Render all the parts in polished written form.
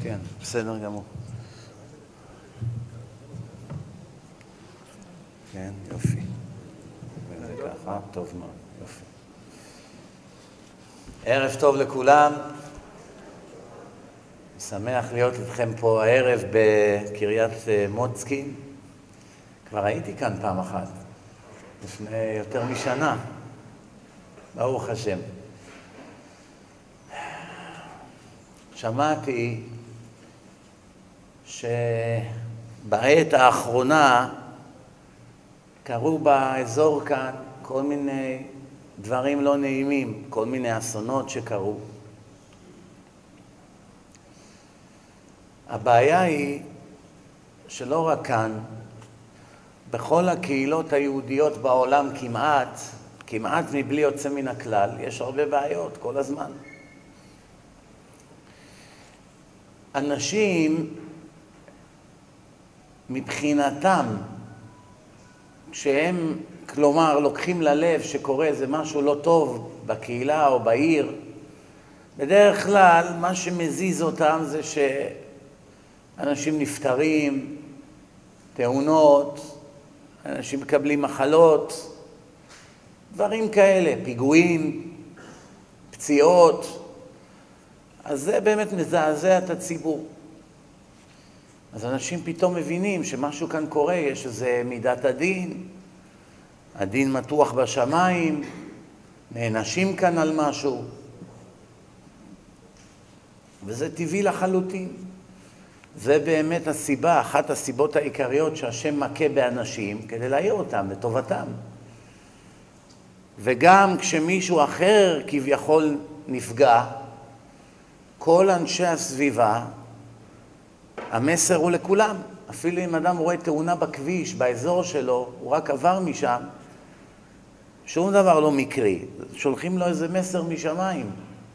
כן, בסדר גמור. כן, יופי. וזה ככה, טוב מאוד, יופי. ערב טוב לכולם. שמח להיות איתכם פה הערב בקריית מוצקין. כבר הייתי כאן פעם אחת, לפני יותר משנה. ברוך השם. שמעתי שבעת האחרונה קרו באזור כאן כל מיני דברים לא נעימים, כל מיני אסונות שקרו. הבעיה היא שלא רק כאן, בכל הקהילות היהודיות בעולם כמעט מבלי יוצא מן הכלל, יש הרבה בעיות כל הזמן. אנשים מבחינתם, כשהם כלומר לוקחים ללב שקורה איזה משהו לא טוב בקהילה או בעיר, בדרך כלל מה שמזיז אותם זה שאנשים נפטרים, תאונות, אנשים מקבלים מחלות, דברים כאלה, פיגועים, פציעות. אז זה באמת מזעזע את הציבור. אז אנשים פתאום מבינים שמשהו כאן קורה, יש איזה מידת הדין, הדין מתוח בשמיים, נענשים כאן על משהו. וזה טבעי לחלוטין. זה באמת הסיבה, אחת הסיבות העיקריות שהשם מכה באנשים כדי להעיר אותם לטובתם. וגם כשמישהו אחר כביכול נפגע, כל אנשי הסביבה, המסר הוא לכולם. אפילו אם אדם רואה תאונה בכביש, באזור שלו, הוא רק עבר משם, שום דבר לא מקרי. שולחים לו איזה מסר משמיים.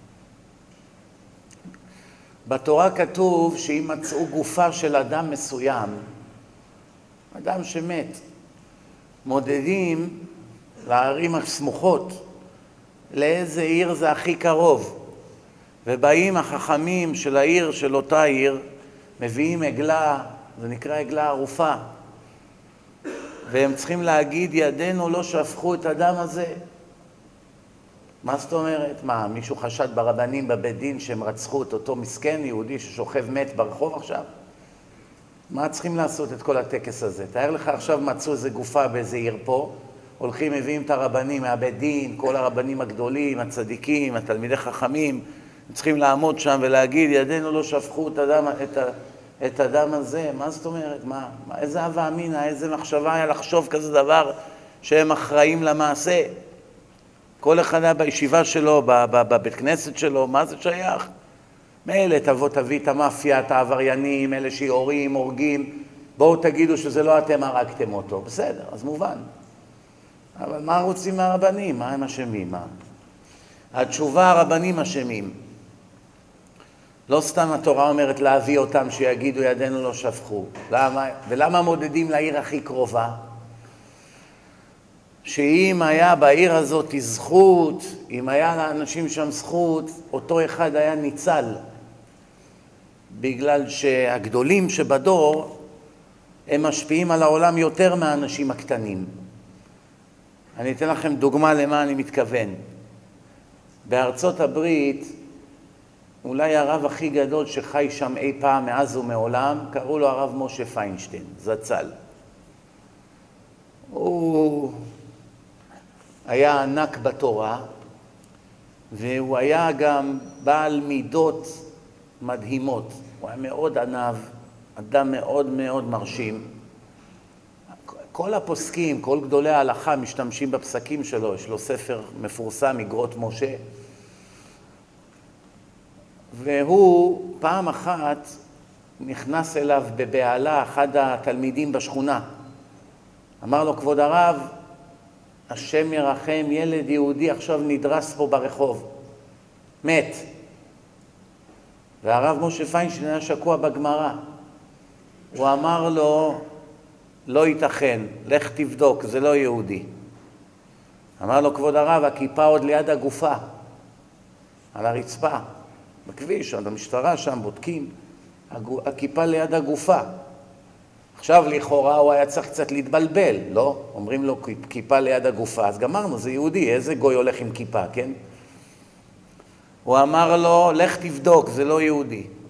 בתורה כתוב שאם מצאו גופה של אדם מסוים, אדם שמת, מודדים לערים הסמוכות, לאיזה עיר זה הכי קרוב. ובאים החכמים של העיר, של אותה עיר, מביאים עגלה, זה נקרא עגלה ערופה. והם צריכים להגיד, ידינו לא שפכו את הדם הזה. מה זאת אומרת? מה, מישהו חשד ברבנים בבית דין שהם רצחו את אותו מסכן יהודי ששוכב מת ברחוב עכשיו? מה צריכים לעשות את כל הטקס הזה? תאר לך עכשיו מצאו איזה גופה באיזה עיר פה, הולכים, מביאים את הרבנים מהבית דין, כל הרבנים הגדולים, הצדיקים, התלמידי חכמים, צריכים לעמוד שם ולהגיד, ידינו לא שפכו את הדם הזה. מה זאת אומרת? איזה הווה אמינא, איזה מחשבה היה לחשוב כזה דבר שהם אחראים למעשה? כל אחד היה בישיבה שלו, בבית כנסת שלו, מה זה שייך? מילא תביא את המאפיה, את העבריינים, אלה שיורים, הורגים, בואו תגידו שזה לא אתם הרגתם אותו. בסדר, אז מובן. אבל מה רוצים מהרבנים? מה הם אשמים? התשובה, הרבנים אשמים. לא סתם התורה אומרת להביא אותם שיגידו ידינו לא שפכו. למה? ולמה מודדים לעיר הכי קרובה? שאם היה בעיר הזאת זכות, אם היה לאנשים שם זכות, אותו אחד היה ניצל. בגלל שהגדולים שבדור הם משפיעים על העולם יותר מהאנשים הקטנים. אני אתן לכם דוגמה למה אני מתכוון. בארצות הברית, אולי הרב הכי גדול שחי שם אי פעם מאז ומעולם, קראו לו הרב משה פיינשטיין, זצ"ל. הוא היה ענק בתורה, והוא היה גם בעל מידות מדהימות. הוא היה מאוד ענב, אדם מאוד מאוד מרשים. כל הפוסקים, כל גדולי ההלכה משתמשים בפסקים שלו. יש לו ספר מפורסם, אגרות משה. והוא פעם אחת נכנס אליו בבעלה אחד התלמידים בשכונה. אמר לו, כבוד הרב, השם ירחם, ילד יהודי עכשיו נדרס פה ברחוב. מת. והרב משה פיינשטיין היה שקוע בגמרא. הוא אמר לו, לא ייתכן, לך תבדוק, זה לא יהודי. אמר לו, כבוד הרב, הכיפה עוד ליד הגופה, על הרצפה, בכביש, על המשטרה שם, בודקים. הכיפה ליד הגופה. עכשיו לכאורה הוא היה צריך קצת להתבלבל, לא? אומרים לו כיפה ליד הגופה, אז גמרנו, זה יהודי, איזה גוי הולך עם כיפה, כן? הוא אמר לו, לך תבדוק, זה לא יהודי.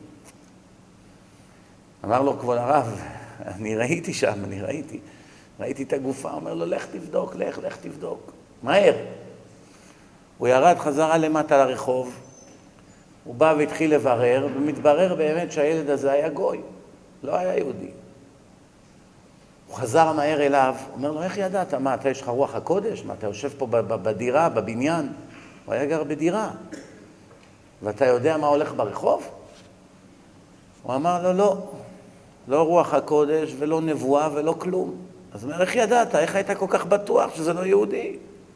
אמר לו, כבוד הרב, אני ראיתי שם, ראיתי את הגופה, אומר לו, לך תבדוק, לך תבדוק, מהר. הוא ירד חזרה למטה לרחוב, הוא בא והתחיל לברר, ומתברר באמת שהילד הזה היה גוי, לא היה יהודי. הוא חזר מהר אליו, אומר לו, איך ידעת? מה, אתה יש לך רוח הקודש? מה, אתה יושב פה בדירה, בבניין? הוא היה גר בדירה. ואתה יודע מה הולך ברחוב? הוא אמר לו, לא רוח הקודש ולא נבואה ולא כלום. אז הוא אומר, איך ידעת? איך היית כל כך בטוח שזה לא יהודי?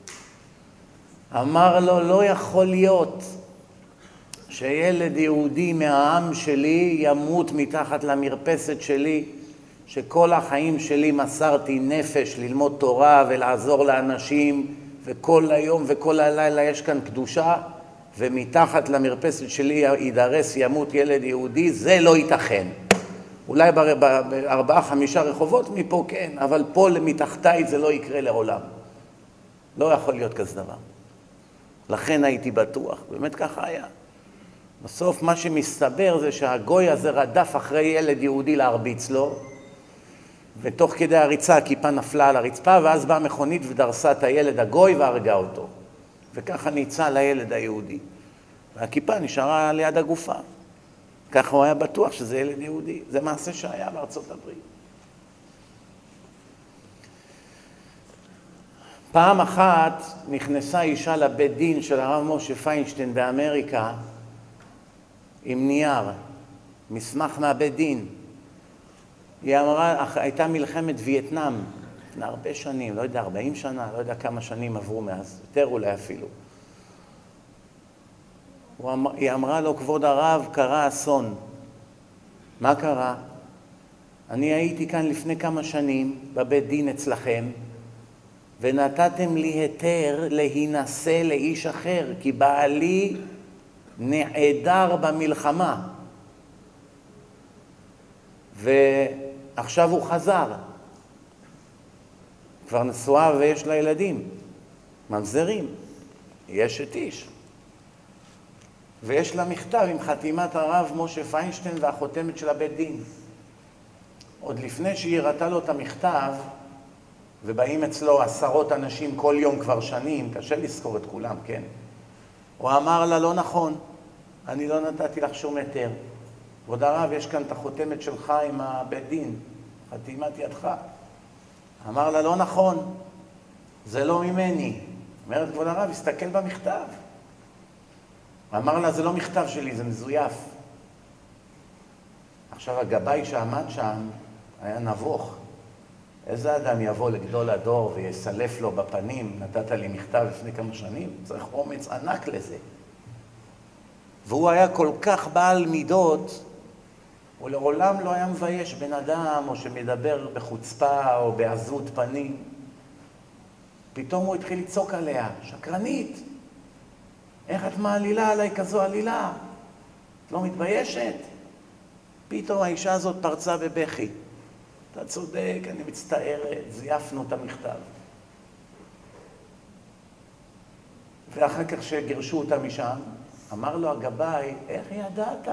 אמר לו, לא יכול להיות שילד יהודי מהעם שלי ימות מתחת למרפסת שלי, שכל החיים שלי מסרתי נפש ללמוד תורה ולעזור לאנשים, וכל היום וכל הלילה יש כאן קדושה, ומתחת למרפסת שלי יידרס ימות ילד יהודי, זה לא ייתכן. אולי ב4-5 רחובות מפה כן, אבל פה מתחתיי זה לא יקרה לעולם. לא יכול להיות כזה דבר. לכן הייתי בטוח, באמת ככה היה. בסוף מה שמסתבר זה שהגוי הזה רדף אחרי ילד יהודי להרביץ לו, ותוך כדי הריצה הכיפה נפלה על הרצפה, ואז באה מכונית ודרסה את הילד הגוי והרגה אותו. וככה ניצל לילד היהודי. והכיפה נשארה ליד הגופה. ככה הוא היה בטוח שזה ילד יהודי. זה מעשה שהיה בארצות הברית. פעם אחת נכנסה אישה לבית דין של הרב משה פיינשטיין באמריקה עם נייר, מסמך מהבית דין. היא אמרה, הייתה מלחמת וייטנאם, לפני הרבה שנים, לא יודע, 40 שנה, לא יודע כמה שנים עברו מאז, יותר אולי אפילו. היא אמרה לו, כבוד הרב, קרה אסון. מה קרה? אני הייתי כאן לפני כמה שנים בבית דין אצלכם, ונתתם לי היתר להינשא לאיש אחר, כי בעלי נעדר במלחמה. ועכשיו הוא חזר. כבר נשואה ויש לה ילדים. ממזרים. יש את איש. ויש לה מכתב עם חתימת הרב משה פיינשטיין והחותמת של הבית דין. עוד לפני שהיא הראתה לו את המכתב, ובאים אצלו 10 אנשים כל יום כבר שנים, קשה לזכור את כולם, כן? הוא אמר לה, לא נכון, אני לא נתתי לך שום היתר. כבוד הרב, יש כאן את החותמת שלך עם הבית דין, חתימת ידך. אמר לה, לא נכון, זה לא ממני. אומרת, כבוד הרב, הסתכל במכתב. אמר לה, זה לא מכתב שלי, זה מזויף. עכשיו הגבאי שעמד שם היה נבוך. איזה אדם יבוא לגדול הדור ויסלף לו בפנים, נתת לי מכתב לפני כמה שנים? צריך אומץ ענק לזה. והוא היה כל כך בעל מידות, הוא לעולם לא היה מבייש בן אדם, או שמדבר בחוצפה או בעזות פנים. פתאום הוא התחיל לצעוק עליה, שקרנית, איך את מעלילה עליי כזו עלילה? את לא מתביישת? פתאום האישה הזאת פרצה בבכי. אתה צודק, אני מצטערת, זייפנו את המכתב. ואחר כך שגירשו אותה משם, אמר לו הגבאי, איך ידעת?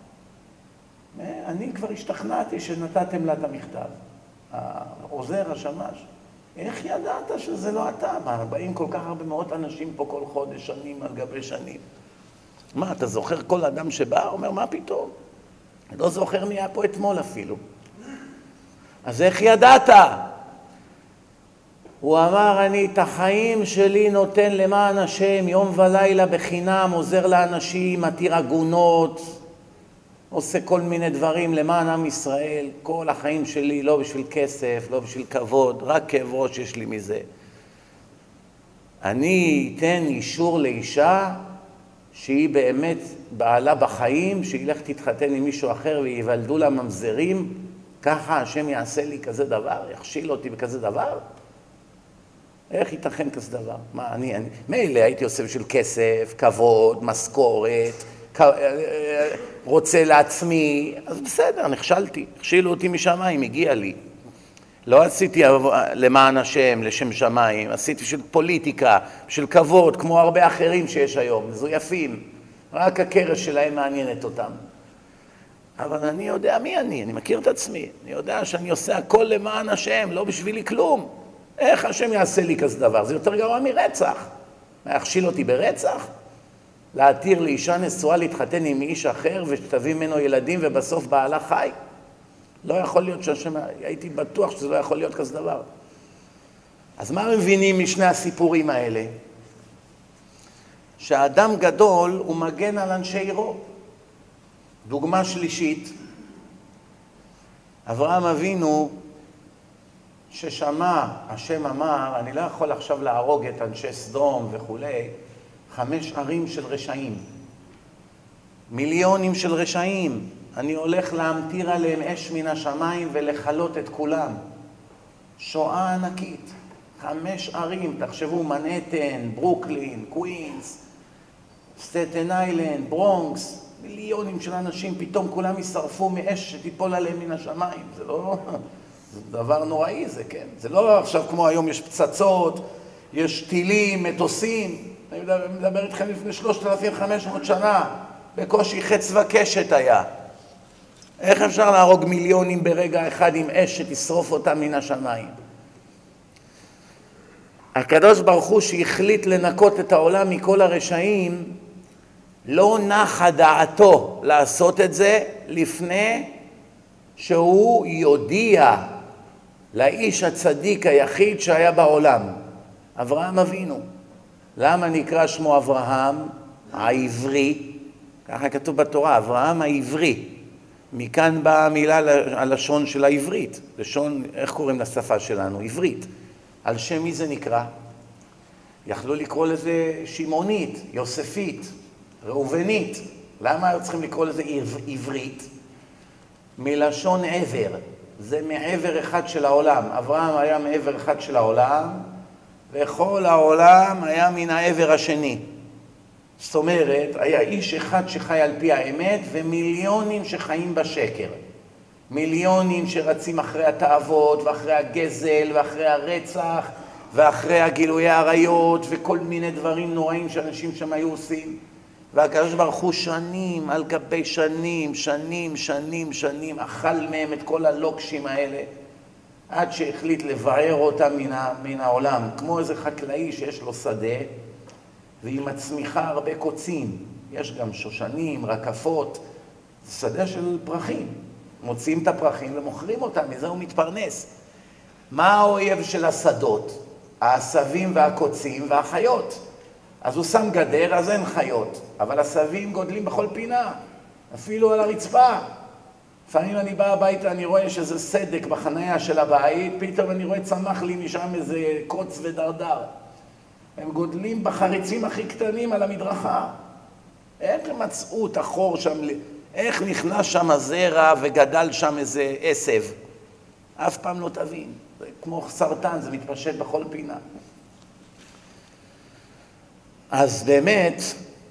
אני כבר השתכנעתי שנתתם לה את המכתב. העוזר, השמש. איך ידעת שזה לא אתה? מה, באים כל כך הרבה מאות אנשים פה כל חודש, שנים על גבי שנים. מה, אתה זוכר כל אדם שבא? אומר, מה פתאום? לא זוכר מי היה פה אתמול אפילו. אז איך ידעת? הוא אמר, אני את החיים שלי נותן למען השם, יום ולילה בחינם, עוזר לאנשים, מתיר עגונות, עושה כל מיני דברים למען עם ישראל. כל החיים שלי לא בשביל כסף, לא בשביל כבוד, רק כאב ראש יש לי מזה. אני אתן אישור לאישה שהיא באמת בעלה בחיים, שהיא לך תתחתן עם מישהו אחר ויוולדו לה ממזרים, ככה השם יעשה לי כזה דבר, יכשיל אותי בכזה דבר? איך ייתכן כזה דבר? מה, מילא הייתי עושה בשביל כסף, כבוד, משכורת, רוצה לעצמי, אז בסדר, נכשלתי, הכשילו אותי משמיים, הגיע לי. לא עשיתי למען השם, לשם שמיים, עשיתי בשביל פוליטיקה, בשביל כבוד, כמו הרבה אחרים שיש היום, מזויפים, רק הקרש שלהם מעניינת אותם. אבל אני יודע מי אני מכיר את עצמי, אני יודע שאני עושה הכל למען השם, לא בשבילי כלום. איך השם יעשה לי כזה דבר? זה יותר גרוע מרצח. מה, יכשיל אותי ברצח? להתיר לאישה נשואה להתחתן עם איש אחר ושתביא ממנו ילדים ובסוף בעלה חי? לא יכול להיות שהשם, הייתי בטוח שזה לא יכול להיות כזה דבר. אז מה מבינים משני הסיפורים האלה? שהאדם גדול הוא מגן על אנשי עירו. דוגמה שלישית, אברהם אבינו ששמע, השם אמר, אני לא יכול עכשיו להרוג את אנשי סדום וכולי, 5 ערים של רשעים, מיליונים של רשעים, אני הולך להמטיר עליהם אש מן השמיים ולחלות את כולם. שואה ענקית, 5 ערים, תחשבו, מנהטן, ברוקלין, קווינס, סטטן איילנד, ברונקס, מיליונים של אנשים, פתאום כולם ישרפו מאש שתיפול עליהם מן השמיים. זה לא, זה דבר נוראי זה, כן. זה לא עכשיו כמו היום יש פצצות, יש טילים, מטוסים. אני מדבר איתכם לפני 3,500 שנה, בקושי חץ וקשת היה. איך אפשר להרוג מיליונים ברגע אחד עם אש שתשרוף אותם מן השמיים? הקדוש ברוך הוא שהחליט לנקות את העולם מכל הרשעים, לא נחה דעתו לעשות את זה לפני שהוא יודיע לאיש הצדיק היחיד שהיה בעולם, אברהם אבינו. למה נקרא שמו אברהם העברי? ככה כתוב בתורה, אברהם העברי. מכאן באה המילה הלשון של העברית. לשון, איך קוראים לשפה שלנו? עברית. על שם מי זה נקרא? יכלו לקרוא לזה שמעונית, יוספית, ראובנית. למה היו צריכים לקרוא לזה עברית? מלשון עבר. זה מעבר אחד של העולם. אברהם היה מעבר אחד של העולם, וכל העולם היה מן העבר השני. זאת אומרת, היה איש אחד שחי על פי האמת, ומיליונים שחיים בשקר. מיליונים שרצים אחרי התאוות, ואחרי הגזל, ואחרי הרצח, ואחרי הגילויי עריות, וכל מיני דברים נוראים שאנשים שם היו עושים. והקדוש ברוך הוא שנים על גבי שנים, אכל מהם את כל הלוקשים האלה, עד שהחליט לבער אותם מן העולם, כמו איזה חקלאי שיש לו שדה, והיא מצמיחה הרבה קוצים. יש גם שושנים, רקפות, שדה של פרחים. מוציאים את הפרחים ומוכרים אותם, מזה הוא מתפרנס. מה האויב של השדות? העשבים והקוצים והחיות. אז הוא שם גדר, אז אין חיות. אבל עשבים גודלים בכל פינה, אפילו על הרצפה. לפעמים אני בא הביתה, אני רואה שזה סדק בחנייה של הבית, פתאום אני רואה צמח לי משם איזה קוץ ודרדר. הם גודלים בחריצים הכי קטנים על המדרכה. איך הם מצאו את החור שם, איך נכנס שם הזרע וגדל שם איזה עשב? אף פעם לא תבין. זה כמו סרטן, זה מתפשט בכל פינה. אז באמת,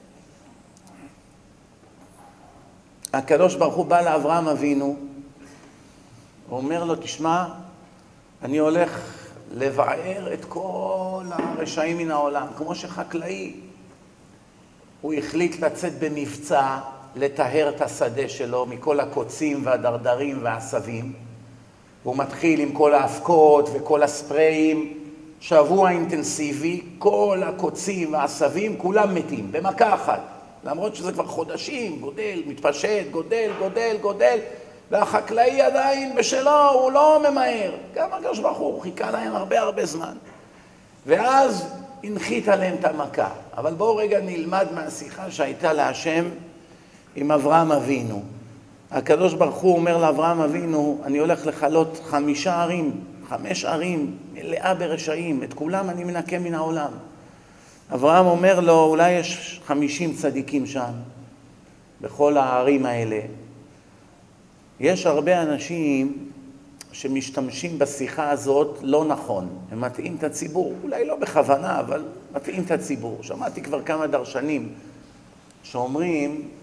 הקדוש ברוך הוא בא לאברהם אבינו, הוא אומר לו, תשמע, אני הולך לבער את כל הרשעים מן העולם, כמו שחקלאי. הוא החליט לצאת במבצע, לטהר את השדה שלו מכל הקוצים והדרדרים והעשבים. הוא מתחיל עם כל האבקות וכל הספריים, שבוע אינטנסיבי, כל הקוצים והעשבים כולם מתים, במכה אחת. למרות שזה כבר חודשים, גודל, מתפשט, גודל, והחקלאי עדיין בשלו, הוא לא ממהר. גם הקדוש ברוך הוא חיכה להם הרבה זמן. ואז הנחית עליהם את המכה. אבל בואו רגע נלמד מהשיחה שהייתה להשם עם אברהם אבינו. הקדוש ברוך הוא אומר לאברהם אבינו, אני הולך לחלות 5 ערים מלאה ברשעים, את כולם אני מנקה מן העולם. אברהם אומר לו, אולי יש 50 צדיקים שם, בכל הערים האלה. יש הרבה אנשים שמשתמשים בשיחה הזאת לא נכון. הם מטעים את הציבור, אולי לא בכוונה, אבל מטעים את הציבור. שמעתי כבר כמה דרשנים שאומרים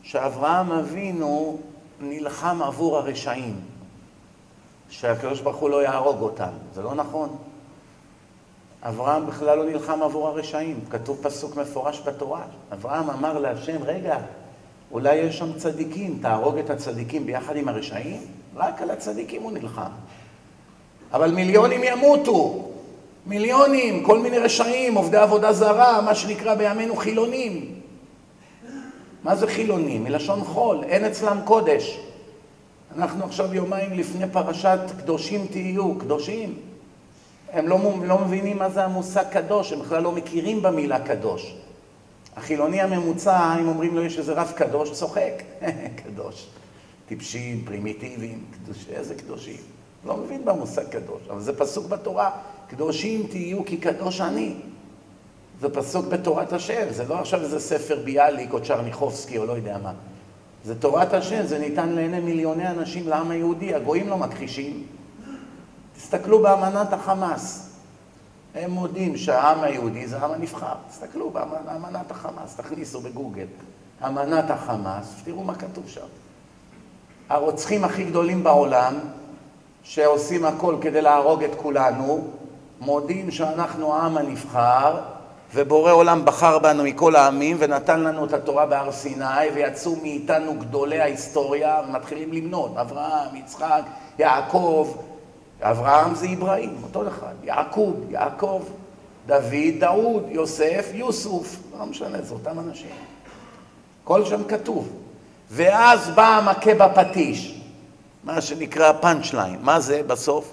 שאברהם אבינו נלחם עבור הרשעים, שהקדוש ברוך הוא לא יהרוג אותם. זה לא נכון. אברהם בכלל לא נלחם עבור הרשעים. כתוב פסוק מפורש בתורה. אברהם אמר להשם, רגע, אולי יש שם צדיקים, תהרוג את הצדיקים ביחד עם הרשעים? רק על הצדיקים הוא נלחם. אבל מיליונים ימותו. מיליונים, כל מיני רשעים, עובדי עבודה זרה, מה שנקרא בימינו חילונים. מה זה חילונים? מלשון חול, אין אצלם קודש. אנחנו עכשיו יומיים לפני פרשת קדושים תהיו, קדושים. הם לא מבינים מה זה המושג קדוש, הם בכלל לא מכירים במילה קדוש. החילוני הממוצע, אם אומרים לו יש איזה רב קדוש, צוחק. קדוש. טיפשים, פרימיטיביים, איזה קדושים. לא מבין במושג קדוש, אבל זה פסוק בתורה. קדושים תהיו כי קדוש אני. זה פסוק בתורת השם, זה לא עכשיו איזה ספר ביאליק או צ'רניחובסקי או לא יודע מה. זה תורת השם, זה ניתן לעיני מיליוני אנשים לעם היהודי, הגויים לא מכחישים. תסתכלו באמנת החמאס. הם מודים שהעם היהודי זה העם הנבחר. תסתכלו באמנת החמאס, תכניסו בגוגל. אמנת החמאס, תראו מה כתוב שם. הרוצחים הכי גדולים בעולם, שעושים הכל כדי להרוג את כולנו, מודים שאנחנו העם הנבחר, ובורא עולם בחר בנו מכל העמים, ונתן לנו את התורה בהר סיני, ויצאו מאיתנו גדולי ההיסטוריה, ומתחילים למנות. אברהם, יצחק, יעקב, אברהם זה אברהים, אותו אחד. יעקב, דוד, דאוד, יוסף, יוסוף. לא משנה, זה אותם אנשים. כל שם כתוב. ואז בא המכה בפטיש, מה שנקרא פאנצ'ליין. מה זה בסוף?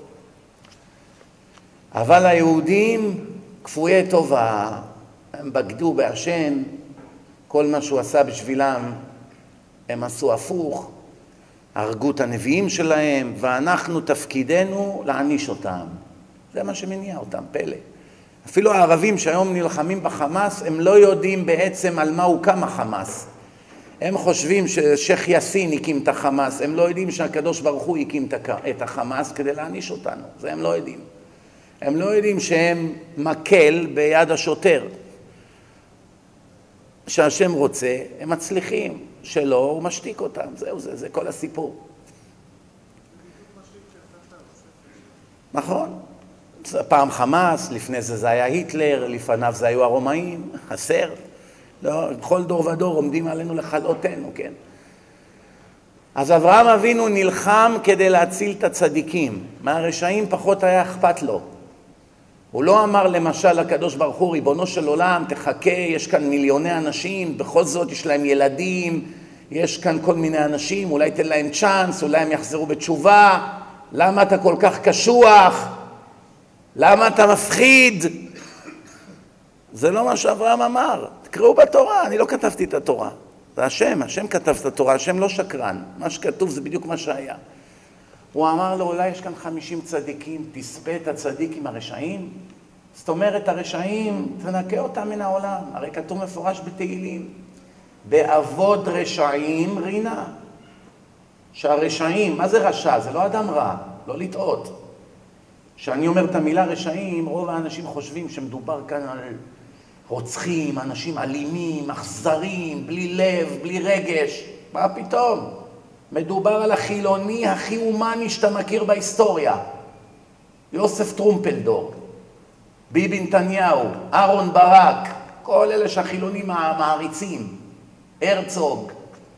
אבל היהודים כפויי טובה, הם בגדו בהשם, כל מה שהוא עשה בשבילם הם עשו הפוך, הרגו את הנביאים שלהם, ואנחנו תפקידנו להעניש אותם. זה מה שמניע אותם, פלא. אפילו הערבים שהיום נלחמים בחמאס, הם לא יודעים בעצם על מה הוקם החמאס. הם חושבים ששייח יאסין הקים את החמאס, הם לא יודעים שהקדוש ברוך הוא הקים את החמאס כדי להעניש אותנו, זה הם לא יודעים. הם לא יודעים שהם מקל ביד השוטר. שהשם רוצה, הם מצליחים, שלא, הוא משתיק אותם, זהו זה כל הסיפור. נכון. פעם חמאס, לפני זה היה היטלר, לפניו זה היו הרומאים, חסר. לא, בכל דור ודור עומדים עלינו לכלותנו, כן? אז אברהם אבינו נלחם כדי להציל את הצדיקים. מהרשעים פחות היה אכפת לו. הוא לא אמר למשל לקדוש ברוך הוא, ריבונו של עולם, תחכה, יש כאן מיליוני אנשים, בכל זאת יש להם ילדים, יש כאן כל מיני אנשים, אולי תן להם צ'אנס, אולי הם יחזרו בתשובה, למה אתה כל כך קשוח? למה אתה מפחיד? זה לא מה שאברהם אמר. תקראו בתורה, אני לא כתבתי את התורה. זה השם כתב את התורה, השם לא שקרן. מה שכתוב זה בדיוק מה שהיה. הוא אמר לו, אולי יש כאן 50 צדיקים, תספה את הצדיק עם הרשעים? זאת אומרת, הרשעים, תנקה אותם מן העולם. הרי כתוב מפורש בתהילים. בעבוד רשעים רינה. שהרשעים, מה זה רשע? זה לא אדם רע, לא לטעות. כשאני אומר את המילה רשעים, רוב האנשים חושבים שמדובר כאן על רוצחים, אנשים אלימים, אכזרים, בלי לב, בלי רגש. מה פתאום? מדובר על החילוני הכי הומני שאתה מכיר בהיסטוריה. יוסף טרומפלדור, ביבי נתניהו, אהרון ברק, כל אלה שהחילונים מעריצים, הרצוג.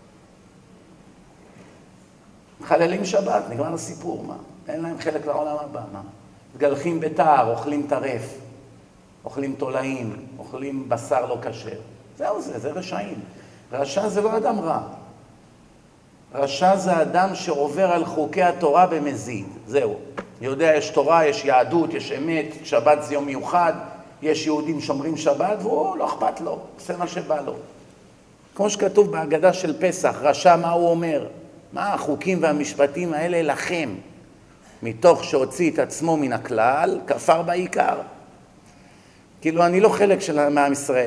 מחללים שבת, נגמר הסיפור, מה? אין להם חלק לעולם הבא, מה? מגלחים ביתר, אוכלים טרף, אוכלים תולעים, אוכלים בשר לא כשר. זהו זה רשעים. רשע זה לא אדם רע. רשע זה אדם שעובר על חוקי התורה במזיד. זהו. יודע, יש תורה, יש יהדות, יש אמת, שבת זה יום מיוחד, יש יהודים שומרים שבת, והוא לא אכפת לו, עושה מה שבא לו. כמו שכתוב בהגדה של פסח, רשע מה הוא אומר? מה החוקים והמשפטים האלה לכם? מתוך שהוציא את עצמו מן הכלל, כפר בעיקר. כאילו אני לא חלק של מעם ישראל.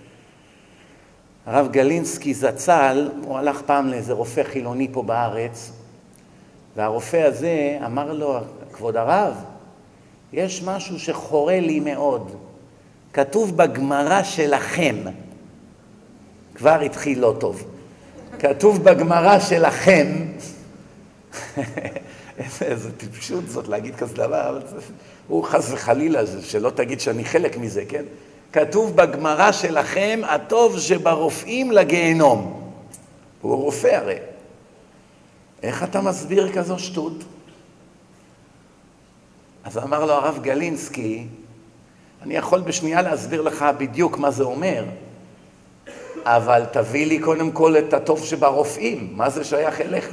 הרב גלינסקי זצ"ל, הוא הלך פעם לאיזה רופא חילוני פה בארץ, והרופא הזה אמר לו, כבוד הרב, יש משהו שחורה לי מאוד. כתוב בגמרא שלכם, כבר התחיל לא טוב. כתוב בגמרא שלכם, איזה טיפשות זאת להגיד כזה דבר, אבל הוא חס וחלילה, שלא תגיד שאני חלק מזה, כן? כתוב בגמרא שלכם, הטוב שברופאים לגיהנום. הוא רופא הרי. איך אתה מסביר כזו שטות? אז אמר לו הרב גלינסקי, אני יכול בשנייה להסביר לך בדיוק מה זה אומר, אבל תביא לי קודם כל את הטוב שברופאים, מה זה שייך אליך?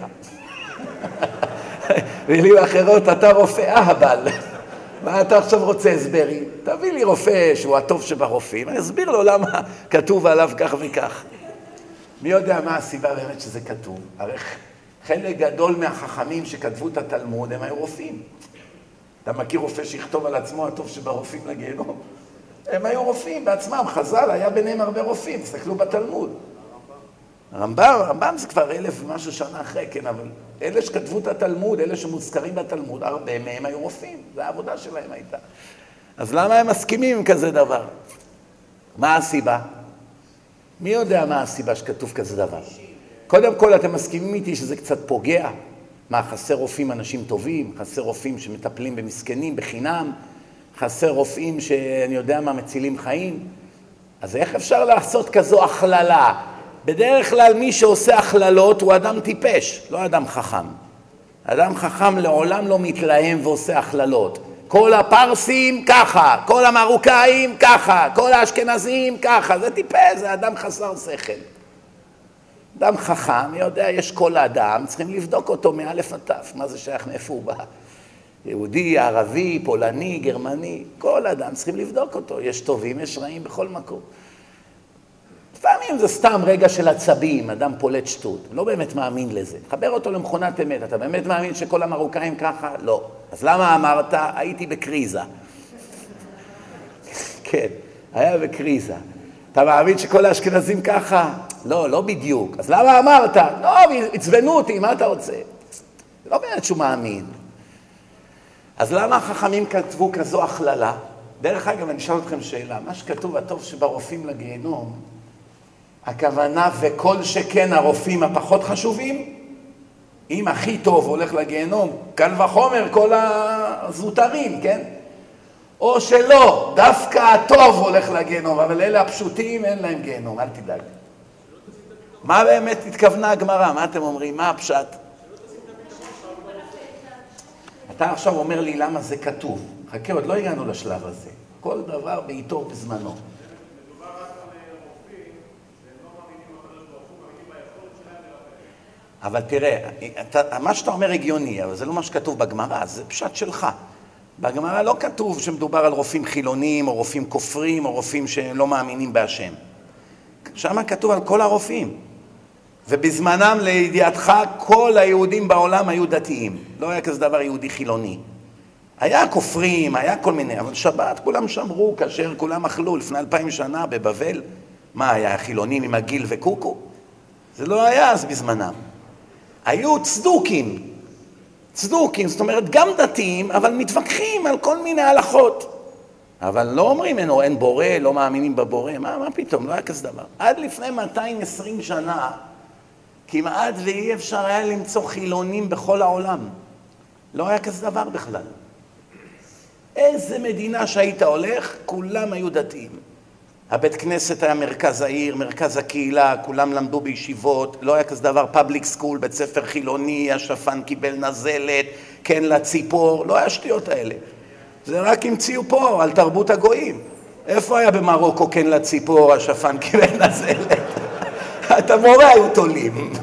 במילים אחרות, אתה רופא אהבל. מה אתה עכשיו רוצה הסברים? תביא לי רופא שהוא הטוב שברופאים, אני אסביר לו למה כתוב עליו כך וכך. מי יודע מה הסיבה באמת שזה כתוב? הרי חלק גדול מהחכמים שכתבו את התלמוד הם היו רופאים. אתה מכיר רופא שיכתוב על עצמו הטוב שברופאים לגיהנום? הם היו רופאים בעצמם, חז"ל, היה ביניהם הרבה רופאים, תסתכלו בתלמוד. הרמב"ם זה כבר 1000 ומשהו שנה אחרי, כן, אבל אלה שכתבו את התלמוד, אלה שמוזכרים בתלמוד, הרבה מהם היו רופאים, זה העבודה שלהם הייתה. אז למה הם מסכימים עם כזה דבר? מה הסיבה? מי יודע מה הסיבה שכתוב כזה דבר? קודם כל, אתם מסכימים איתי שזה קצת פוגע? מה, חסר רופאים אנשים טובים? חסר רופאים שמטפלים במסכנים בחינם? חסר רופאים שאני יודע מה, מצילים חיים? אז איך אפשר לעשות כזו הכללה? בדרך כלל מי שעושה הכללות הוא אדם טיפש, לא אדם חכם. אדם חכם לעולם לא מתלהם ועושה הכללות. כל הפרסים ככה, כל המרוקאים ככה, כל האשכנזים ככה, זה טיפש, זה אדם חסר שכל. אדם חכם, יודע, יש כל אדם, צריכים לבדוק אותו מאלף עד תף, מה זה שייך, מאיפה הוא בא. יהודי, ערבי, פולני, גרמני, כל אדם צריכים לבדוק אותו, יש טובים, יש רעים בכל מקום. לפעמים זה סתם רגע של עצבים, אדם פולט שטות, לא באמת מאמין לזה. חבר אותו למכונת אמת, אתה באמת מאמין שכל המרוקאים ככה? לא. אז למה אמרת? הייתי בקריזה. כן, היה בקריזה. אתה מאמין שכל האשכנזים ככה? לא, לא בדיוק. אז למה אמרת? לא, הצבנו אותי, מה אתה רוצה? זה לא באמת שהוא מאמין. אז למה החכמים כתבו כזו הכללה? דרך אגב, אני אשאל אתכם שאלה. מה שכתוב, הטוב שברופאים לגיהנום, הכוונה וכל שכן הרופאים הפחות חשובים, אם הכי טוב הולך לגיהנום, קל וחומר כל הזוטרים, כן? או שלא, דווקא הטוב הולך לגיהנום, אבל אלה הפשוטים אין להם גיהנום, אל תדאג. מה באמת התכוונה הגמרא? מה אתם אומרים? מה הפשט? אתה עכשיו אומר לי למה זה כתוב. חכה, עוד לא הגענו לשלב הזה. כל דבר בעיתו ובזמנו. אבל תראה, מה שאתה אומר הגיוני, אבל זה לא מה שכתוב בגמרא, זה פשט שלך. בגמרא לא כתוב שמדובר על רופאים חילונים, או רופאים כופרים, או רופאים שלא מאמינים בהשם. שם כתוב על כל הרופאים. ובזמנם, לידיעתך, כל היהודים בעולם היו דתיים. לא היה כזה דבר יהודי חילוני. היה כופרים, היה כל מיני, אבל שבת כולם שמרו, כאשר כולם אכלו לפני 2000 שנה בבבל. מה, היה חילונים עם הגיל וקוקו? זה לא היה אז בזמנם. היו צדוקים, זאת אומרת גם דתיים, אבל מתווכחים על כל מיני הלכות. אבל לא אומרים, אין בורא, לא מאמינים בבורא, מה פתאום, לא היה כזה דבר. עד לפני 220 שנה, כמעט ואי אפשר היה למצוא חילונים בכל העולם. לא היה כזה דבר בכלל. איזה מדינה שהיית הולך, כולם היו דתיים. הבית כנסת היה מרכז העיר, מרכז הקהילה, כולם למדו בישיבות, לא היה כזה דבר, פאבליק סקול, בית ספר חילוני, השפן קיבל נזלת, כן לציפור, לא היה שטויות האלה. זה רק המציאו פה על תרבות הגויים. איפה היה במרוקו כן לציפור, השפן קיבל נזלת? את המורה היו תולים.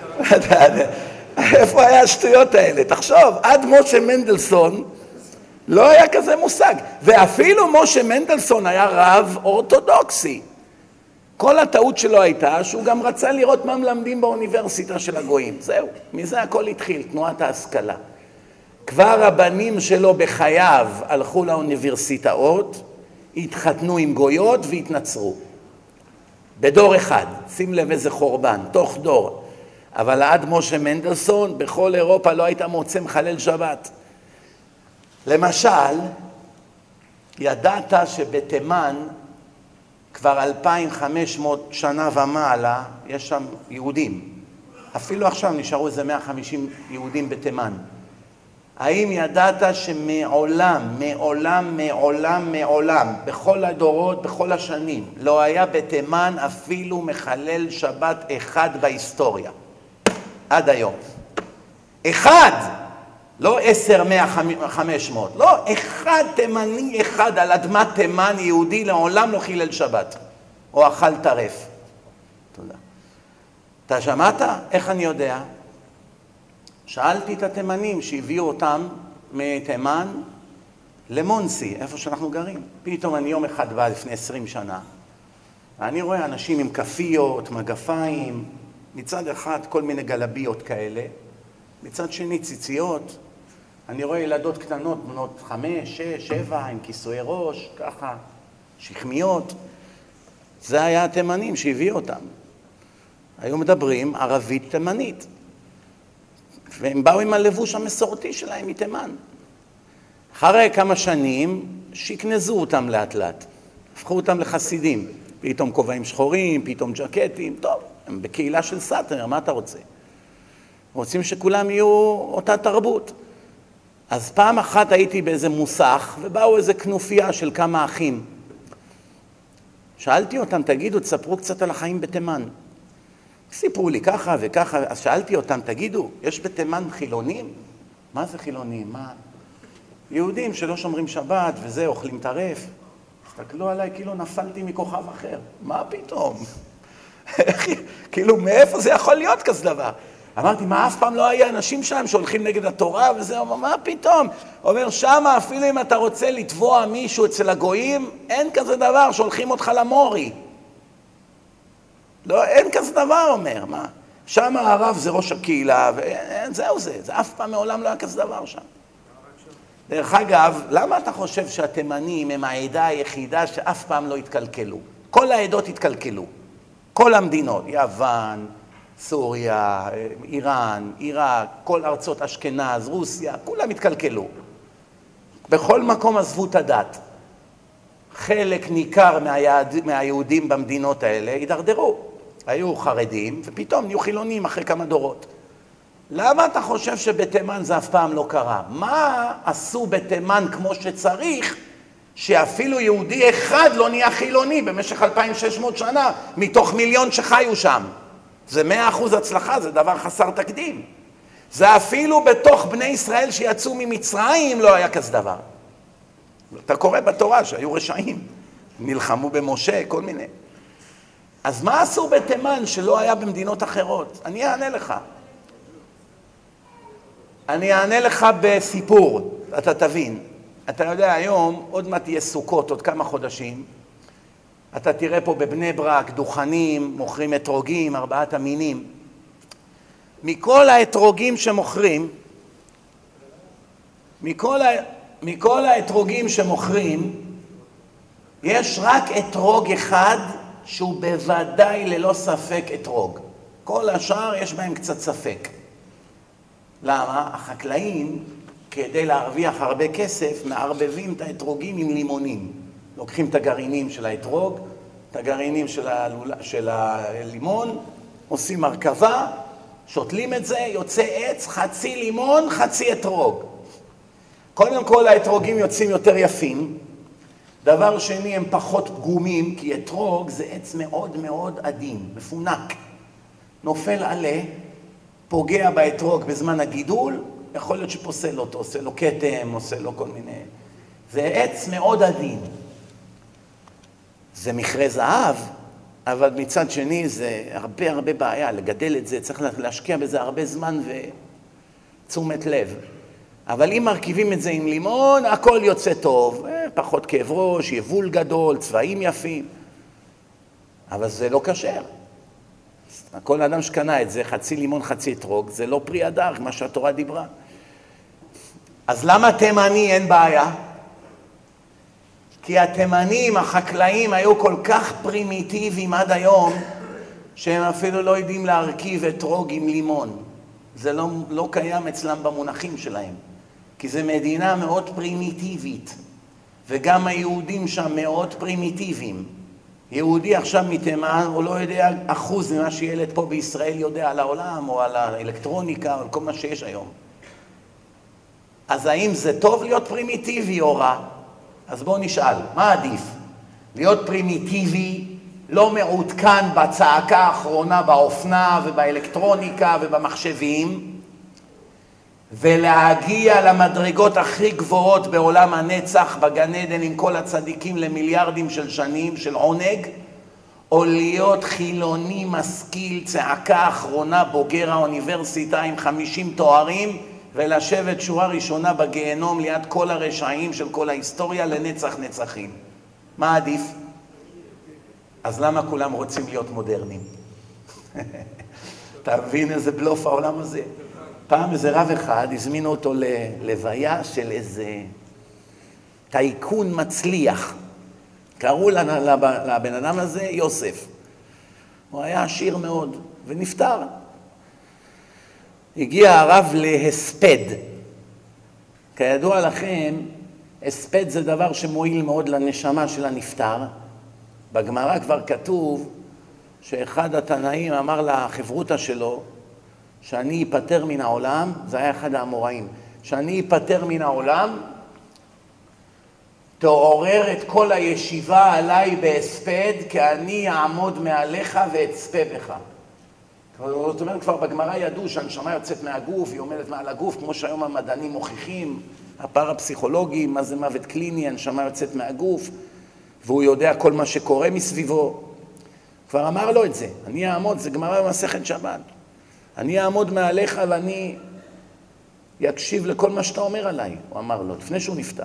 איפה היה השטויות האלה? תחשוב, עד משה מנדלסון, לא היה כזה מושג, ואפילו משה מנדלסון היה רב אורתודוקסי. כל הטעות שלו הייתה שהוא גם רצה לראות מה מלמדים באוניברסיטה של הגויים. זהו, מזה הכל התחיל, תנועת ההשכלה. כבר הבנים שלו בחייו הלכו לאוניברסיטאות, התחתנו עם גויות והתנצרו. בדור אחד, שים לב איזה חורבן, תוך דור. אבל עד משה מנדלסון, בכל אירופה לא היית מוצא מחלל שבת. למשל, ידעת שבתימן כבר 2500 שנה ומעלה יש שם יהודים. אפילו עכשיו נשארו איזה 150 יהודים בתימן. האם ידעת שמעולם, מעולם, מעולם, מעולם, בכל הדורות, בכל השנים, לא היה בתימן אפילו מחלל שבת אחד בהיסטוריה? עד היום. אחד! לא 10, 100, 500. לא, אחד תימני אחד על אדמת תימן יהודי לעולם לא חילל שבת. או אכל טרף. תודה. אתה שמעת? איך אני יודע? שאלתי את התימנים שהביאו אותם מתימן למונסי, איפה שאנחנו גרים. פתאום אני יום אחד בא לפני 20 שנה. אני רואה אנשים עם כפיות, מגפיים, מצד אחד כל מיני גלביות כאלה, מצד שני ציציות. אני רואה ילדות קטנות, בנות 5, 6, 7, עם כיסוי ראש, ככה, שכמיות. זה היה התימנים שהביאו אותם. היו מדברים ערבית תימנית. והם באו עם הלבוש המסורתי שלהם מתימן. אחרי כמה שנים שכנזו אותם לאט לאט. הפכו אותם לחסידים. פתאום כובעים שחורים, פתאום ג'קטים. טוב, הם בקהילה של סאטמר, מה אתה רוצה? רוצים שכולם יהיו אותה תרבות. אז פעם אחת הייתי באיזה מוסך, ובאו איזה כנופיה של כמה אחים. שאלתי אותם, תגידו, תספרו קצת על החיים בתימן. סיפרו לי ככה וככה, אז שאלתי אותם, תגידו, יש בתימן חילונים? מה זה חילונים? מה? יהודים שלא שומרים שבת וזה, אוכלים טרף. הסתכלו עליי כאילו נפלתי מכוכב אחר. מה פתאום? כאילו, מאיפה זה יכול להיות כזה דבר? אמרתי, מה, אף פעם לא היה אנשים שם שהולכים נגד התורה וזה? מה פתאום? אומר, שמה אפילו אם אתה רוצה לתבוע מישהו אצל הגויים, אין כזה דבר שהולכים אותך למורי. לא, אין כזה דבר, אומר, מה? שם הרב זה ראש הקהילה, וזהו זה אף פעם מעולם לא היה כזה דבר שם. דרך אגב, למה אתה חושב שהתימנים הם העדה היחידה שאף פעם לא התקלקלו? כל העדות התקלקלו. כל המדינות, יוון, סוריה, איראן, עיראק, כל ארצות אשכנז, רוסיה, כולם התקלקלו. בכל מקום עזבו את הדת. חלק ניכר מהיהודים במדינות האלה הידרדרו. היו חרדים ופתאום נהיו חילונים אחרי כמה דורות. למה אתה חושב שבתימן זה אף פעם לא קרה? מה עשו בתימן כמו שצריך, שאפילו יהודי אחד לא נהיה חילוני במשך 2600 שנה, מתוך מיליון שחיו שם? זה 100% הצלחה, זה דבר חסר תקדים. זה אפילו בתוך בני ישראל שיצאו ממצרים לא היה כזה דבר. אתה קורא בתורה שהיו רשעים, נלחמו במשה, כל מיני. אז מה עשו בתימן שלא היה במדינות אחרות? אני אענה לך בסיפור, אתה תבין. אתה יודע, היום, עוד מעט תהיה סוכות, עוד כמה חודשים, אתה תראה פה בבני ברק, דוכנים, מוכרים אתרוגים, 4 המינים. מכל האתרוגים שמוכרים, מכל האתרוגים שמוכרים, יש רק אתרוג אחד שהוא בוודאי ללא ספק אתרוג. כל השאר יש בהם קצת ספק. למה? החקלאים, כדי להרוויח הרבה כסף, מערבבים את האתרוגים עם לימונים. לוקחים את הגרעינים של האתרוג, את הגרעינים של הלימון, עושים הרכבה, שותלים את זה, יוצא עץ, חצי לימון, חצי אתרוג. קודם כל האתרוגים יוצאים יותר יפים. דבר שני, הם פחות פגומים, כי אתרוג זה עץ מאוד מאוד עדין, מפונק. נופל עלה, פוגע באתרוג בזמן הגידול, יכול להיות שפוסל אותו, עושה לו כתם, עושה לו כל מיני... זה עץ מאוד עדין. זה מכרה זהב, אבל מצד שני זה הרבה בעיה. לגדל את זה, צריך להשקיע בזה הרבה זמן ותשומת לב. אבל אם מרכיבים את זה עם לימון, הכל יוצא טוב. פחות כאב ראש, יבול גדול, צבעים יפים. אבל זה לא כשר. כל אדם שקנה את זה, חצי לימון, חצי אתרוג, זה לא פרי הדר, מה שהתורה דיברה. אז למה תימני אין בעיה? כי התימנים, החקלאים, היו כל כך פרימיטיביים עד היום, שהם אפילו לא יודעים להרכיב אתרוג עם לימון. זה לא קיים אצלם במונחים שלהם. כי זו מדינה מאוד פרימיטיבית, וגם היהודים שם מאוד פרימיטיביים. יהודי עכשיו מתימן, הוא לא יודע אחוז ממה שילד פה בישראל יודע על העולם, או על האלקטרוניקה, או על כל מה שיש היום. אז האם זה טוב להיות פרימיטיבי או רע? אז בואו נשאל, מה עדיף? להיות פרימיטיבי, לא מעודכן בצעקה האחרונה באופנה ובאלקטרוניקה ובמחשבים, ולהגיע למדרגות הכי גבוהות בעולם הנצח, בגן עדן עם כל הצדיקים למיליארדים של שנים של עונג, או להיות חילוני משכיל, צעקה אחרונה, בוגר האוניברסיטה עם 50 תוארים, ולשבת שורה ראשונה בגיהנום ליד כל הרשעים של כל ההיסטוריה לנצח נצחים. מה עדיף? אז למה כולם רוצים להיות מודרניים? אתה מבין איזה בלוף העולם הזה? פעם איזה רב אחד הזמינו אותו ללוויה של איזה טייקון מצליח. קראו לבן אדם הזה יוסף. הוא היה עשיר מאוד ונפטר. הגיע הרב להספד. כידוע לכם, הספד זה דבר שמועיל מאוד לנשמה של הנפטר. בגמרא כבר כתוב שאחד התנאים אמר לחברותה שלו, שאני ייפטר מן העולם, זה היה אחד האמוראים, שאני ייפטר מן העולם, תעורר את כל הישיבה עליי בהספד, כי אני אעמוד מעליך ואצפה בך. זאת אומרת, כבר בגמרא ידעו שהנשמה יוצאת מהגוף, היא עומדת מעל הגוף, כמו שהיום המדענים מוכיחים, הפרפסיכולוגים, מה זה מוות קליני, הנשמה יוצאת מהגוף, והוא יודע כל מה שקורה מסביבו. כבר אמר לו את זה, אני אעמוד, זה גמרא במסכת שבת. אני אעמוד מעליך ואני יקשיב לכל מה שאתה אומר עליי, הוא אמר לו, לפני שהוא נפטר.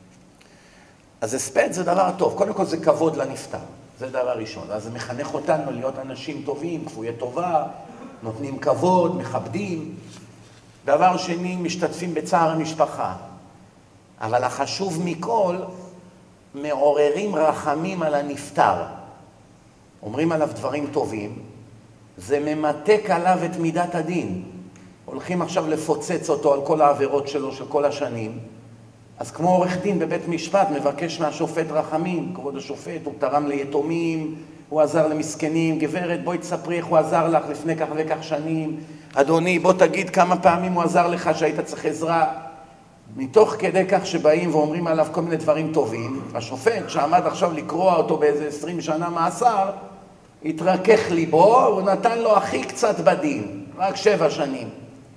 אז הספד זה דבר טוב, קודם כל זה כבוד לנפטר, זה דבר ראשון. אז זה מחנך אותנו להיות אנשים טובים, כפויי טובה, נותנים כבוד, מכבדים. דבר שני, משתתפים בצער המשפחה. אבל החשוב מכל, מעוררים רחמים על הנפטר. אומרים עליו דברים טובים, זה ממתק עליו את מידת הדין. הולכים עכשיו לפוצץ אותו על כל העבירות שלו של כל השנים. אז כמו עורך דין בבית משפט מבקש מהשופט רחמים, כבוד השופט, הוא תרם ליתומים, הוא עזר למסכנים, גברת בואי תספרי איך הוא עזר לך לפני כך וכך שנים, אדוני בוא תגיד כמה פעמים הוא עזר לך שהיית צריך עזרה. מתוך כדי כך שבאים ואומרים עליו כל מיני דברים טובים, השופט שעמד עכשיו לקרוע אותו באיזה 20 שנה מאסר, התרכך ליבו, הוא נתן לו הכי קצת בדין, רק 7 שנים.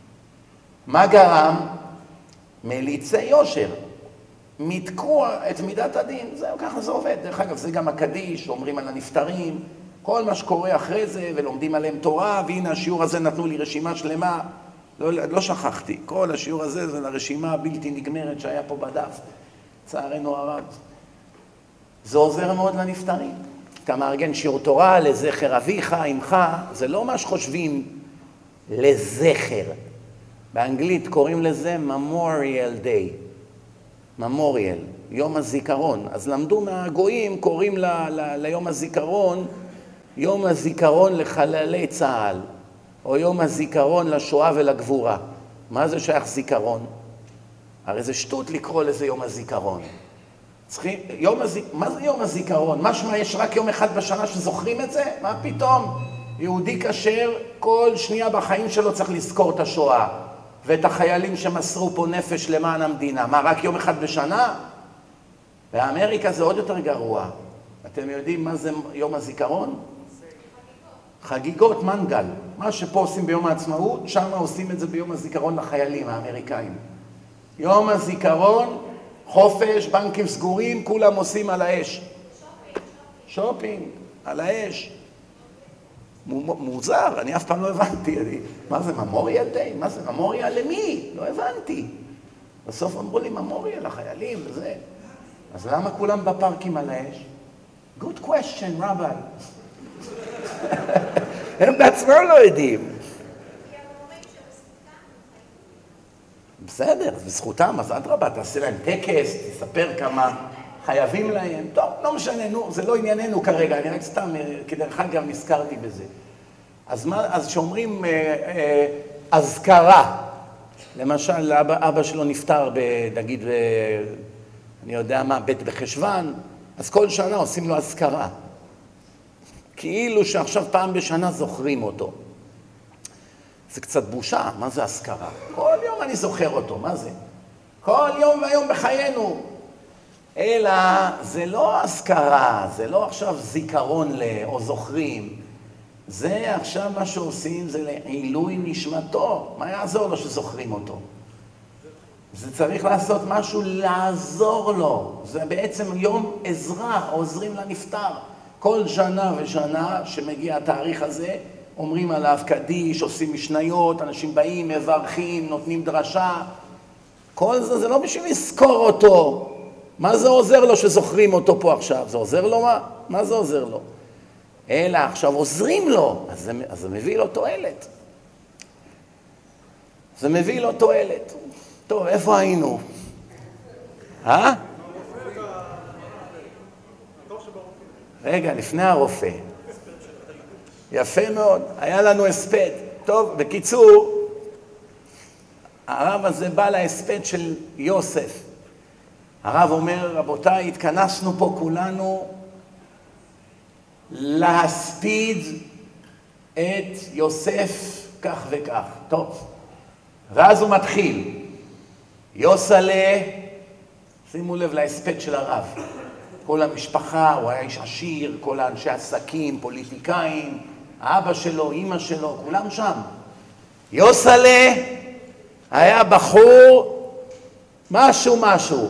מה גרם? מליצי יושר. מתקוע את מידת הדין, זהו, ככה זה עובד. דרך אגב, זה גם הקדיש, אומרים על הנפטרים, כל מה שקורה אחרי זה, ולומדים עליהם תורה, והנה השיעור הזה נתנו לי רשימה שלמה, לא שכחתי, כל השיעור הזה זה לרשימה הבלתי נגמרת שהיה פה בדף, צערנו הרב. זה עוזר מאוד לנפטרים. אתה מארגן שיעור תורה לזכר אביך, אמך, זה לא מה שחושבים לזכר. באנגלית קוראים לזה Memorial Day. ממוריאל, יום הזיכרון. אז למדו מהגויים, קוראים ליום הזיכרון, יום הזיכרון לחללי צה"ל, או יום הזיכרון לשואה ולגבורה. מה זה שייך זיכרון? הרי זה שטות לקרוא לזה יום הזיכרון. מה זה יום הזיכרון? משמע יש רק יום אחד בשנה שזוכרים את זה? מה פתאום? יהודי כשר, כל שנייה בחיים שלו צריך לזכור את השואה. ואת החיילים שמסרו פה נפש למען המדינה. מה, רק יום אחד בשנה? באמריקה זה עוד יותר גרוע. אתם יודעים מה זה יום הזיכרון? חגיגות מנגל. מה שפה עושים ביום העצמאות, שם עושים את זה ביום הזיכרון לחיילים האמריקאים. יום הזיכרון, חופש, בנקים סגורים, כולם עושים על האש. שופינג, על האש. מוזר, אני אף פעם לא הבנתי. מה זה ממוריאל דיי? מה זה ממוריאל למי? לא הבנתי. בסוף אמרו לי ממוריאל לחיילים וזה. אז למה כולם בפארקים על האש? Good question, רבי. הם בעצמם לא יודעים. בסדר, בזכותם, אז אדרבה, תעשה להם טקס, תספר כמה חייבים להם. טוב, לא משנה, זה לא ענייננו כרגע, אני רק סתם, כדרך אגב נזכרתי בזה. אז שאומרים אזכרה, למשל אבא שלו נפטר נגיד, אני יודע מה, בית בחשוון, אז כל שנה עושים לו אזכרה. כאילו שעכשיו פעם בשנה זוכרים אותו. זה קצת בושה, מה זה הזכרה? כל יום אני זוכר אותו, מה זה? כל יום והיום בחיינו. אלא זה לא הזכרה, זה לא עכשיו זיכרון או זוכרים. זה עכשיו מה שעושים, זה לעילוי נשמתו. מה יעזור לו שזוכרים אותו? זה צריך לעשות משהו לעזור לו. זה בעצם יום עזרה, עוזרים לנפטר. כל שנה ושנה שמגיע התאריך הזה, אומרים עליו קדיש, עושים משניות, אנשים באים, מברכים, נותנים דרשה. כל זה, זה לא בשביל לזכור אותו. מה זה עוזר לו שזוכרים אותו פה עכשיו? זה עוזר לו מה? מה זה עוזר לו? אלא עכשיו עוזרים לו, אז זה מביא לו תועלת. זה מביא לו תועלת. טוב, איפה היינו? רגע, לפני הרופא. יפה מאוד, היה לנו הספד. טוב, בקיצור, הרב הזה בא להספד של יוסף. הרב אומר, רבותיי, התכנסנו פה כולנו להספיד את יוסף כך וכך. טוב, ואז הוא מתחיל. יוסלה, שימו לב להספד של הרב. כל המשפחה, הוא היה איש עשיר, כל האנשי עסקים, פוליטיקאים, האבא שלו, אמא שלו, כולם שם. יוסלה היה בחור משהו.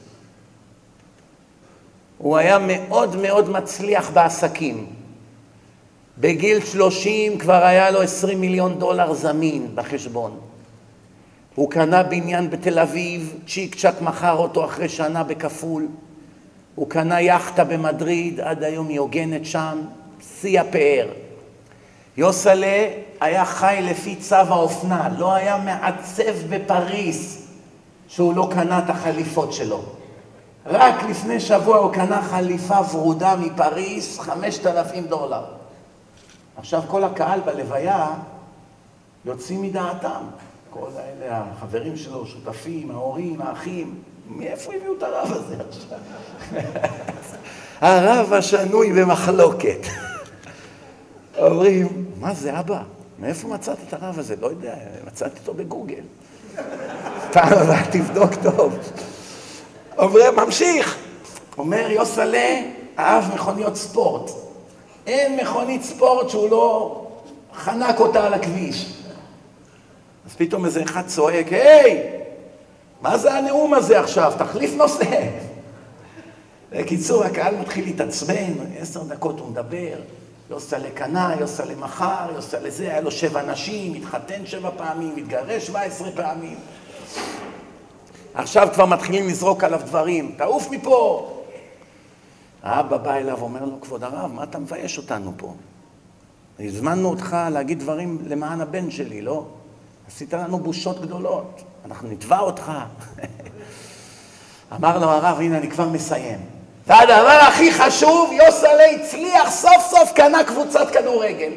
הוא היה מאוד מאוד מצליח בעסקים. בגיל 30 כבר היה לו $20 מיליון זמין בחשבון. הוא קנה בניין בתל אביב, צ'יק צ'ק מכר אותו אחרי שנה בכפול. הוא קנה יחטה במדריד, עד היום היא הוגנת שם, שיא הפאר. יוסלה היה חי לפי צו האופנה, לא היה מעצב בפריס שהוא לא קנה את החליפות שלו. רק לפני שבוע הוא קנה חליפה ורודה מפריס, $5,000. עכשיו כל הקהל בלוויה יוצאים מדעתם. כל האלה, החברים שלו, שותפים, ההורים, האחים, מאיפה הביאו את הרב הזה עכשיו? הרב השנוי במחלוקת. אומרים, מה זה אבא? מאיפה מצאת את הרב הזה? לא יודע, מצאתי אותו בגוגל. פעם הבאה תבדוק טוב. אומר, ממשיך. אומר, יוסלה אהב מכוניות ספורט. אין מכונית ספורט שהוא לא חנק אותה על הכביש. אז פתאום איזה אחד צועק, היי, מה זה הנאום הזה עכשיו? תחליף נושא. בקיצור, הקהל מתחיל להתעצבן, 10 דקות הוא מדבר, יוסלה קנה, יוסלה מחר, יוסלה זה, היה לו 7 נשים, התחתן 7 פעמים, התגרש 17 פעמים. עכשיו כבר מתחילים לזרוק עליו דברים, תעוף מפה. האבא בא אליו ואומר לו, כבוד הרב, מה אתה מבייש אותנו פה? הזמנו אותך להגיד דברים למען הבן שלי, לא? עשית לנו בושות גדולות, אנחנו נתבע אותך. אמר לו הרב, הנה אני כבר מסיים. והדבר הכי חשוב, יוסלה הצליח, סוף סוף קנה קבוצת כדורגל.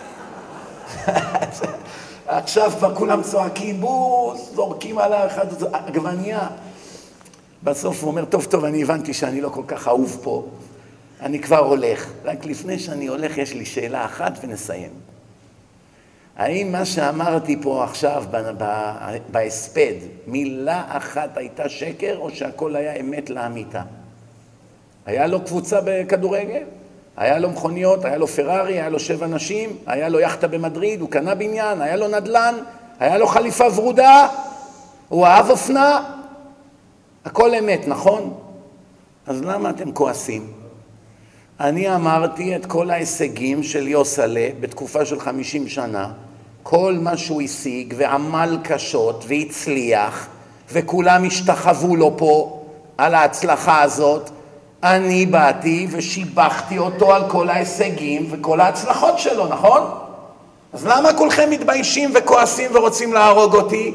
עכשיו כבר כולם צועקים, בוס, זורקים עליו אחד עגבנייה. בסוף הוא אומר, טוב, אני הבנתי שאני לא כל כך אהוב פה. אני כבר הולך. רק לפני שאני הולך יש לי שאלה אחת ונסיים. האם מה שאמרתי פה עכשיו בהספד, מילה אחת הייתה שקר או שהכל היה אמת לאמיתה? היה לו קבוצה בכדורגל, היה לו מכוניות, היה לו פרארי, היה לו 7 נשים, היה לו יחטה במדריד, הוא קנה בניין, היה לו נדלן, היה לו חליפה ורודה, הוא אהב אופנה, הכל אמת, נכון? אז למה אתם כועסים? אני אמרתי את כל ההישגים של יוסלה בתקופה של 50 שנה, כל מה שהוא השיג ועמל קשות והצליח, וכולם השתחוו לו פה על ההצלחה הזאת, אני באתי ושיבחתי אותו על כל ההישגים וכל ההצלחות שלו, נכון? אז למה כולכם מתביישים וכועסים ורוצים להרוג אותי?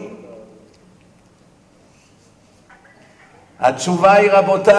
התשובה היא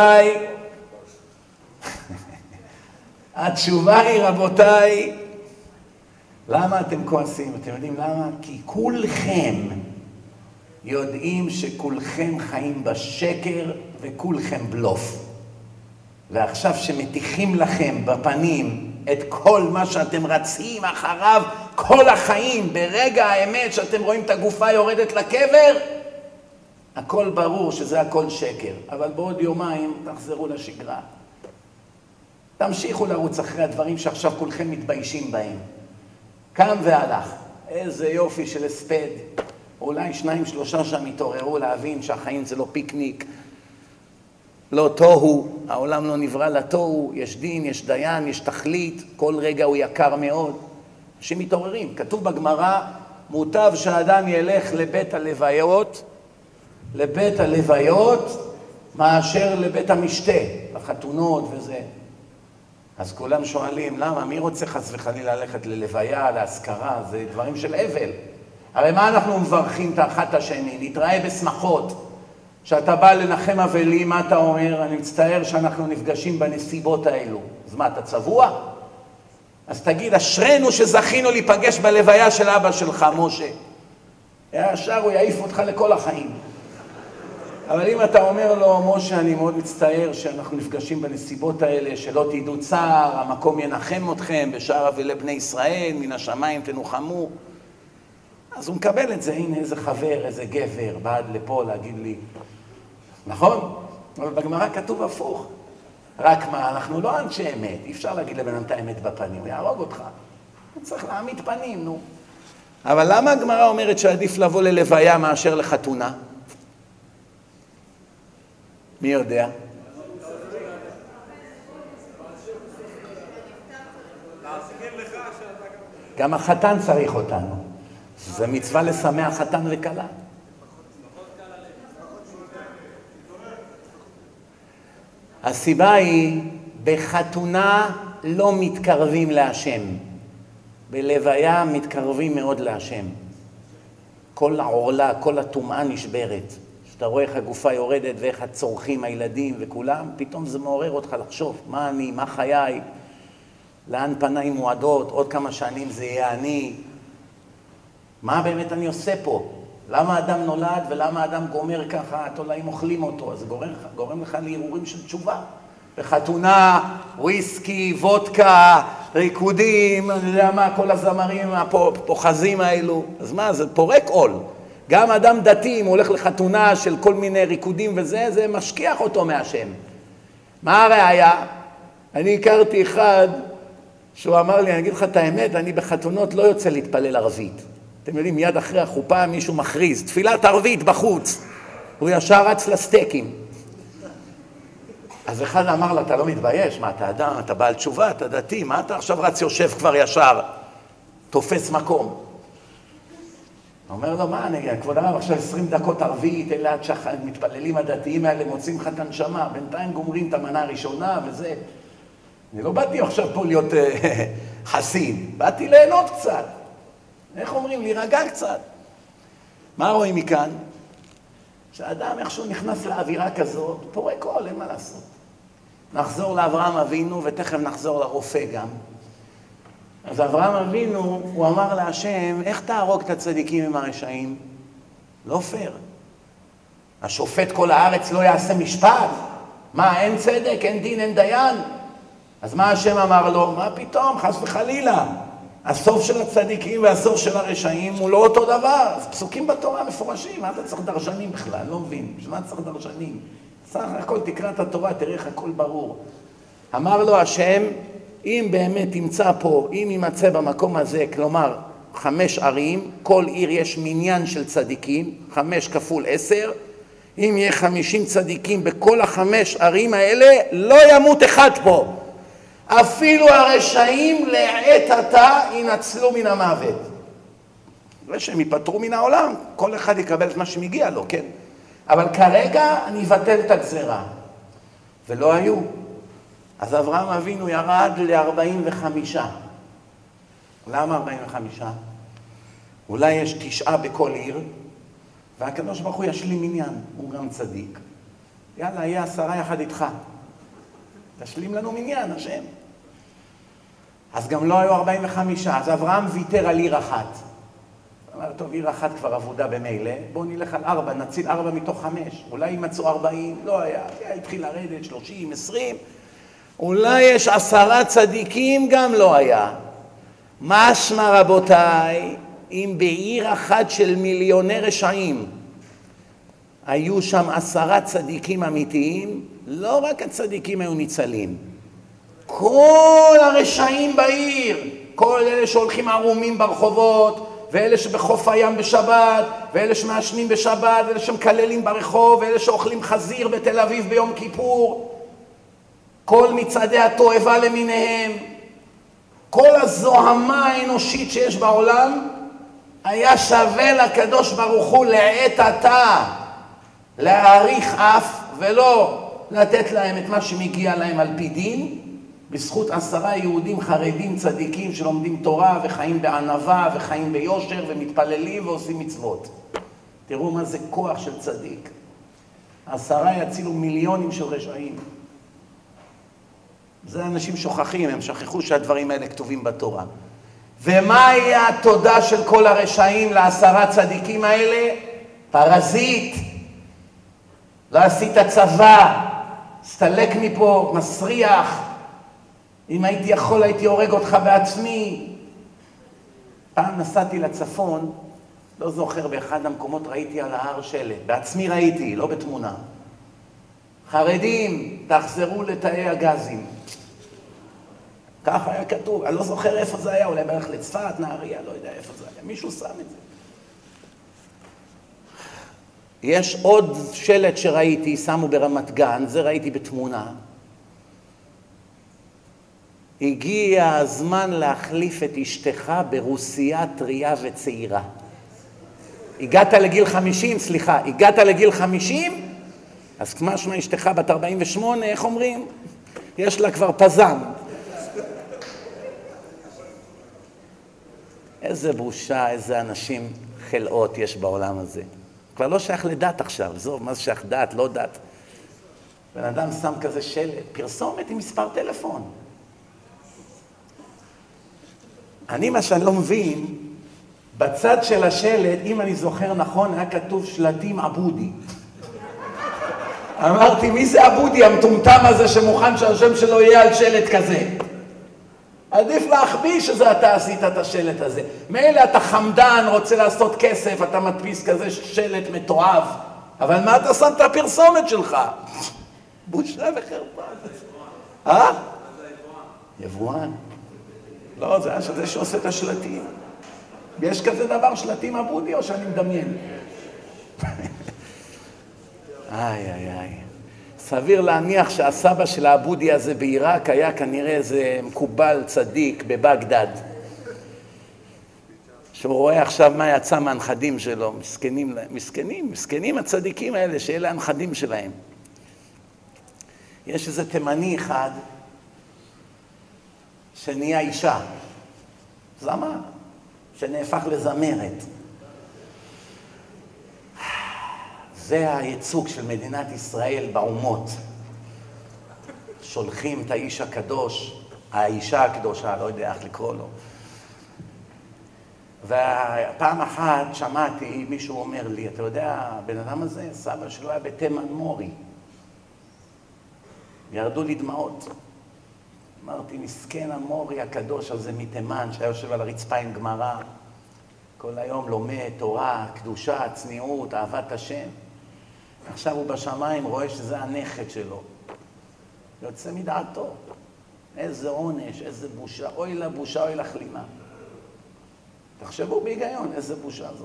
רבותיי, למה אתם כועסים? אתם יודעים למה? כי כולכם יודעים שכולכם חיים בשקר וכולכם בלוף. ועכשיו שמתיחים לכם בפנים את כל מה שאתם רצים אחריו כל החיים, ברגע האמת שאתם רואים את הגופה יורדת לקבר, הכל ברור שזה הכל שקר, אבל בעוד יומיים תחזרו לשגרה. תמשיכו לרוץ אחרי הדברים שעכשיו כולכם מתביישים בהם. קם והלך, איזה יופי של הספד. אולי 2-3 שם התעוררו להבין שהחיים זה לא פיקניק, לא תוהו, העולם לא נברא לתוהו, יש דין, יש דיין, יש תכלית, כל רגע הוא יקר מאוד. אנשים מתעוררים, כתוב בגמרא, מוטב שהאדם ילך לבית הלוויות, מאשר לבית המשתה, לחתונות וזה. אז כולם שואלים, למה? מי רוצה חס וחלילה ללכת ללוויה, להזכרה? זה דברים של אבל. הרי מה אנחנו מברכים את האחת השני? נתראה בשמחות. כשאתה בא לנחם אבלים, מה אתה אומר? אני מצטער שאנחנו נפגשים בנסיבות האלו. אז מה, אתה צבוע? אז תגיד, אשרנו שזכינו להיפגש בלוויה של אבא שלך, משה. ישר הוא יעיף אותך לכל החיים. אבל אם אתה אומר לו, משה, אני מאוד מצטער שאנחנו נפגשים בנסיבות האלה, שלא תדעו צער, המקום ינחם אתכם, בשער אבלי בני ישראל, מן השמיים תנוחמו. אז הוא מקבל את זה, הנה איזה חבר, איזה גבר, בא עד לפה להגיד לי, נכון? אבל בגמרא כתוב הפוך. רק מה, אנחנו לא אנשי אמת, אי אפשר להגיד לבן אדם את האמת בפנים, הוא יהרוג אותך. הוא צריך להעמיד פנים, נו. אבל למה הגמרא אומרת שעדיף לבוא ללוויה מאשר לחתונה? מי יודע? גם החתן צריך אותנו. זה מצווה לשמח חתן וכלה. הסיבה היא, בחתונה לא מתקרבים להשם. בלוויה מתקרבים מאוד להשם. כל העורלה, כל הטומאה נשברת. כשאתה רואה איך הגופה יורדת ואיך הצורכים הילדים וכולם, פתאום זה מעורר אותך לחשוב, מה אני, מה חיי, לאן פניי מועדות, עוד כמה שנים זה יהיה אני. מה באמת אני עושה פה? למה אדם נולד ולמה אדם גומר ככה, התולעים אוכלים אותו, אז זה גורם לך להרהורים של תשובה. בחתונה, וויסקי, וודקה, ריקודים, אני יודע מה, כל הזמרים הפוחזים האלו. אז מה, זה פורק עול. גם אדם דתי, אם הוא הולך לחתונה של כל מיני ריקודים וזה, זה משכיח אותו מהשם. מה הראיה? אני הכרתי אחד שהוא אמר לי, אני אגיד לך את האמת, אני בחתונות לא יוצא להתפלל ערבית. אתם יודעים, מיד אחרי החופה מישהו מכריז, תפילת ערבית בחוץ. הוא ישר רץ לסטייקים. אז אחד אמר לה, אתה לא מתבייש? מה, אתה אדם, אתה בעל תשובה, אתה דתי, מה אתה עכשיו רץ יושב כבר ישר, תופס מקום? אומר לו, מה אני, כבוד הרב, עכשיו 20 דקות ערבית, אלה עד שהמתפללים הדתיים האלה מוצאים לך את הנשמה, בינתיים גומרים את המנה הראשונה וזה. אני לא באתי עכשיו פה להיות חסיד, באתי ליהנות קצת. איך אומרים? להירגע קצת. מה רואים מכאן? שהאדם איכשהו נכנס לאווירה כזאת, פורק עול, אין מה לעשות. נחזור לאברהם אבינו ותכף נחזור לרופא גם. אז אברהם אבינו, הוא אמר להשם, איך תהרוג את הצדיקים עם הרשעים? לא פייר. השופט כל הארץ לא יעשה משפט? מה, אין צדק, אין דין, אין דיין? אז מה השם אמר לו? מה פתאום, חס וחלילה. הסוף של הצדיקים והסוף של הרשעים הוא לא אותו דבר. אז פסוקים בתורה מפורשים, מה אתה צריך דרשנים בכלל? לא מבין, בשביל מה צריך דרשנים? סך הכל תקרא את התורה, תראה איך הכל ברור. אמר לו השם, אם באמת תמצא פה, אם יימצא במקום הזה, כלומר 5 ערים, כל עיר יש מניין של צדיקים, 5 כפול 10, אם יהיה 50 צדיקים בכל 5 ערים האלה, לא ימות אחד פה. אפילו הרשעים לעת עתה ינצלו מן המוות. שהם ייפטרו מן העולם, כל אחד יקבל את מה שמגיע לו, כן? אבל כרגע אני אבטל את הגזרה. ולא היו. אז אברהם אבינו ירד ל-45. למה 45? אולי יש 9 בכל עיר, והקדוש ברוך הוא ישלים מניין, הוא גם צדיק. יאללה, יהיה 10 יחד איתך. תשלים לנו מניין, השם. אז גם לא היו 45, אז אברהם ויתר על עיר אחת. אמר, טוב, עיר אחת כבר עבודה במילא, בואו נלך על 4, נציל 4 מתוך 5. אולי יימצאו 40, לא היה, התחיל לרדת, 30, 20. אולי יש 10 צדיקים, גם לא היה. משמע רבותיי, אם בעיר אחת של מיליוני רשעים היו שם 10 צדיקים אמיתיים, לא רק הצדיקים היו ניצלים. כל הרשעים בעיר, כל אלה שהולכים ערומים ברחובות, ואלה שבחוף הים בשבת, ואלה שמעשנים בשבת, ואלה שמקללים ברחוב, ואלה שאוכלים חזיר בתל אביב ביום כיפור, כל מצעדי התועבה למיניהם, כל הזוהמה האנושית שיש בעולם, היה שווה לקדוש ברוך הוא לעת עתה להאריך אף ולא לתת להם את מה שמגיע להם על פי דין, בזכות 10 יהודים חרדים צדיקים שלומדים תורה וחיים בענווה וחיים ביושר ומתפללים ועושים מצוות. תראו מה זה כוח של צדיק. 10 יצילו מיליונים של רשעים. זה אנשים שוכחים, הם שכחו שהדברים האלה כתובים בתורה. ומה יהיה התודה של כל הרשעים ל10 צדיקים האלה? פרזיט. לא עשית צבא, סתלק מפה, מסריח. אם הייתי יכול הייתי הורג אותך בעצמי. פעם נסעתי לצפון, לא זוכר, באחד המקומות ראיתי על ההר שלט, בעצמי ראיתי, לא בתמונה. חרדים, תחזרו לתאי הגזים. ככה היה כתוב, אני לא זוכר איפה זה היה, אולי בערך לצפת, נהריה, לא יודע איפה זה היה, מישהו שם את זה. יש עוד שלט שראיתי, שמו ברמת גן, זה ראיתי בתמונה. הגיע הזמן להחליף את אשתך ברוסיה טריה וצעירה. הגעת לגיל 50, הגעת לגיל 50, אז כמו שמה אשתך בת 48, איך אומרים? יש לה כבר פזם. איזה בושה, איזה אנשים חלאות יש בעולם הזה. כבר לא שייך לדת עכשיו, זוב, מה זה שייך דת, לא דת. בן אדם שם כזה שלט, פרסומת עם מספר טלפון. מה שאני לא מבין, בצד של השלט, אם אני זוכר נכון, היה כתוב שלטים עבודי. אמרתי, מי זה עבודי, המטומטם הזה שמוכן שהשם שלו יהיה על שלט כזה? עדיף להחביא שזה אתה עשית את השלט הזה. מילא אתה חמדן, רוצה לעשות כסף, אתה מדפיס כזה שלט מתועב, אבל מה אתה שם את הפרסומת שלך? בושה וחרפה. יבואן. לא, זה היה שזה שעושה את השלטים. יש כזה דבר, שלטים עבודי, או שאני מדמיין? איי. סביר להניח שהסבא של העבודי הזה בעיראק היה כנראה איזה מקובל צדיק בבגדד. שהוא רואה עכשיו מה יצא מהנכדים שלו. מסכנים הצדיקים האלה, שאלה הנכדים שלהם. יש איזה תימני אחד שנהיה אישה. זמה, שנהפך לזמרת. זה הייצוג של מדינת ישראל באומות. שולחים את האיש הקדוש, האישה הקדושה, לא יודע איך לקרוא לו. ופעם אחת שמעתי, מישהו אומר לי, אתה יודע, הבן אדם הזה, סבא שלו היה בתימן מורי. ירדו לי דמעות. אמרתי, מסכן המורי הקדוש הזה מתימן, שהיה יושב על הרצפה עם גמרא. כל היום לומד תורה, קדושה, צניעות, אהבת השם. עכשיו הוא בשמיים רואה שזה הנכד שלו. יוצא מדעתו. איזה עונש, איזה בושה. אוי לבושה, אוי לכלימה. תחשבו בהיגיון, איזה בושה זאת.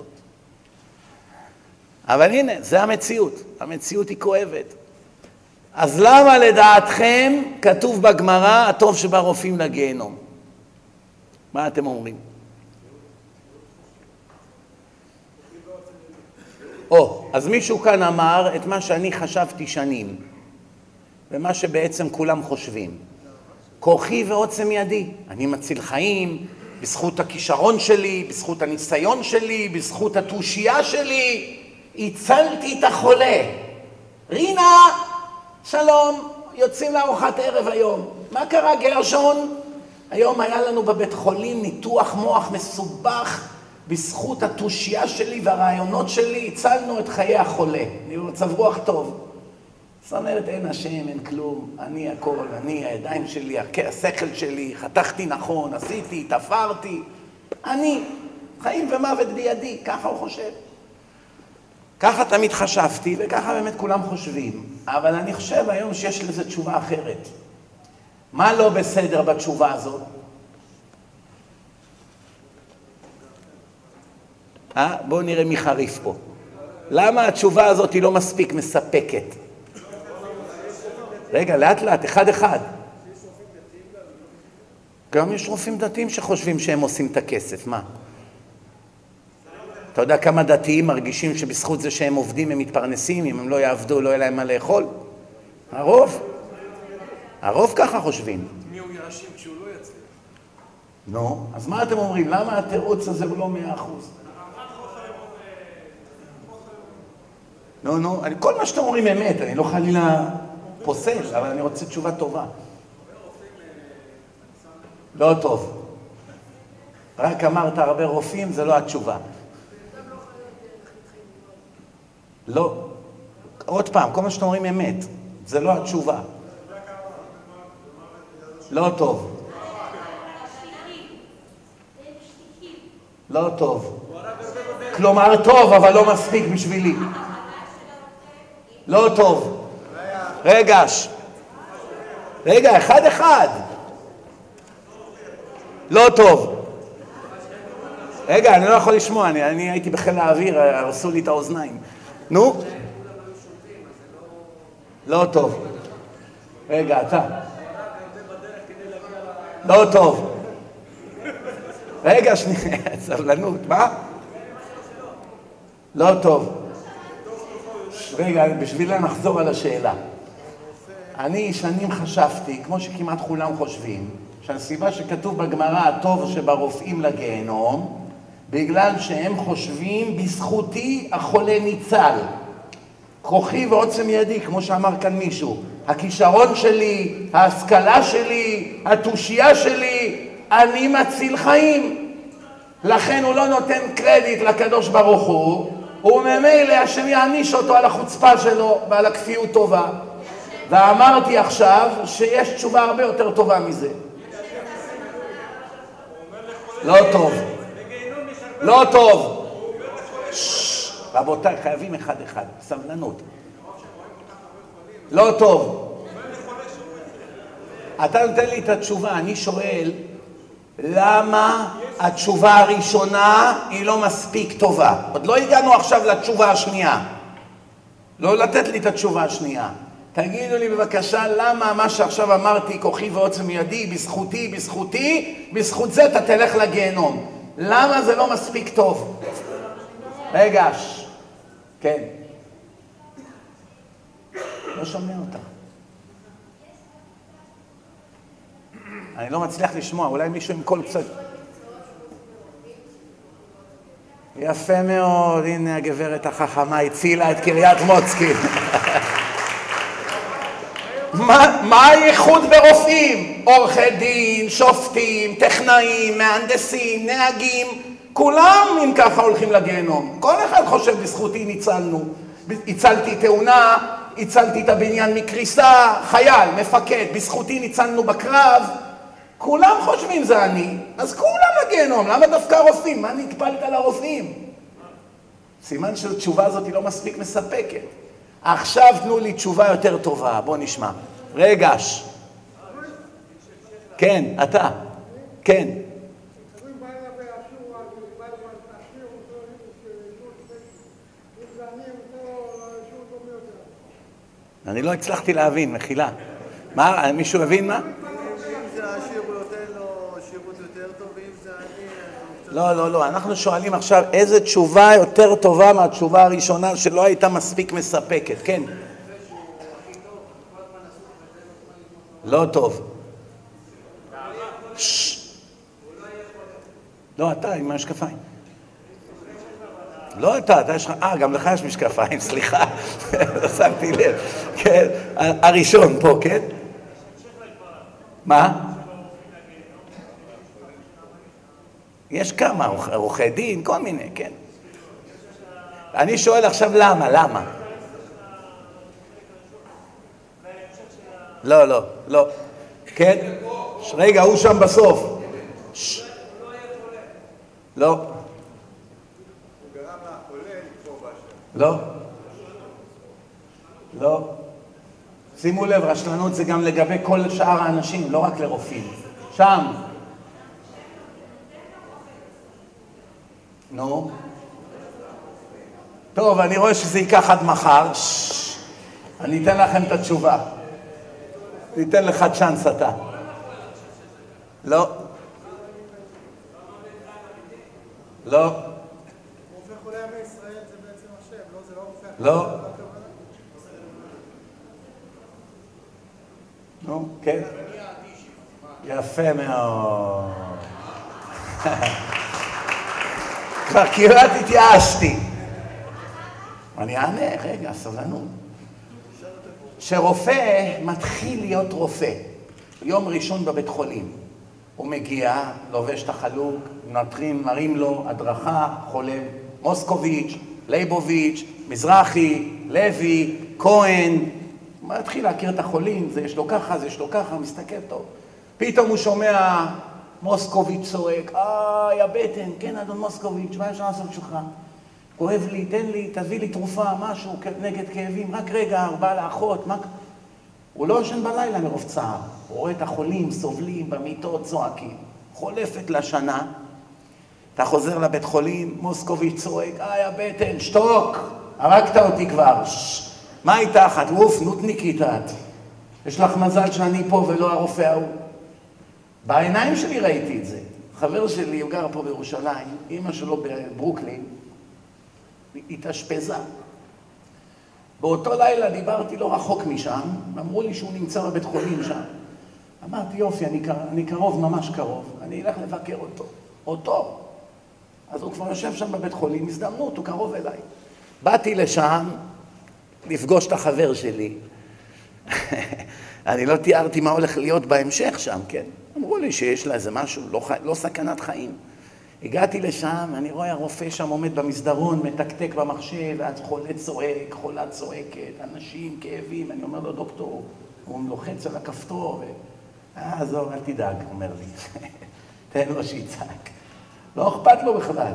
אבל הנה, זה המציאות. המציאות היא כואבת. אז למה לדעתכם כתוב בגמרא, הטוב שברופאים לגיהנום? מה אתם אומרים? אז מישהו כאן אמר את מה שאני חשבתי שנים, ומה שבעצם כולם חושבים. כוחי ועוצם ידי. אני מציל חיים, בזכות הכישרון שלי, בזכות הניסיון שלי, בזכות התושייה שלי, הצלתי את החולה. רינה, שלום, יוצאים לארוחת ערב היום. מה קרה גרשון? היום היה לנו בבית חולים ניתוח מוח מסובך, בזכות התושייה שלי והרעיונות שלי, הצלנו את חיי החולה. אני במצב רוח טוב. זאת אומרת, אין השם, אין כלום, אני הכל, אני, הידיים שלי, השכל שלי, חתכתי נכון, עשיתי, תפרתי, אני, חיים ומוות בידי, ככה הוא חושב. ככה תמיד חשבתי, וככה באמת כולם חושבים. אבל אני חושב היום שיש לזה תשובה אחרת. מה לא בסדר בתשובה הזאת? בואו נראה מי חריף פה. למה התשובה הזאת היא לא מספיק מספקת? רגע, לאט לאט, אחד אחד. גם יש רופאים דתיים שחושבים שהם עושים את הכסף, מה? אתה יודע כמה דתיים מרגישים שבזכות זה שהם עובדים הם מתפרנסים, אם הם לא יעבדו לא יהיה להם מה לאכול? הרוב ככה חושבים. מי הוא יאשים כשהוא לא יצליח? נו, אז מה אתם אומרים? למה התירוץ הזה הוא לא 100%? נו, כל מה שאתם אומרים אמת, אני לא חלילה פוסל, אבל אני רוצה תשובה טובה. לא טוב. רק אמרת הרבה רופאים, זה לא התשובה. לא. עוד פעם, כל מה שאתם אומרים אמת, זה לא התשובה. לא טוב. לא טוב. כלומר טוב, אבל לא מספיק בשבילי. לא טוב. רגע, אחד. לא טוב. רגע, אני לא יכול לשמוע, אני הייתי בחיל האוויר, הרסו לי את האוזניים. נו? לא טוב. רגע, אתה. לא טוב. רגע, שנייה, סבלנות, מה? לא טוב. רגע, בשבילה נחזור על השאלה. אני שנים חשבתי, כמו שכמעט כולם חושבים, שהסיבה שכתוב בגמרא הטוב שברופאים לגיהנום, בגלל שהם חושבים בזכותי החולה ניצל. כוחי ועוצם ידי, כמו שאמר כאן מישהו. הכישרון שלי, ההשכלה שלי, התושייה שלי, אני מציל חיים. לכן הוא לא נותן קרדיט לקדוש ברוך הוא, וממילא השם יעניש אותו על החוצפה שלו ועל הכפיות טובה. ואמרתי עכשיו שיש תשובה הרבה יותר טובה מזה. לא טוב. לא טוב. רבותיי, חייבים אחד, סבלנות. לא טוב. אתה נותן לי את התשובה, אני שואל, למה התשובה הראשונה היא לא מספיק טובה? עוד לא הגענו עכשיו לתשובה השנייה. לא לתת לי את התשובה השנייה. תגידו לי בבקשה למה מה שעכשיו אמרתי, כוחי ועוצם ידי, בזכותי, בזכות זה אתה תלך לגיהנום. למה זה לא מספיק טוב? רגע, כן. לא שומע אותה. אני לא מצליח לשמוע, אולי מישהו עם קול קצת. יפה מאוד, הנה הגברת החכמה הצילה את קריית מוצקין. מה הייחוד ברופאים? עורכי דין, שופטים, טכנאים, מהנדסים, נהגים, כולם אם ככה הולכים לגיהנום. כל אחד חושב בזכותי ניצלנו. הצלתי תאונה, הצלתי את הבניין מקריסה, חייל, מפקד, בזכותי ניצלנו בקרב. כולם חושבים זה אני, אז כולם לגיהנום. למה דווקא הרופאים? מה נטפלת לרופאים? סימן שהתשובה הזאת היא לא מספיק מספקת. עכשיו תנו לי תשובה יותר טובה, בוא נשמע. רגש. כן, אתה. כן. אני לא הצלחתי להבין, מחילה. מה, מישהו הבין מה? אם זה העשיר הוא נותן לו שירות יותר טוב, ואם זה אני... לא, אנחנו שואלים עכשיו איזה תשובה יותר טובה מהתשובה הראשונה שלא הייתה מספיק מספקת, כן? לא טוב. לא, אתה עם המשקפיים. לא אתה יש לך, גם לך יש משקפיים, סליחה, לא שמתי לב, כן, הראשון פה, כן? מה? יש כמה, עורכי דין, כל מיני, כן. אני שואל עכשיו למה? לא, לא, לא. כן? רגע, הוא שם בסוף. לא. הוא גרם לחולה לקפוא בשם. לא. לא. שימו לב, רשלנות זה גם לגבי כל שאר האנשים, לא רק לרופאים. שם. נו. טוב, אני רואה שזה ייקח עד מחר. אני אתן לכם את התשובה. אני אתן לך צ'אנס אתה. לא. לא. רופא חולי עמי ישראל זה בעצם השם, לא? זה לא רופא... לא. נו, כן. יפה מאוד. כבר כמעט התייאשתי. אני אענה, רגע, סבלנות. שרופא מתחיל להיות רופא. יום ראשון בבית חולים. הוא מגיע, לובש את החלוק, מראים לו הדרכה, חולה, מוסקוביץ', ליבוביץ', מזרחי, לוי, כהן. הוא מתחיל להכיר את החולים, זה יש לו ככה, זה יש לו ככה, מסתכל טוב. פתאום הוא שומע מוסקוביץ' צועק, הבטן, כן אדון מוסקוביץ', מה אפשר לעשות שלך? כואב לי, תן לי, תביא לי תרופה, משהו נגד כאבים, רק רגע, בא לאחות, מה... הוא לא ישן בלילה מרוב צער, הוא רואה את החולים סובלים במיטות צועקים, חולפת לשנה, אתה חוזר לבית חולים, מוסקוביץ' צועק, הבטן, שתוק, הרגת אותי כבר, מה איתך? את ווף, נותניקית את. יש לך מזל שאני פה ולא הרופא ההוא. בעיניים שלי ראיתי את זה. חבר שלי, הוא גר פה בירושלים, אמא שלו בברוקלין, התאשפזה. באותו לילה דיברתי לא רחוק משם, אמרו לי שהוא נמצא בבית חולים שם. אמרתי, יופי, אני קרוב, ממש קרוב, אני אלך לבקר אותו. אז הוא כבר יושב שם בבית חולים, הזדמנות, הוא קרוב אליי. באתי לשם, לפגוש את החבר שלי. אני לא תיארתי מה הולך להיות בהמשך שם, כן? אמרו לי שיש לה איזה משהו, לא סכנת חיים. הגעתי לשם, אני רואה הרופא שם עומד במסדרון, מתקתק במחשב, ואז חולה צועק, חולה צועקת, אנשים, כאבים. אני אומר לו, דוקטור, הוא לוחץ על הכפתור, עזוב, אל תדאג, אומר לי. תן לו שיצעק. לא אכפת לו בכלל.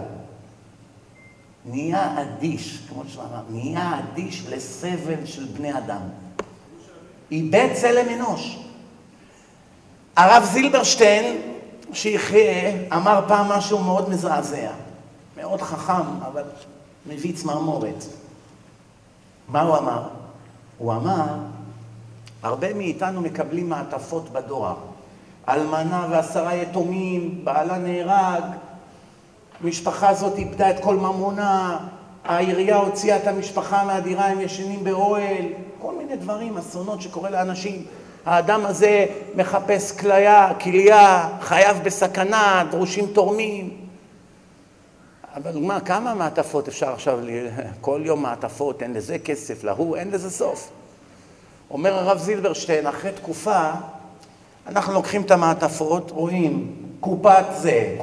נהיה אדיש, כמו שאמר, נהיה אדיש לסבל של בני אדם. איבד צלם אנוש. הרב זילברשטיין, שיחיה, אמר פעם משהו מאוד מזעזע. מאוד חכם, אבל מביא צמרמורת. מה הוא אמר? הוא אמר, הרבה מאיתנו מקבלים מעטפות בדואר. אלמנה ו10 יתומים, בעלה נהרג, המשפחה הזאת איבדה את כל ממונה, העירייה הוציאה את המשפחה מהדירה, הם ישנים באוהל, כל מיני דברים, אסונות שקורה לאנשים. האדם הזה מחפש כליה, חייב בסכנה, דרושים תורמים. אבל מה, כמה מעטפות אפשר עכשיו, כל יום מעטפות, אין לזה כסף, להוא, אין לזה סוף. אומר הרב זילברשטיין, אחרי תקופה, אנחנו לוקחים את המעטפות, רואים קופת זה,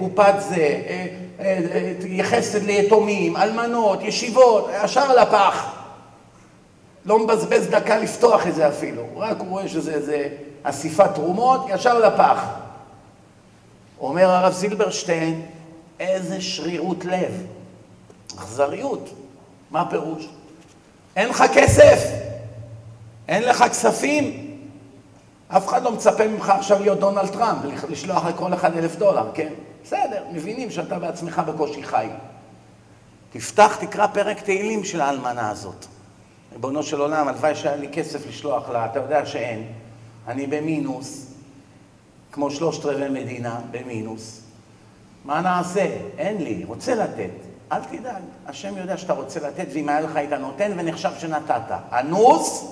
יחסת ליתומים, אלמנות, ישיבות, ישר לפח. לא מבזבז דקה לפתוח את זה אפילו, רק הוא רואה שזה אסיפת תרומות, ישר לפח. אומר הרב זילברשטיין, איזה שרירות לב, אכזריות. מה הפירוש? אין לך כסף, אין לך כספים, אף אחד לא מצפה ממך עכשיו להיות דונלד טראמפ, לשלוח לכל אחד $1,000, כן? בסדר, מבינים שאתה בעצמך בקושי חי. תפתח, תקרא פרק תהילים של האלמנה הזאת. ריבונו של עולם, הלוואי שהיה לי כסף לשלוח לה, אתה יודע שאין. אני במינוס, כמו 3/4 מדינה, במינוס. מה נעשה? אין לי, רוצה לתת. אל תדאג, השם יודע שאתה רוצה לתת, ואם היה לך היית נותן ונחשב שנתת. אנוס,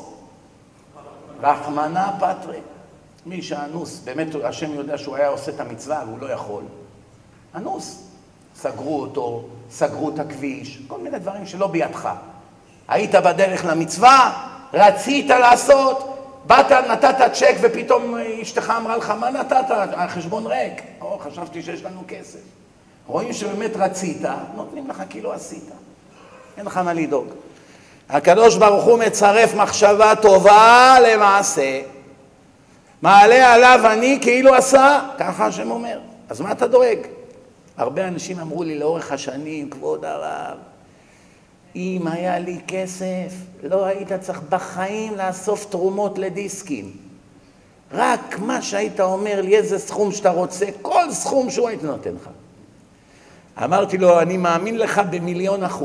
רחמנה פטרי. מי שאנוס, באמת השם יודע שהוא היה עושה את המצווה, והוא לא יכול. אנוס. סגרו אותו, סגרו את הכביש, כל מיני דברים שלא בידך. היית בדרך למצווה, רצית לעשות, באת, נתת צ'ק ופתאום אשתך אמרה לך, מה נתת? החשבון ריק. חשבתי שיש לנו כסף. רואים שבאמת רצית, נותנים לך כאילו עשית. אין לך מה לדאוג. הקדוש ברוך הוא מצרף מחשבה טובה למעשה. מעלה עליו אני כאילו עשה, ככה השם אומר. אז מה אתה דואג? הרבה אנשים אמרו לי לאורך השנים, כבוד הרב, אם היה לי כסף, לא היית צריך בחיים לאסוף תרומות לדיסקים. רק מה שהיית אומר לי, איזה סכום שאתה רוצה, כל סכום שהוא היית נותן לך. אמרתי לו, אני מאמין לך ב1,000,000%.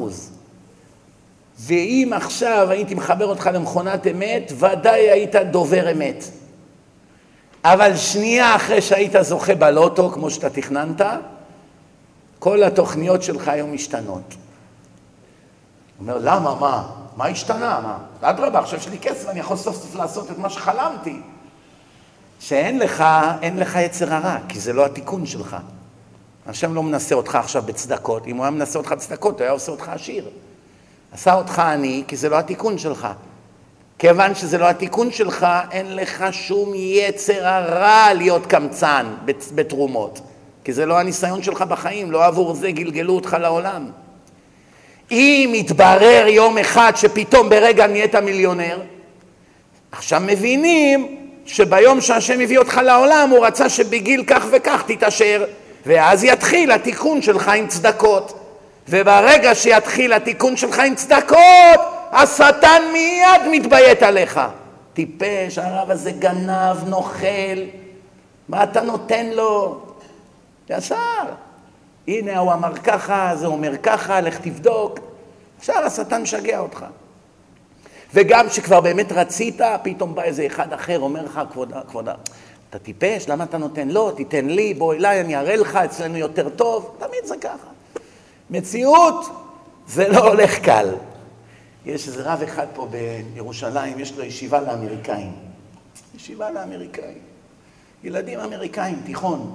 ואם עכשיו הייתי מחבר אותך למכונת אמת, ודאי היית דובר אמת. אבל שנייה אחרי שהיית זוכה בלוטו, כמו שאתה תכננת, כל התוכניות שלך היום משתנות. הוא אומר, למה? מה? מה השתנה? מה? אדרבה, עכשיו יש לי כסף, אני יכול סוף סוף לעשות את מה שחלמתי. שאין לך יצר הרע, כי זה לא התיקון שלך. השם לא מנסה אותך עכשיו בצדקות. אם הוא היה מנסה אותך בצדקות, הוא היה עושה אותך עשיר. עשה אותך עני, כי זה לא התיקון שלך. כיוון שזה לא התיקון שלך, אין לך שום יצר הרע להיות קמצן בתרומות. כי זה לא הניסיון שלך בחיים, לא עבור זה גלגלו אותך לעולם. אם יתברר יום אחד שפתאום ברגע נהיית מיליונר, עכשיו מבינים שביום שהשם הביא אותך לעולם, הוא רצה שבגיל כך וכך תתעשר, ואז יתחיל התיקון שלך עם צדקות. וברגע שיתחיל התיקון שלך עם צדקות, השטן מיד מתביית עליך. טיפש, הרב הזה גנב, נוכל, מה אתה נותן לו? ישר. הנה הוא אמר ככה, זה אומר ככה, לך תבדוק. ישר השטן משגע אותך. וגם שכבר באמת רצית, פתאום בא איזה אחד אחר, אומר לך, כבודה, אתה טיפש, למה אתה נותן לו? תיתן לי, בוא אליי, אני אראה לך, אצלנו יותר טוב. תמיד זה ככה. מציאות זה לא הולך קל. יש איזה רב אחד פה בירושלים, יש לו ישיבה לאמריקאים. ישיבה לאמריקאים. ילדים אמריקאים, תיכון.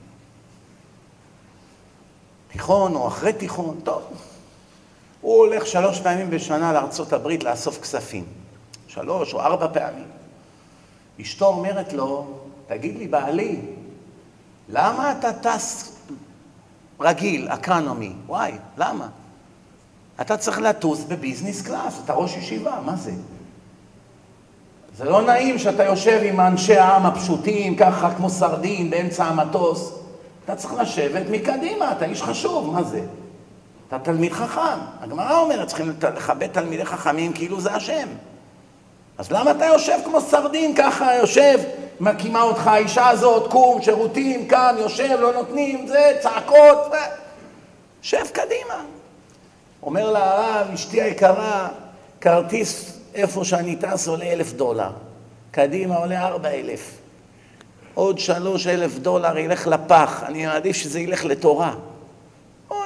תיכון או אחרי תיכון, טוב. הוא הולך 3 פעמים בשנה לארצות הברית לאסוף כספים. 3 או 4 פעמים. אשתו אומרת לו, תגיד לי בעלי, למה אתה טס רגיל, אקונומי? וואי, למה? אתה צריך לטוס בביזנס קלאס, אתה ראש ישיבה, מה זה? זה לא נעים שאתה יושב עם אנשי העם הפשוטים, ככה כמו סרדין באמצע המטוס. אתה צריך לשבת מקדימה, אתה איש חשוב, מה זה? אתה תלמיד חכם. הגמרא אומרת, צריכים לכבד תלמידי חכמים כאילו זה השם. אז למה אתה יושב כמו סרדין ככה, יושב, מקימה אותך האישה הזאת, קום, שירותים, כאן, יושב, לא נותנים, זה, צעקות, שב קדימה. אומר לה הרב, אשתי היקרה, כרטיס איפה שאני טס עולה $1,000. קדימה עולה 4,000. עוד $3,000 ילך לפח, אני מעדיף שזה ילך לתורה. או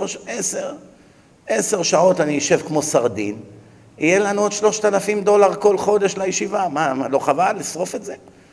10 שעות אני אשב כמו סרדין, יהיה לנו עוד $3,000 כל חודש לישיבה. מה, לא חבל לשרוף את זה?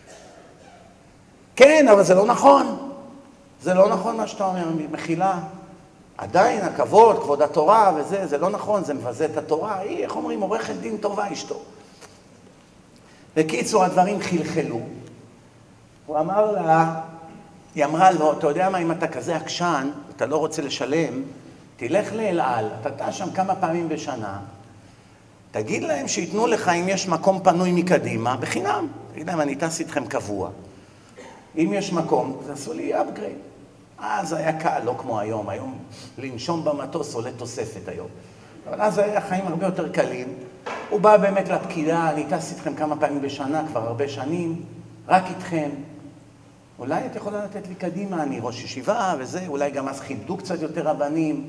כן, אבל זה לא נכון. זה לא נכון מה שאתה אומר, מחילה. עדיין הכבוד, כבוד התורה וזה, זה לא נכון, זה מבזה את התורה. היא, איך אומרים, עורכת דין טובה אשתו. בקיצור, הדברים חלחלו. הוא אמר לה, היא אמרה לו, אתה יודע מה, אם אתה כזה עקשן, אתה לא רוצה לשלם, תלך לאל על, אתה טס שם כמה פעמים בשנה, תגיד להם שיתנו לך אם יש מקום פנוי מקדימה, בחינם. תגיד להם, אני טס איתכם קבוע. אם יש מקום, תעשו לי אפגרייד. אז היה קל, לא כמו היום. היום לנשום במטוס עולה תוספת היום. אבל אז היה חיים הרבה יותר קלים. הוא בא באמת לפקידה, אני טס איתכם כמה פעמים בשנה, כבר הרבה שנים, רק איתכם. אולי את יכולה לתת לי קדימה, אני ראש ישיבה וזה, אולי גם אז כיבדו קצת יותר רבנים.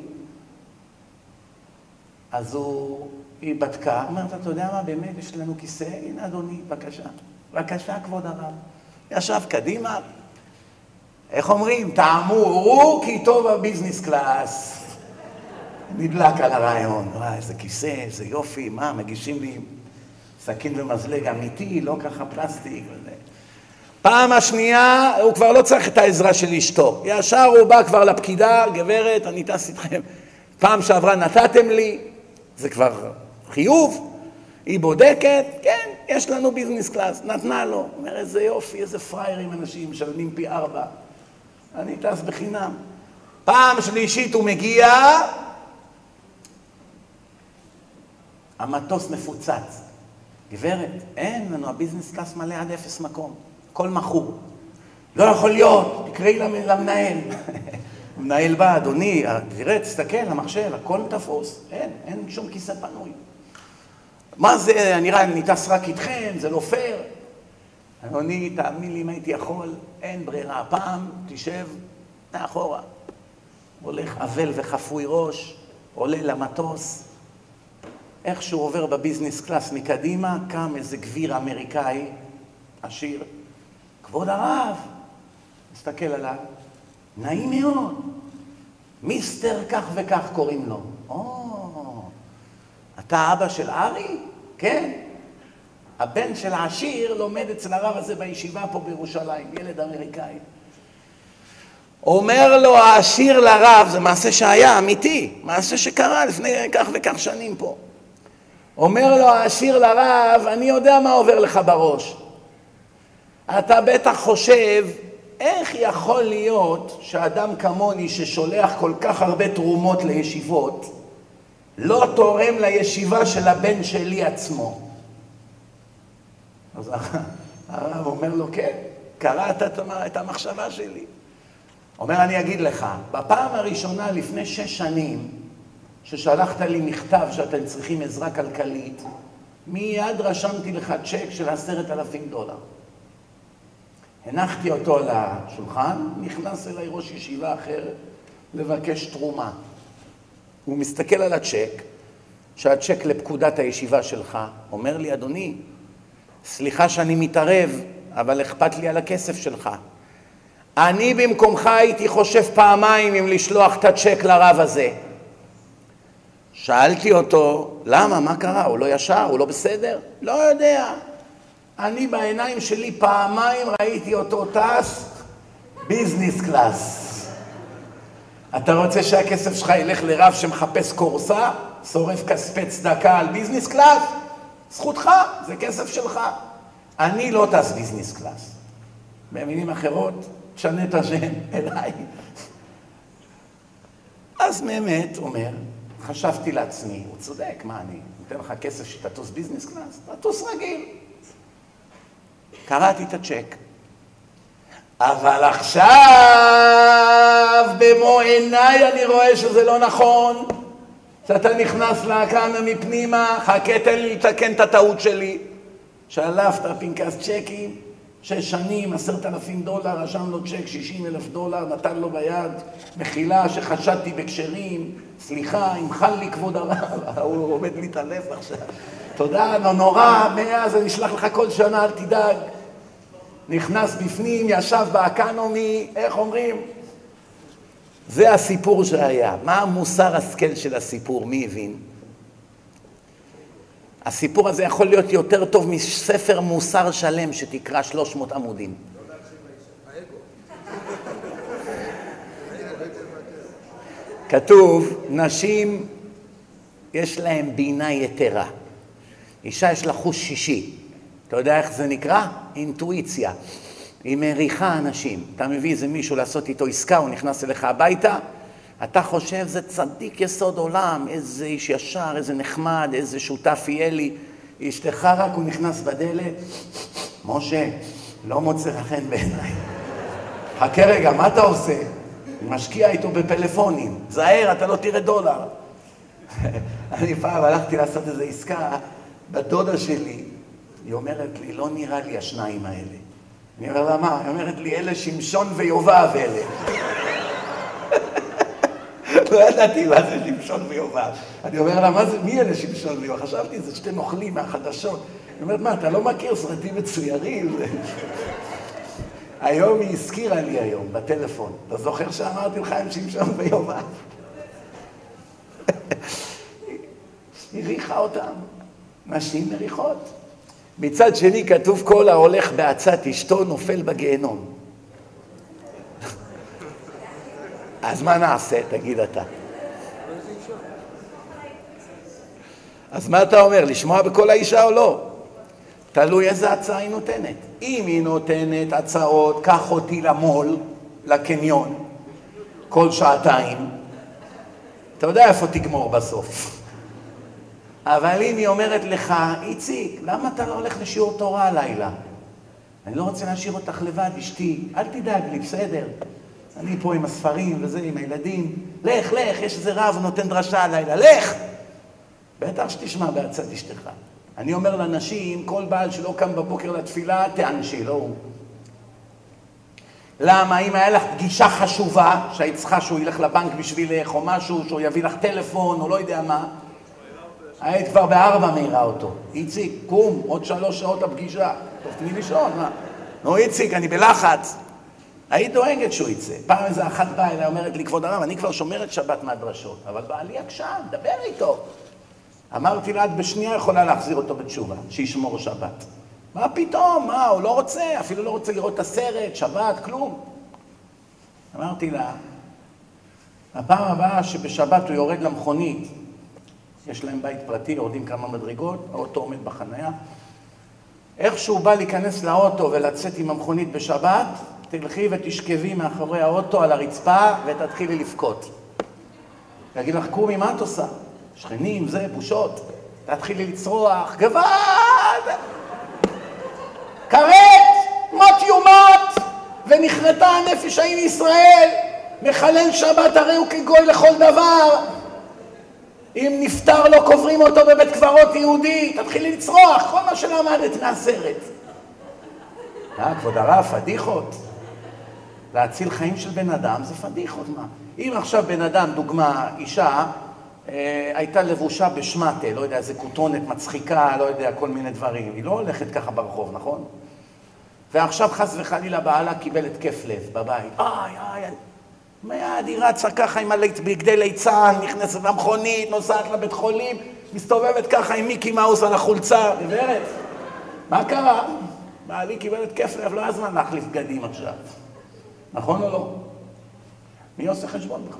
אז היא בדקה, אומרת, אתה יודע מה, באמת יש לנו כיסא? הנה אדוני, בבקשה. בבקשה, כבוד הרב. ישב קדימה. איך אומרים? תאמרו כי טוב הביזנס קלאס. נדלק על הרעיון. איזה כיסא, איזה יופי, מה, מגישים לי סכין ומזלג אמיתי, לא ככה פלסטיק וזה. פעם השנייה, הוא כבר לא צריך את העזרה של אשתו. ישר הוא בא כבר לפקידה, גברת, אני טס איתכם. פעם שעברה נתתם לי, זה כבר חיוב. היא בודקת, כן, יש לנו ביזנס קלאס, נתנה לו. אומר, איזה יופי, איזה פריירים אנשים, משלמים פי 4. אני טס בחינם. פעם שלישית הוא מגיע, המטוס מפוצץ. גברת, אין לנו, הביזנס קלאס מלא עד 0 מקום. הכל מכור. לא יכול להיות, תקראי למנהל. המנהל בא, אדוני, תראה, תסתכל, המחשב, הכל תפוס, אין שום כיסא פנוי. מה זה, אני טס רק איתכם, זה לא פייר. אדוני, תאמין לי אם הייתי יכול, אין ברירה. הפעם תשב מאחורה. הולך אבל וחפוי ראש, עולה למטוס. איך שהוא עובר בביזנס קלאס מקדימה, קם איזה גביר אמריקאי, עשיר. כבוד הרב, מסתכל עליו, נעים מאוד. מיסטר כך וכך קוראים לו. אתה אבא של ארי? כן. הבן של העשיר לומד אצל הרב הזה בישיבה פה בירושלים, ילד אמריקאי. אומר לו העשיר לרב, זה מעשה שהיה אמיתי, מעשה שקרה לפני כך וכך שנים פה. אומר לו העשיר לרב, אני יודע מה עובר לך בראש. אתה בטח חושב, איך יכול להיות שאדם כמוני ששולח כל כך הרבה תרומות לישיבות, לא תורם לישיבה של הבן שלי עצמו? אז הרב אומר לו, כן, קראת את המחשבה שלי. אומר, אני אגיד לך, בפעם הראשונה לפני 6 שנים, ששלחת לי מכתב שאתם צריכים עזרה כלכלית, מיד רשמתי לך צ'ק של $10,000. הנחתי אותו על השולחן, נכנס אליי ראש ישיבה אחרת לבקש תרומה. הוא מסתכל על הצ'ק, שהצ'ק לפקודת הישיבה שלך, אומר לי, אדוני, סליחה שאני מתערב, אבל אכפת לי על הכסף שלך. אני במקומך הייתי חושב פעמיים אם לשלוח את הצ'ק לרב הזה. שאלתי אותו, למה? מה קרה? הוא לא ישר? הוא לא בסדר? לא יודע. אני בעיניים שלי פעמיים ראיתי אותו טס ביזנס קלאס. אתה רוצה שהכסף שלך ילך לרב שמחפש קורסה, שורף כספי צדקה על ביזנס קלאס? זכותך, זה כסף שלך. אני לא טס ביזנס קלאס. במילים אחרות, תשנה את השם אליי. אז באמת אומר, חשבתי לעצמי, הוא צודק, מה אני נותן לך כסף שתטוס ביזנס קלאס? תטוס רגיל. קראתי את הצ'ק. אבל עכשיו במו עיניי אני רואה שזה לא נכון. שאתה נכנס לכאן מפנימה, חכה תן לי לתקן את הטעות שלי. שלפת פנקס צ'קים, 6 שנים, $10,000, רשם לו צ'ק $60,000, נתן לו ביד, מחילה שחשדתי בקשרים, סליחה, ימחל לי כבוד הרב, הוא עומד להתעלף עכשיו. תודה, לא נורא, מאז אני אשלח לך כל שנה, אל תדאג. נכנס בפנים, ישב באקנומי, איך אומרים? זה הסיפור שהיה. מה המוסר השכל של הסיפור? מי הבין? הסיפור הזה יכול להיות יותר טוב מספר מוסר שלם שתקרא 300 עמודים. כתוב, נשים יש להם בינה יתרה. אישה יש לה חוש שישי. אתה יודע איך זה נקרא? אינטואיציה. היא מריחה אנשים. אתה מביא איזה מישהו לעשות איתו עסקה, הוא נכנס אליך הביתה, אתה חושב זה צדיק יסוד עולם, איזה איש ישר, איזה נחמד, איזה שותף יהיה לי. אשתך רק הוא נכנס בדלת, משה, לא מוצא לכן בעיניי. חכה רגע, מה אתה עושה? משקיע איתו בפלאפונים. זהר, אתה לא תראה דולר. אני פעם הלכתי לעשות איזו עסקה, בדודה שלי, היא אומרת לי, לא נראה לי השניים האלה. אני אומר לה, מה? היא אומרת לי, אלה שמשון ויובב אלה. לא ידעתי מה זה שמשון ויובב. אני אומר לה, מי אלה שמשון ויובב? חשבתי, זה 2 נוכלים מהחדשות. היא אומרת, מה, אתה לא מכיר סרטים מצוירים? היום היא הזכירה לי היום, בטלפון. אתה זוכר שאמרתי לך עם שמשון ויובב? היא ריחה אותם. נשים מריחות. מצד שני כתוב כל ההולך בעצת אשתו נופל בגיהנום. אז מה נעשה? תגיד אתה. אז מה אתה אומר? לשמוע בכל האישה או לא? תלוי איזה הצעה היא נותנת. אם היא נותנת הצעות, קח אותי למול, לקניון, כל 2 שעתיים, אתה יודע איפה תגמור בסוף. אבל אם היא אומרת לך, איציק, למה אתה לא הולך לשיעור תורה הלילה? אני לא רוצה להשאיר אותך לבד, אשתי, אל תדאג לי, בסדר. אני פה עם הספרים וזה, עם הילדים. לך, יש איזה רב, נותן דרשה הלילה, לך! בטח שתשמע בהצד אשתך. אני אומר לנשים, כל בעל שלא קם בבוקר לתפילה, תענשי, לא הוא. למה? אם היה לך פגישה חשובה, שהיית צריכה שהוא ילך לבנק בשבילך או משהו, שהוא יביא לך טלפון או לא יודע מה, היית כבר ב4 מהירה אותו. איציק, קום, עוד 3 שעות הפגישה. טוב, תני לישון, מה? נו, איציק, אני בלחץ. היית דואגת שהוא יצא. פעם איזה אחת באה אליי, אומרת לי, כבוד הרב, אני כבר שומרת שבת מהדרשות, אבל בעלי עקשן, דבר איתו. אמרתי לה, את בשנייה יכולה להחזיר אותו בתשובה, שישמור שבת. מה פתאום? מה? הוא לא רוצה, אפילו לא רוצה לראות את הסרט, שבת, כלום. אמרתי לה, הפעם הבאה שבשבת הוא יורד למכונית, יש להם בית פרטי, יורדים כמה מדרגות, האוטו עומד בחנייה, איך שהוא בא להיכנס לאוטו ולצאת עם המכונית בשבת, תלכי ותשכבי מאחורי האוטו על הרצפה ותתחילי לבכות. תגיד לך, קומי, מה את עושה? שכנים, זה, בושות. תתחילי לצרוח, גבד! כרת, מות יומת, ונכרתה הנפש ההיא מישראל, מחלל שבת הרי הוא כגוי לכל דבר. אם נפטר לא קוברים אותו בבית קברות יהודי, תתחילי לצרוח, כל מה שלמדת מהסרט. כבוד הרב, פדיחות. להציל חיים של בן אדם זה פדיחות, מה? אם עכשיו בן אדם, דוגמה, אישה, הייתה לבושה בשמטה, לא יודע, איזה כותונת מצחיקה, לא יודע, כל מיני דברים. היא לא הולכת ככה ברחוב, נכון? ועכשיו חס וחלילה בעלה קיבל התקף לב בבית. מיד היא רצה ככה עם בגדי ליצן, נכנסת למכונית, נוסעת לבית חולים, מסתובבת ככה עם מיקי מאוס על החולצה. גברת, מה קרה? בעלי קיבל התקף לב, לא היה זמן להחליף בגדים עכשיו. נכון או לא? מי עושה חשבון בכלל?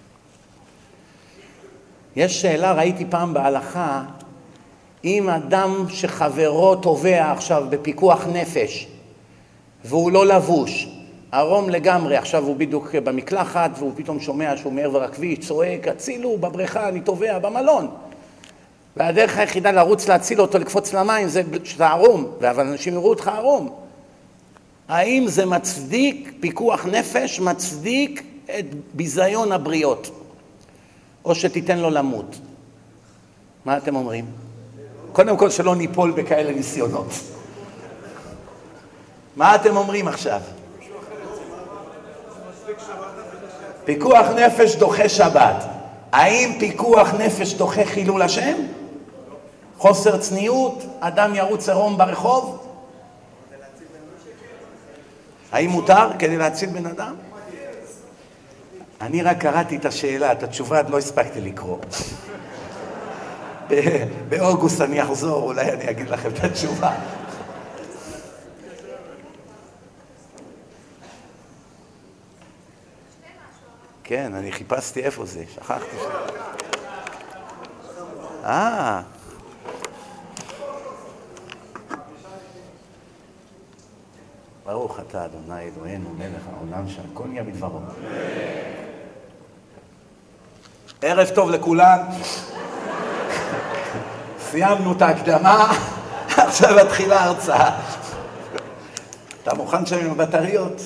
יש שאלה, ראיתי פעם בהלכה, אם אדם שחברו תובע עכשיו בפיקוח נפש, והוא לא לבוש, ערום לגמרי, עכשיו הוא בדיוק במקלחת, והוא פתאום שומע שהוא מעבר הכביש, צועק, הצילו בבריכה, אני תובע במלון. והדרך היחידה לרוץ להציל אותו, לקפוץ למים, זה שאתה ערום, אבל אנשים יראו אותך ערום. האם זה מצדיק, פיקוח נפש מצדיק את ביזיון הבריות? או שתיתן לו למות? מה אתם אומרים? קודם כל שלא ניפול בכאלה ניסיונות. מה אתם אומרים עכשיו? פיקוח נפש דוחה שבת. האם פיקוח נפש דוחה חילול השם? חוסר צניעות? אדם ירוץ ערום ברחוב? האם מותר כדי להציל בן אדם? אני רק קראתי את השאלה, את התשובה לא הספקתי לקרוא. באוגוסט אני אחזור, אולי אני אגיד לכם את התשובה. כן, אני חיפשתי איפה זה, שכחתי. ברוך אתה אדוני אלוהינו מלך העולם שהכל נהיה בדברו. ערב טוב לכולם. סיימנו את ההקדמה, עכשיו מתחילה ההרצאה. אתה מוכן שם עם הבטריות?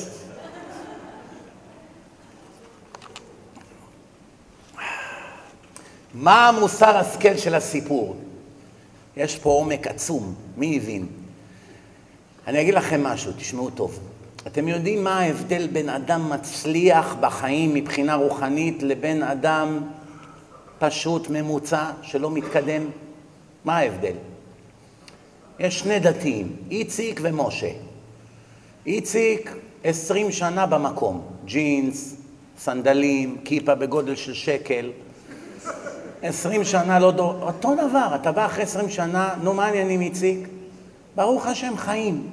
מה המוסר השכל של הסיפור? יש פה עומק עצום, מי הבין? אני אגיד לכם משהו, תשמעו טוב. אתם יודעים מה ההבדל בין אדם מצליח בחיים מבחינה רוחנית לבין אדם פשוט ממוצע שלא מתקדם? מה ההבדל? יש 2 דתיים, איציק ומשה. איציק 20 שנה במקום, ג'ינס, סנדלים, כיפה בגודל של שקל. 20 שנה לא אותו דבר, אתה בא אחרי 20 שנה, נו מה העניינים איציק? ברוך השם חיים.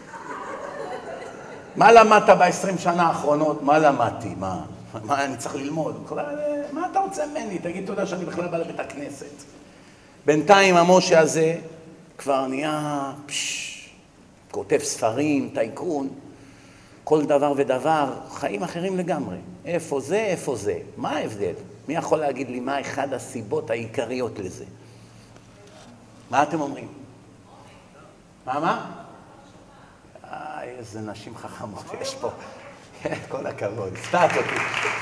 מה למדת ב-20 שנה האחרונות? מה למדתי? מה אני צריך ללמוד? מה אתה רוצה ממני? תגיד תודה שאני בכלל בא לבית הכנסת. בינתיים המשה הזה כבר נהיה כותב ספרים, טייקון, כל דבר ודבר, חיים אחרים לגמרי. איפה זה, איפה זה? מה ההבדל? מי יכול להגיד לי מה אחד הסיבות העיקריות לזה? מה אתם אומרים? מה? איזה נשים חכמות יש פה. כל הכבוד, סתת אותי.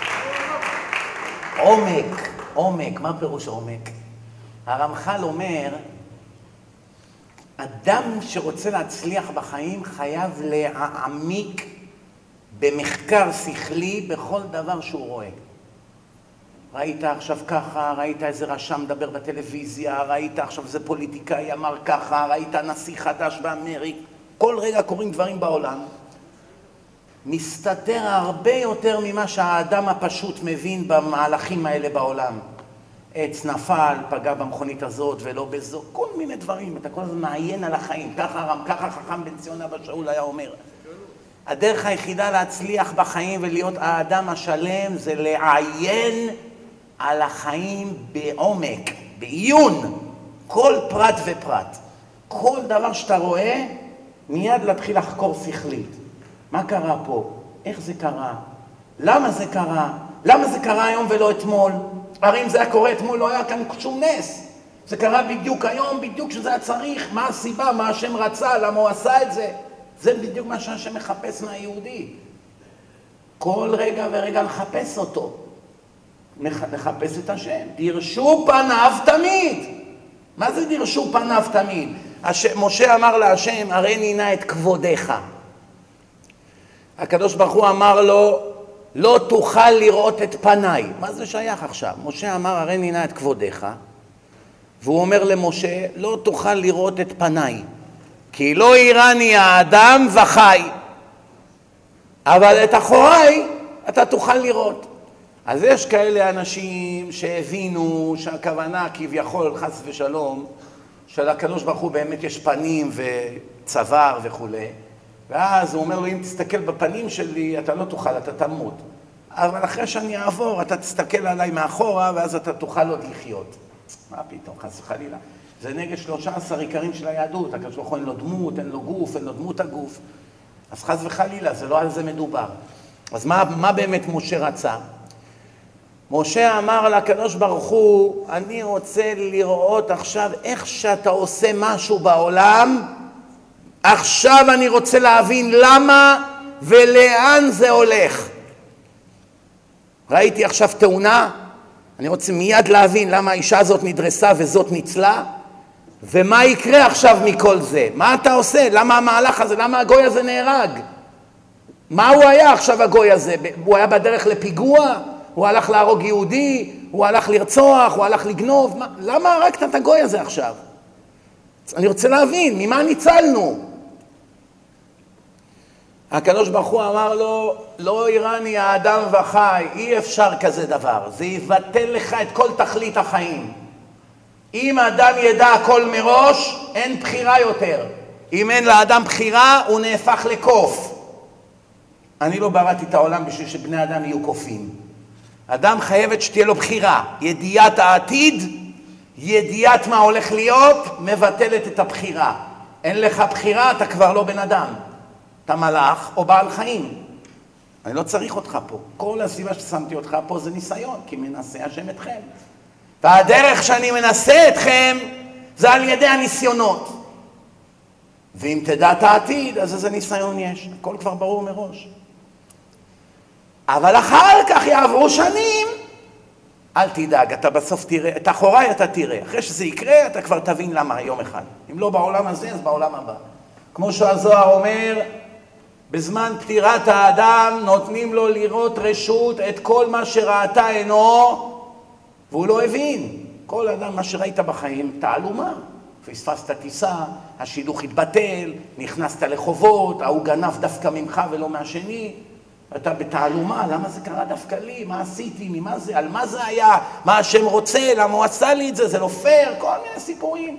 עומק, מה פירוש עומק? הרמח"ל אומר, אדם שרוצה להצליח בחיים חייב להעמיק במחקר שכלי בכל דבר שהוא רואה. ראית עכשיו ככה, ראית איזה רשם מדבר בטלוויזיה, ראית עכשיו איזה פוליטיקאי אמר ככה, ראית נשיא חדש באמריק, כל רגע קורים דברים בעולם. מסתתר הרבה יותר ממה שהאדם הפשוט מבין במהלכים האלה בעולם. עץ נפל, פגע במכונית הזאת ולא בזו, כל מיני דברים, אתה כל הזמן מעיין על החיים, ככה חכם בן ציון אבא שאול היה אומר. הדרך היחידה להצליח בחיים ולהיות האדם השלם זה לעיין על החיים בעומק, בעיון, כל פרט ופרט. כל דבר שאתה רואה, מיד להתחיל לחקור שכלית. מה קרה פה? איך זה קרה? למה זה קרה? למה זה קרה היום ולא אתמול? הרי אם זה היה קורה אתמול לא היה כאן שום נס. זה קרה בדיוק היום, בדיוק שזה היה צריך. מה הסיבה? מה השם רצה? למה הוא עשה את זה? זה בדיוק מה שהשם מחפש מהיהודי. כל רגע ורגע לחפש אותו. לחפש את השם. דרשו פניו תמיד. מה זה דרשו פניו תמיד? משה אמר להשם, הראני נא את כבודך. הקדוש ברוך הוא אמר לו, לא תוכל לראות את פניי. מה זה שייך עכשיו? משה אמר, הראני נא את כבודך. והוא אומר למשה, לא תוכל לראות את פניי. כי לא יראני האדם וחי. אבל את אחוריי אתה תוכל לראות. אז יש כאלה אנשים שהבינו שהכוונה כביכול חס ושלום, שלקדוש ברוך הוא באמת יש פנים וצוואר וכו'. ואז הוא אומר לו, אם תסתכל בפנים שלי, אתה לא תוכל, אתה תמות. אבל אחרי שאני אעבור, אתה תסתכל עליי מאחורה, ואז אתה תוכל עוד לחיות. מה פתאום, חס וחלילה. זה נגד 13 עיקרים של היהדות. הקדוש ברוך הוא אין לו דמות, אין לו גוף, אין לו דמות הגוף. אז חס וחלילה, זה לא על זה מדובר. אז מה באמת משה רצה? משה אמר לקדוש ברוך הוא, אני רוצה לראות עכשיו איך שאתה עושה משהו בעולם, עכשיו אני רוצה להבין למה ולאן זה הולך. ראיתי עכשיו תאונה, אני רוצה מיד להבין למה האישה הזאת נדרסה וזאת ניצלה, ומה יקרה עכשיו מכל זה? מה אתה עושה? למה המהלך הזה? למה הגוי הזה נהרג? מה הוא היה עכשיו הגוי הזה? הוא היה בדרך לפיגוע? הוא הלך להרוג יהודי? הוא הלך לרצוח? הוא הלך לגנוב? למה הרגת את הגוי הזה עכשיו? אני רוצה להבין, ממה ניצלנו? הקדוש ברוך הוא אמר לו, לא יראני האדם וחי, אי אפשר כזה דבר, זה יבטל לך את כל תכלית החיים. אם האדם ידע הכל מראש, אין בחירה יותר. אם אין לאדם בחירה, הוא נהפך לקוף. אני לא בראתי את העולם בשביל שבני אדם יהיו קופים. אדם חייבת שתהיה לו בחירה. ידיעת העתיד, ידיעת מה הולך להיות, מבטלת את הבחירה. אין לך בחירה, אתה כבר לא בן אדם. אתה מלאך או בעל חיים. אני לא צריך אותך פה. כל הסיבה ששמתי אותך פה זה ניסיון, כי מנסה השם אתכם. והדרך שאני מנסה אתכם זה על ידי הניסיונות. ואם תדע את העתיד, אז איזה ניסיון יש. הכל כבר ברור מראש. אבל אחר כך יעברו שנים, אל תדאג, אתה בסוף תראה, את אחוריי אתה תראה. אחרי שזה יקרה, אתה כבר תבין למה יום אחד. אם לא בעולם הזה, אז בעולם הבא. כמו שהזוהר אומר, בזמן פטירת האדם נותנים לו לראות רשות את כל מה שראתה עינו, והוא לא הבין. כל אדם, מה שראית בחיים, תעלומה. פספסת טיסה, השילוך התבטל, נכנסת לחובות, ההוא גנב דווקא ממך ולא מהשני. אתה בתעלומה, למה זה קרה דווקא לי? מה עשיתי? ממה זה? על מה זה היה? מה השם רוצה? למה הוא עשה לי את זה? זה לא פייר? כל מיני סיפורים.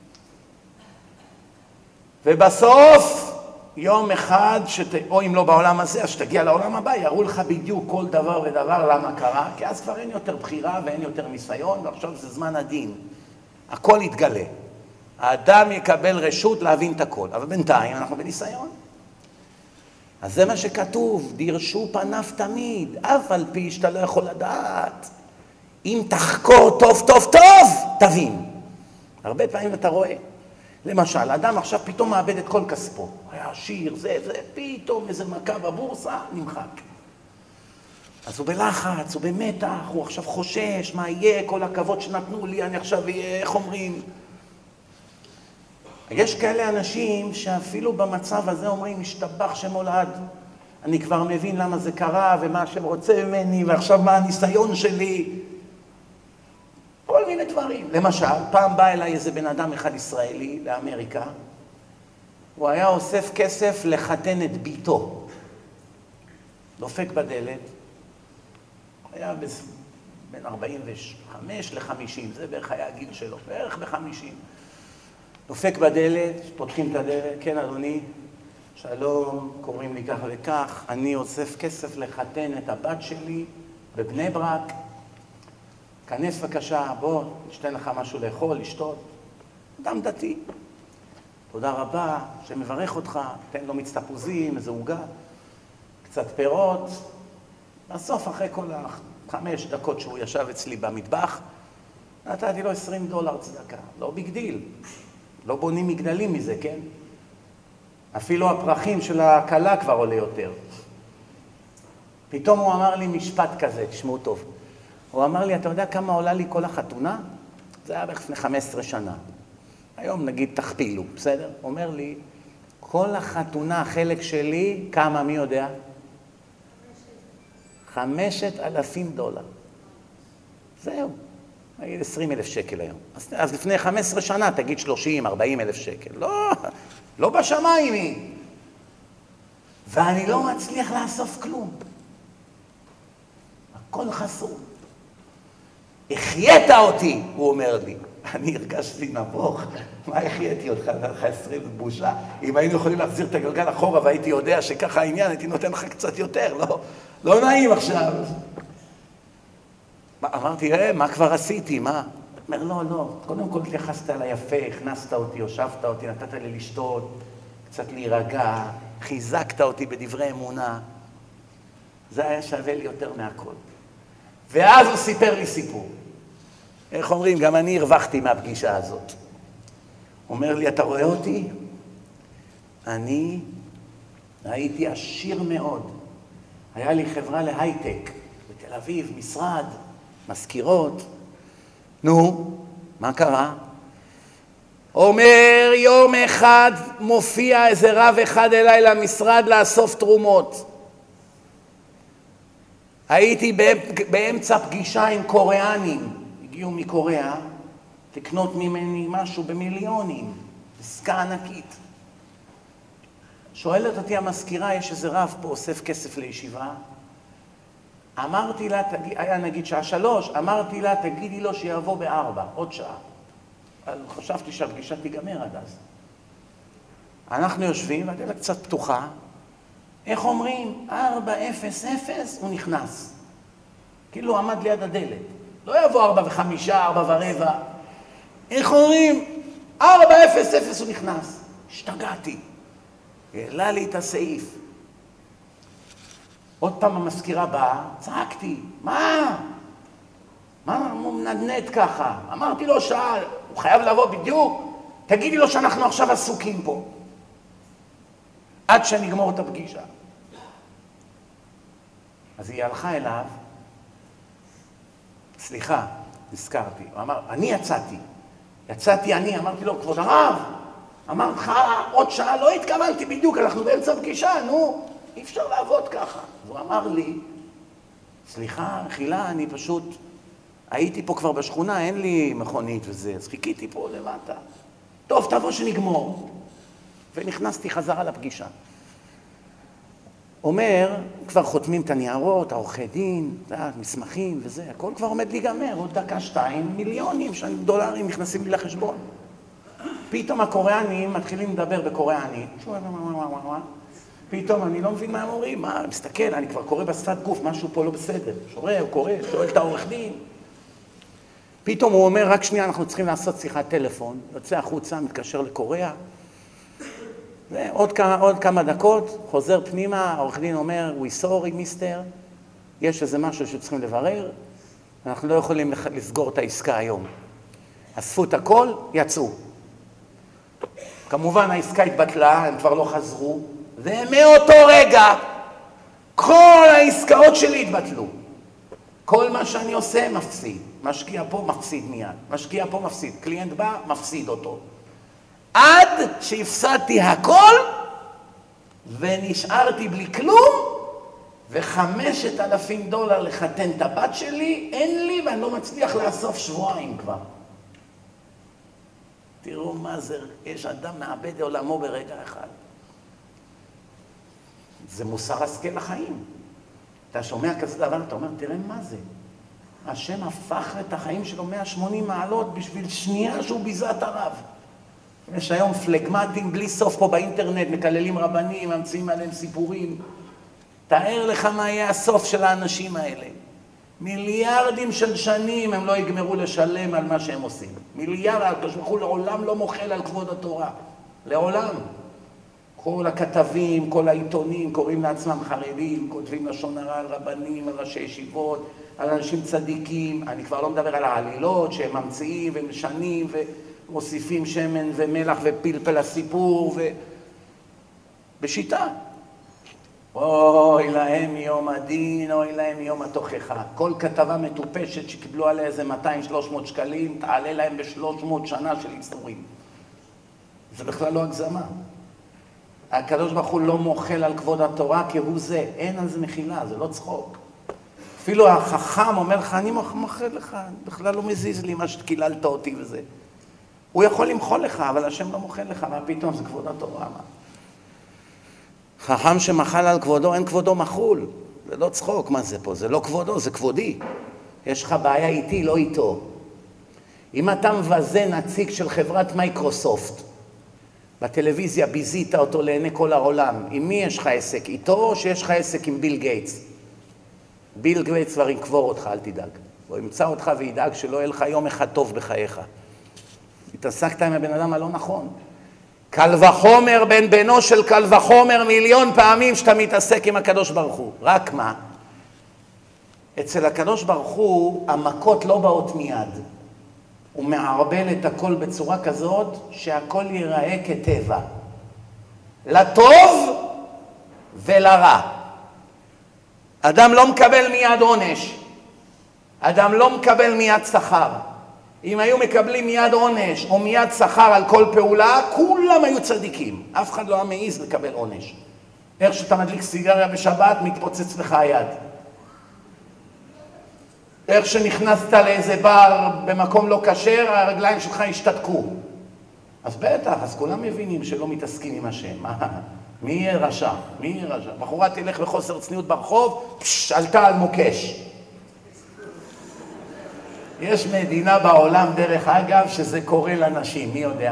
ובסוף, יום אחד, או אם לא בעולם הזה, אז שתגיע לעולם הבא, יראו לך בדיוק כל דבר ודבר למה קרה, כי אז כבר אין יותר בחירה ואין יותר ניסיון, ועכשיו זה זמן הדין. הכל יתגלה. האדם יקבל רשות להבין את הכל, אבל בינתיים אנחנו בניסיון. אז זה מה שכתוב, דרשו פניו תמיד, אף על פי שאתה לא יכול לדעת. אם תחקור טוב טוב טוב, תבין. הרבה פעמים אתה רואה, למשל, אדם עכשיו פתאום מאבד את כל כספו. היה עשיר, זה, פתאום איזה מכה בבורסה, נמחק. אז הוא בלחץ, הוא במתח, הוא עכשיו חושש, מה יהיה, כל הכבוד שנתנו לי, אני עכשיו אהיה, איך אומרים? יש כאלה אנשים שאפילו במצב הזה אומרים, משתבח שמולד, אני כבר מבין למה זה קרה, ומה השם רוצה ממני, ועכשיו מה הניסיון שלי. כל מיני דברים. למשל, פעם בא אליי איזה בן אדם אחד ישראלי לאמריקה, הוא היה אוסף כסף לחתן את ביתו. דופק בדלת, היה בין 45 ל-50, זה בערך היה הגיל שלו, בערך ב-50. דופק בדלת, פותחים את הדלת, כן אדוני, שלום, קוראים לי כך וכך, אני אוסף כסף לחתן את הבת שלי בבני ברק, כנס בבקשה, בוא, נשתן לך משהו לאכול, לשתות. אדם דתי. תודה רבה, שמברך אותך, תן לו מיץ תפוזים, איזה עוגה, קצת פירות. בסוף, אחרי כל 5 דקות שהוא ישב אצלי במטבח, נתתי לו $20 צדקה. לא ביג דיל. לא בונים מגדלים מזה, כן? אפילו הפרחים של הכלה כבר עולה יותר. פתאום הוא אמר לי משפט כזה, תשמעו טוב. הוא אמר לי, אתה יודע כמה עולה לי כל החתונה? זה היה בערך לפני 15 שנה. היום נגיד תכפילו, בסדר? הוא אומר לי, כל החתונה, החלק שלי, כמה, מי יודע? $5,000. זהו. נגיד 20,000 שקל היום. אז לפני 15 שנה תגיד 30,000-40,000 שקל. לא בשמיים היא. ואני לא מצליח לאסוף כלום. הכל חסום. החייאת אותי, הוא אומר לי. אני הרגשתי נבוך. מה החייאתי אותך? נתן לך 20 בושה. אם היינו יכולים להחזיר את הגלגל אחורה והייתי יודע שככה העניין, הייתי נותן לך קצת יותר. לא נעים עכשיו. אמרתי, מה כבר עשיתי? מה? אומר, לא. קודם כל התייחסת אליי יפה, הכנסת אותי, הושבת אותי, נתת לי לשתות, קצת להירגע, חיזקת אותי בדברי אמונה. זה היה שווה לי יותר מהכל. ואז הוא סיפר לי סיפור. איך אומרים? גם אני הרווחתי מהפגישה הזאת. הוא אומר לי, אתה רואה אותי? אני הייתי עשיר מאוד. היה לי חברה להייטק, בתל אביב, משרד, מזכירות. נו, מה קרה? אומר, יום אחד מופיע איזה רב אחד אליי למשרד לאסוף תרומות. הייתי באמצע פגישה עם קוריאנים. הגיעו מקוריאה לקנות ממני משהו במיליונים, עסקה ענקית. שואלת אותי המזכירה, יש איזה רב פה אוסף כסף לישיבה. אמרתי לה, היה נגיד שעה 3, אמרתי לה, תגידי לו שיבוא ב4, עוד שעה. אז חשבתי שהפגישה תיגמר עד אז. אנחנו יושבים, והדלת קצת פתוחה. איך אומרים? 4:00, הוא נכנס. כאילו הוא עמד ליד הדלת. לא יבוא 4:05, 4:15. איך אומרים? 4:00 הוא נכנס. השתגעתי. העלה לי את הסעיף. עוד פעם המזכירה באה, צעקתי, מה? מה הוא מנדנד ככה? אמרתי לו שעה, הוא חייב לבוא בדיוק. תגידי לו שאנחנו עכשיו עסוקים פה. עד שנגמור את הפגישה. אז היא הלכה אליו, סליחה, נזכרתי. הוא אמר, אני יצאתי אני, אמרתי לו, כבוד הרב, אמרת לך עוד שעה, לא התכוונתי בדיוק, אנחנו באמצע פגישה, נו, אי אפשר לעבוד ככה. הוא אמר לי, סליחה, חילה, אני פשוט הייתי פה כבר בשכונה, אין לי מכונית וזה, אז חיכיתי פה למטה. טוב, תבוא שנגמור. ונכנסתי חזרה לפגישה. אומר, כבר חותמים את הניירות, העורכי דין, מסמכים וזה, הכל כבר עומד להיגמר, עוד 1-2 מיליונים דולרים נכנסים לי לחשבון. פתאום הקוריאנים מתחילים לדבר בקוריאנית. פתאום אני לא מבין מה הם אומרים, מסתכל, אני כבר קורא בשפת גוף, משהו פה לא בסדר. הוא קורא, שואל את העורך דין. פתאום הוא אומר, רק שנייה, אנחנו צריכים לעשות שיחת טלפון. יוצא החוצה, מתקשר לקוריאה. עוד כמה דקות, חוזר פנימה, העורך דין אומר, we sorry, מיסטר, יש איזה משהו שצריכים לברר, אנחנו לא יכולים לסגור את העסקה היום. אספו את הכל, יצאו. כמובן העסקה התבטלה, הם כבר לא חזרו, ומאותו רגע כל העסקאות שלי התבטלו. כל מה שאני עושה מפסיד. משקיע פה מפסיד מיד, משקיע פה מפסיד, קליינט בא מפסיד אותו. עד שהפסדתי הכל ונשארתי בלי כלום, $5,000 לחתן את הבת שלי, אין לי ואני לא מצליח לאסוף שבועיים כבר. תראו מה זה, יש אדם מאבד עולמו ברגע אחד. זה מוסר השכל לחיים. אתה שומע כזה דבר, אתה אומר, תראה מה זה. השם הפך את החיים שלו 180 מעלות בשביל שנייה שהוא ביזה את הרב. יש היום פלגמטים בלי סוף פה באינטרנט, מקללים רבנים, ממציאים עליהם סיפורים. תאר לך מה יהיה הסוף של האנשים האלה. מיליארדים של שנים הם לא יגמרו לשלם על מה שהם עושים. מיליארד, כשמחו לעולם לא מוחל על כבוד התורה. לעולם. כל הכתבים, כל העיתונים קוראים לעצמם חרדים, כותבים לשון הרע על רבנים, על ראשי ישיבות, על אנשים צדיקים. אני כבר לא מדבר על העלילות שהם ממציאים ומשנים ומוסיפים שמן ומלח ופלפל לסיפור בשיטה. אוי להם יום הדין, אוי להם יום התוכחה. כל כתבה מטופשת שקיבלו עליה איזה 200-300 שקלים, תעלה להם ב-300 שנה של איסורים. זה בכלל לא הגזמה. הקדוש ברוך הוא לא מוחל על כבוד התורה כהוא זה, אין על זה מחילה, זה לא צחוק. אפילו החכם אומר לך, אני מוחל לך, בכלל לא מזיז לי מה שקיללת אותי וזה. הוא יכול למחול לך, אבל השם לא מוחל לך, מה פתאום, זה כבוד התורה, מה? חכם שמחל על כבודו, אין כבודו מחול. זה לא צחוק, מה זה פה? זה לא כבודו, זה כבודי. יש לך בעיה איתי, לא איתו. אם אתה מבזה נציג של חברת מייקרוסופט, בטלוויזיה ביזית אותו לעיני כל העולם, עם מי יש לך עסק? איתו או שיש לך עסק עם ביל גייטס? ביל גייטס כבר ינקבור אותך, אל תדאג. הוא ימצא אותך וידאג שלא יהיה לך יום אחד טוב בחייך. התעסקת עם הבן אדם הלא נכון. קל וחומר בן בנו של קל וחומר מיליון פעמים שאתה מתעסק עם הקדוש ברוך הוא. רק מה? אצל הקדוש ברוך הוא המכות לא באות מיד. הוא מערבל את הכל בצורה כזאת שהכל ייראה כטבע. לטוב ולרע. אדם לא מקבל מיד עונש. אדם לא מקבל מיד שכר. אם היו מקבלים מיד עונש או מיד שכר על כל פעולה, כולם היו צדיקים. אף אחד לא היה מעיז לקבל עונש. איך שאתה מדליק סיגריה בשבת, מתפוצץ לך היד. איך שנכנסת לאיזה בר במקום לא כשר, הרגליים שלך השתתקו. אז בטח, אז כולם מבינים שלא מתעסקים עם השם. מי יהיה רשע? מי יהיה רשע? בחורה תלך בחוסר צניעות ברחוב, עלתה על מוקש. יש מדינה בעולם, דרך אגב, שזה קורה לנשים. מי יודע?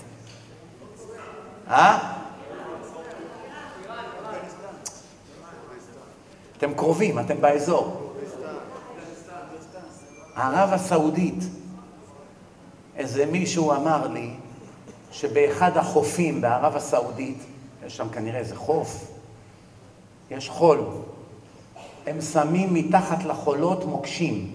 אתם קרובים, אתם באזור. ערב הסעודית, איזה מישהו אמר לי שבאחד החופים בערב הסעודית, יש שם כנראה איזה חוף, יש חול, הם שמים מתחת לחולות מוקשים,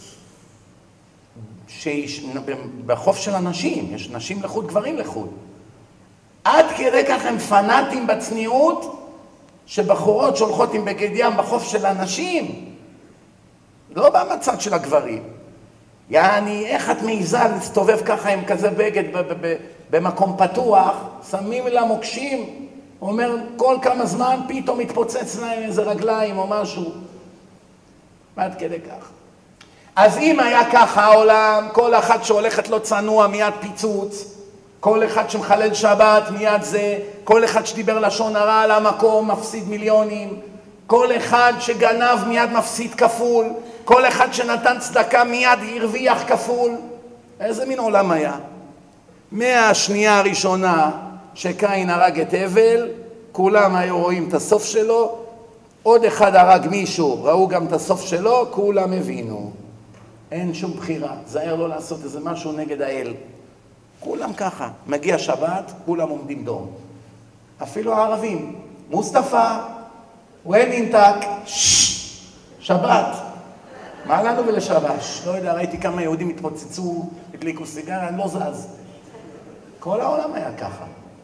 בחוף של אנשים, יש נשים לחוד, גברים לחוד. עד כדי כך הם פנאטים בצניעות, שבחורות שהולכות עם בגד ים בחוף של אנשים, לא במצד של הגברים. יעני, איך את מעיזה להסתובב ככה עם כזה בגד במקום פתוח, שמים לה מוקשים, אומר כל כמה זמן פתאום מתפוצץ להם איזה רגליים או משהו. עד כדי כך. אז אם היה ככה העולם, כל אחד שהולכת לא צנוע מיד פיצוץ, כל אחד שמחלל שבת מיד זה, כל אחד שדיבר לשון הרע על המקום מפסיד מיליונים, כל אחד שגנב מיד מפסיד כפול, כל אחד שנתן צדקה מיד הרוויח כפול. איזה מין עולם היה? מהשנייה הראשונה שקין הרג את הבל, כולם היו רואים את הסוף שלו, עוד אחד הרג מישהו, ראו גם את הסוף שלו, כולם הבינו. אין שום בחירה, זהר לא לעשות איזה משהו נגד האל. כולם ככה, מגיע שבת, כולם עומדים דום. אפילו הערבים, מוסטפא, ווין אינטק, שבת. מה לנו ולשבת? לא יודע, ראיתי כמה יהודים התפוצצו, הדליקו סיגריה, אני לא זז. כל העולם היה ככה.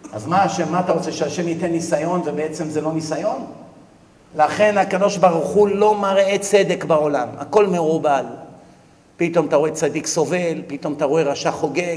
אז מה אתה רוצה, שהשם ייתן ניסיון ובעצם זה לא ניסיון? לכן הקדוש ברוך הוא לא מראה צדק בעולם, הכל מרובל. פתאום אתה רואה צדיק סובל, פתאום אתה רואה רשע חוגג.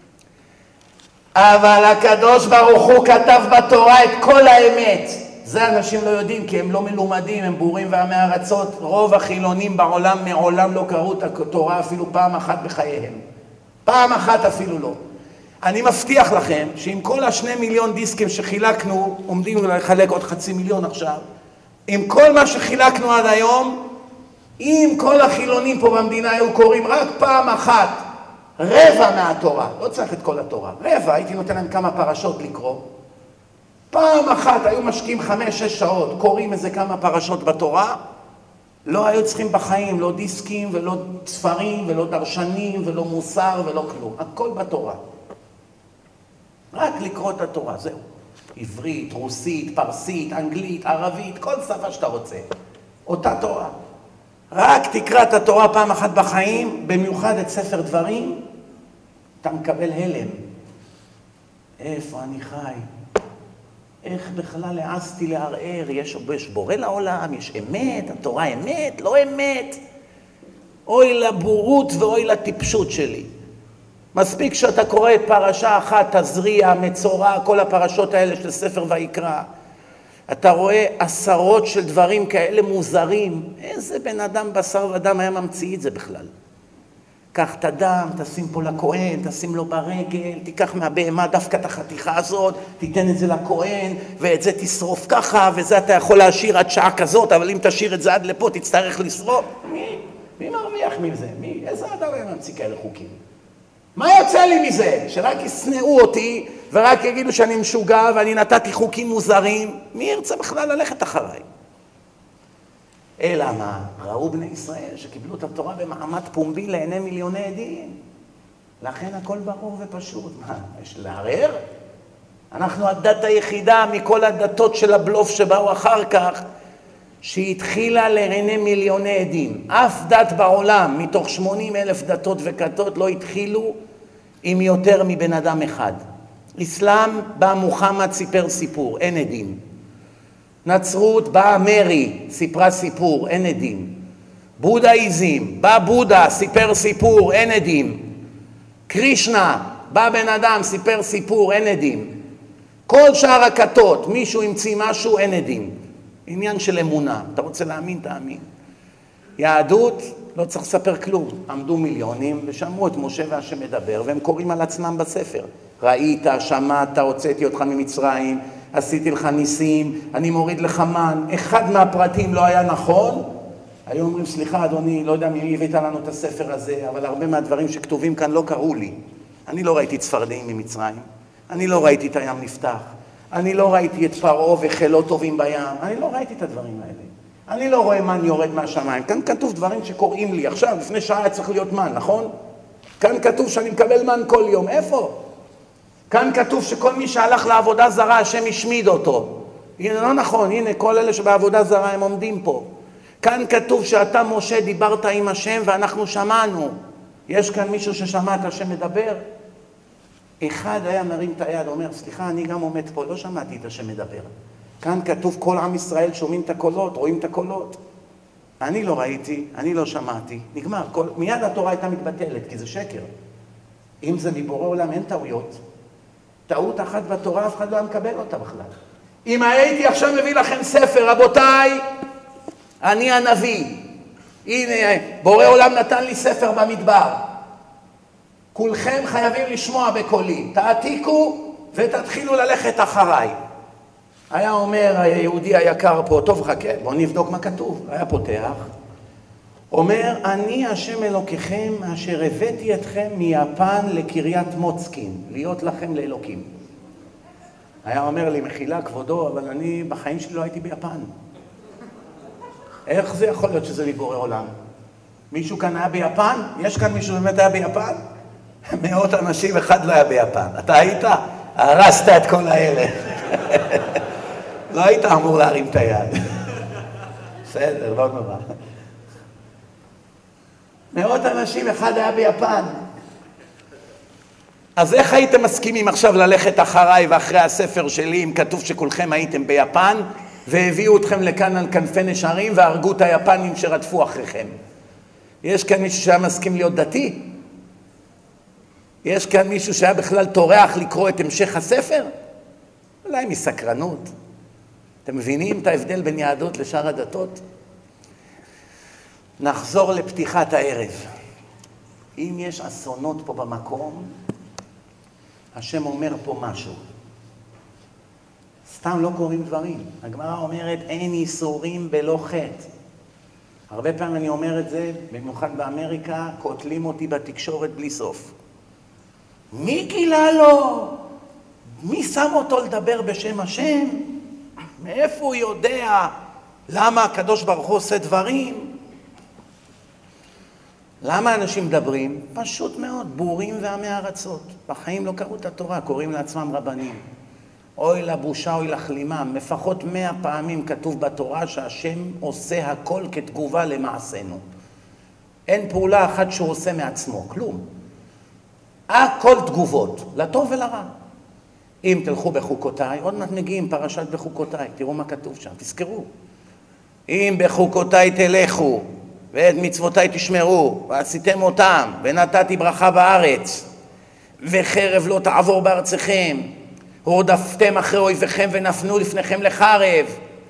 אבל הקדוש ברוך הוא כתב בתורה את כל האמת. זה אנשים לא יודעים כי הם לא מלומדים, הם בורים ועמי ארצות. רוב החילונים בעולם מעולם לא קראו את התורה אפילו פעם אחת בחייהם. פעם אחת אפילו לא. אני מבטיח לכם שעם כל ה2 מיליון דיסקים שחילקנו, עומדים לחלק עוד 500,000 עכשיו, עם כל מה שחילקנו עד היום, אם כל החילונים פה במדינה היו קוראים רק פעם אחת רבע מהתורה, לא צריך את כל התורה, רבע, הייתי נותן להם כמה פרשות לקרוא, פעם אחת היו משקיעים 5-6 שעות, קוראים איזה כמה פרשות בתורה, לא היו צריכים בחיים, לא דיסקים ולא ספרים ולא דרשנים ולא מוסר ולא כלום, הכל בתורה. רק לקרוא את התורה, זהו. עברית, רוסית, פרסית, אנגלית, ערבית, כל שפה שאתה רוצה. אותה תורה. רק תקרא את התורה פעם אחת בחיים, במיוחד את ספר דברים, אתה מקבל הלם. איפה אני חי? איך בכלל העזתי לערער? יש בורא לעולם, יש אמת, התורה אמת, לא אמת. אוי לבורות ואוי לטיפשות שלי. מספיק שאתה קורא את פרשה אחת, תזריע, מצורע, כל הפרשות האלה של ספר ויקרא. אתה רואה עשרות של דברים כאלה מוזרים. איזה בן אדם בשר ודם היה ממציא את זה בכלל? קח את הדם, תשים פה לכהן, תשים לו ברגל, תיקח מהבהמה דווקא את החתיכה הזאת, תיתן את זה לכהן, ואת זה תשרוף ככה, וזה אתה יכול להשאיר עד שעה כזאת, אבל אם תשאיר את זה עד לפה, תצטרך לשרוף. מי מרוויח מזה? איזה אדם היה ממציא כאלה חוקים? מה יוצא לי מזה? שרק יסנאו אותי ורק יגידו שאני משוגע ואני נתתי חוקים מוזרים. מי ירצה בכלל ללכת אחריי? אלא מה? ראו בני ישראל שקיבלו את התורה במעמד פומבי לעיני מיליוני עדים. לכן הכל ברור ופשוט. מה? יש לערער? אנחנו הדת היחידה מכל הדתות של הבלוף שבאו אחר כך, שהתחילה לעיני מיליוני עדים. אף דת בעולם מתוך 80,000 דתות וכתות לא התחילו עם יותר מבן אדם אחד. אסלאם בא מוחמד סיפר סיפור, אין עדים. נצרות בא מרי, סיפרה סיפור, אין עדים. בודהיזם, בא בודה, סיפר סיפור, אין עדים. קרישנה, בא בן אדם, סיפר סיפור, אין עדים. כל שאר הכתות, מישהו המציא משהו, אין עדים. עניין של אמונה, אתה רוצה להאמין, תאמין. יהדות, לא צריך לספר כלום. עמדו מיליונים ושמעו את משה והשם מדבר, והם קוראים על עצמם בספר. ראית, שמעת, הוצאתי אותך ממצרים, עשיתי לך ניסים, אני מוריד לך מן. אחד מהפרטים לא היה נכון. היו אומרים, סליחה אדוני, לא יודע מי הבאת לנו את הספר הזה, אבל הרבה מהדברים שכתובים כאן לא קראו לי. אני לא ראיתי צפרדעים ממצרים, אני לא ראיתי את הים נפתח. אני לא ראיתי את פרעה וחילות טובים בים, אני לא ראיתי את הדברים האלה. אני לא רואה מן יורד מהשמיים. כאן כתוב דברים שקוראים לי. עכשיו, לפני שעה היה צריך להיות מן, נכון? כאן כתוב שאני מקבל מן כל יום. איפה? כאן כתוב שכל מי שהלך לעבודה זרה, השם השמיד אותו. הנה, לא נכון, הנה, כל אלה שבעבודה זרה הם עומדים פה. כאן כתוב שאתה, משה, דיברת עם השם ואנחנו שמענו. יש כאן מישהו ששמע את השם מדבר? אחד היה מרים את היד, אומר, סליחה, אני גם עומד פה, לא שמעתי את השם מדבר. כאן כתוב כל עם ישראל שומעים את הקולות, רואים את הקולות. אני לא ראיתי, אני לא שמעתי. נגמר, מיד התורה הייתה מתבטלת, כי זה שקר. אם זה מבורא עולם, אין טעויות. טעות אחת בתורה, אף אחד לא מקבל אותה בכלל. אם הייתי עכשיו מביא לכם ספר, רבותיי, אני הנביא. הנה, בורא עולם נתן לי ספר במדבר. כולכם חייבים לשמוע בקולי. תעתיקו ותתחילו ללכת אחריי. היה אומר היהודי היקר פה, טוב חכה, בוא נבדוק מה כתוב. היה פותח. אומר, אני השם אלוקיכם אשר הבאתי אתכם מיפן לקריית מוצקין, להיות לכם לאלוקים. היה אומר לי, מחילה כבודו, אבל אני בחיים שלי לא הייתי ביפן. איך זה יכול להיות שזה מבורא עולם? מישהו כאן היה ביפן? יש כאן מישהו באמת היה ביפן? מאות אנשים, אחד לא היה ביפן. אתה היית? הרסת את כל האלה. לא היית אמור להרים את היד. בסדר, לא נורא. מאות אנשים, אחד היה ביפן. אז איך הייתם מסכימים עכשיו ללכת אחריי ואחרי הספר שלי, אם כתוב שכולכם הייתם ביפן, והביאו אתכם לכאן על כנפי נשרים והרגו את היפנים שרדפו אחריכם? יש כאן מישהו שהיה מסכים להיות דתי? יש כאן מישהו שהיה בכלל טורח לקרוא את המשך הספר? אולי מסקרנות. אתם מבינים את ההבדל בין יהדות לשאר הדתות? נחזור לפתיחת הערב. אם יש אסונות פה במקום, השם אומר פה משהו. סתם לא קוראים דברים. הגמרא אומרת, אין איסורים בלא חטא. הרבה פעמים אני אומר את זה, במיוחד באמריקה, קוטלים אותי בתקשורת בלי סוף. מי גילה לו? מי שם אותו לדבר בשם השם? מאיפה הוא יודע למה הקדוש ברוך הוא עושה דברים? למה אנשים מדברים? פשוט מאוד, בורים ועמי ארצות. בחיים לא קראו את התורה, קוראים לעצמם רבנים. אוי לבושה, אוי לכלימם. לפחות 100 פעמים כתוב בתורה שהשם עושה הכל כתגובה למעשינו. אין פעולה אחת שהוא עושה מעצמו, כלום. הכל תגובות, לטוב ולרע. אם תלכו בחוקותיי, עוד מעט מגיעים פרשת בחוקותיי, תראו מה כתוב שם, תזכרו. אם בחוקותיי תלכו, ואת מצוותיי תשמרו, ועשיתם אותם, ונתתי ברכה בארץ, וחרב לא תעבור בארצכם, הורדפתם אחרי אויביכם ונפנו לפניכם לחרב.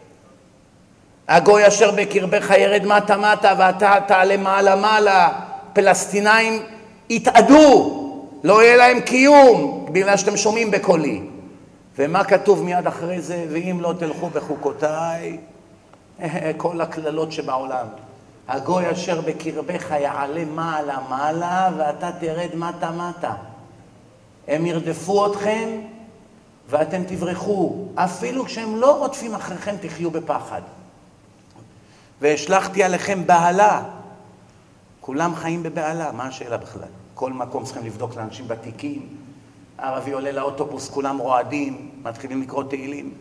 הגוי אשר בקרבך ירד מטה מטה, ואתה תעלה מעלה מעלה. פלסטינאים יתעדו, לא יהיה להם קיום, בגלל שאתם שומעים בקולי. ומה כתוב מיד אחרי זה? ואם לא תלכו בחוקותיי, כל הכללות שבעולם. הגוי אשר בקרבך יעלה מעלה מעלה, ואתה תרד מטה מטה. הם ירדפו אתכם, ואתם תברחו. אפילו כשהם לא רודפים אחריכם, תחיו בפחד. והשלחתי עליכם בהלה. כולם חיים בבהלה, מה השאלה בכלל? כל מקום צריכים לבדוק לאנשים בתיקים. הערבי עולה לאוטובוס, כולם רועדים, מתחילים לקרוא תהילים.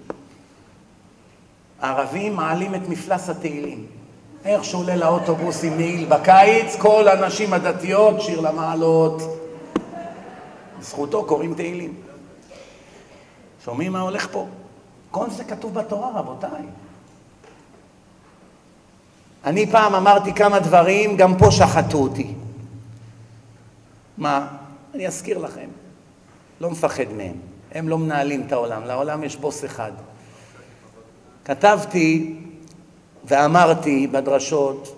הערבים מעלים את מפלס התהילים. איך שעולה לאוטובוס עם מעיל בקיץ, כל הנשים הדתיות, שיר למעלות. בזכותו קוראים תהילים. שומעים מה הולך פה? כל זה כתוב בתורה, רבותיי. אני פעם אמרתי כמה דברים, גם פה שחטו אותי. מה? אני אזכיר לכם. לא מפחד מהם. הם לא מנהלים את העולם. לעולם יש בוס אחד. כתבתי ואמרתי בדרשות,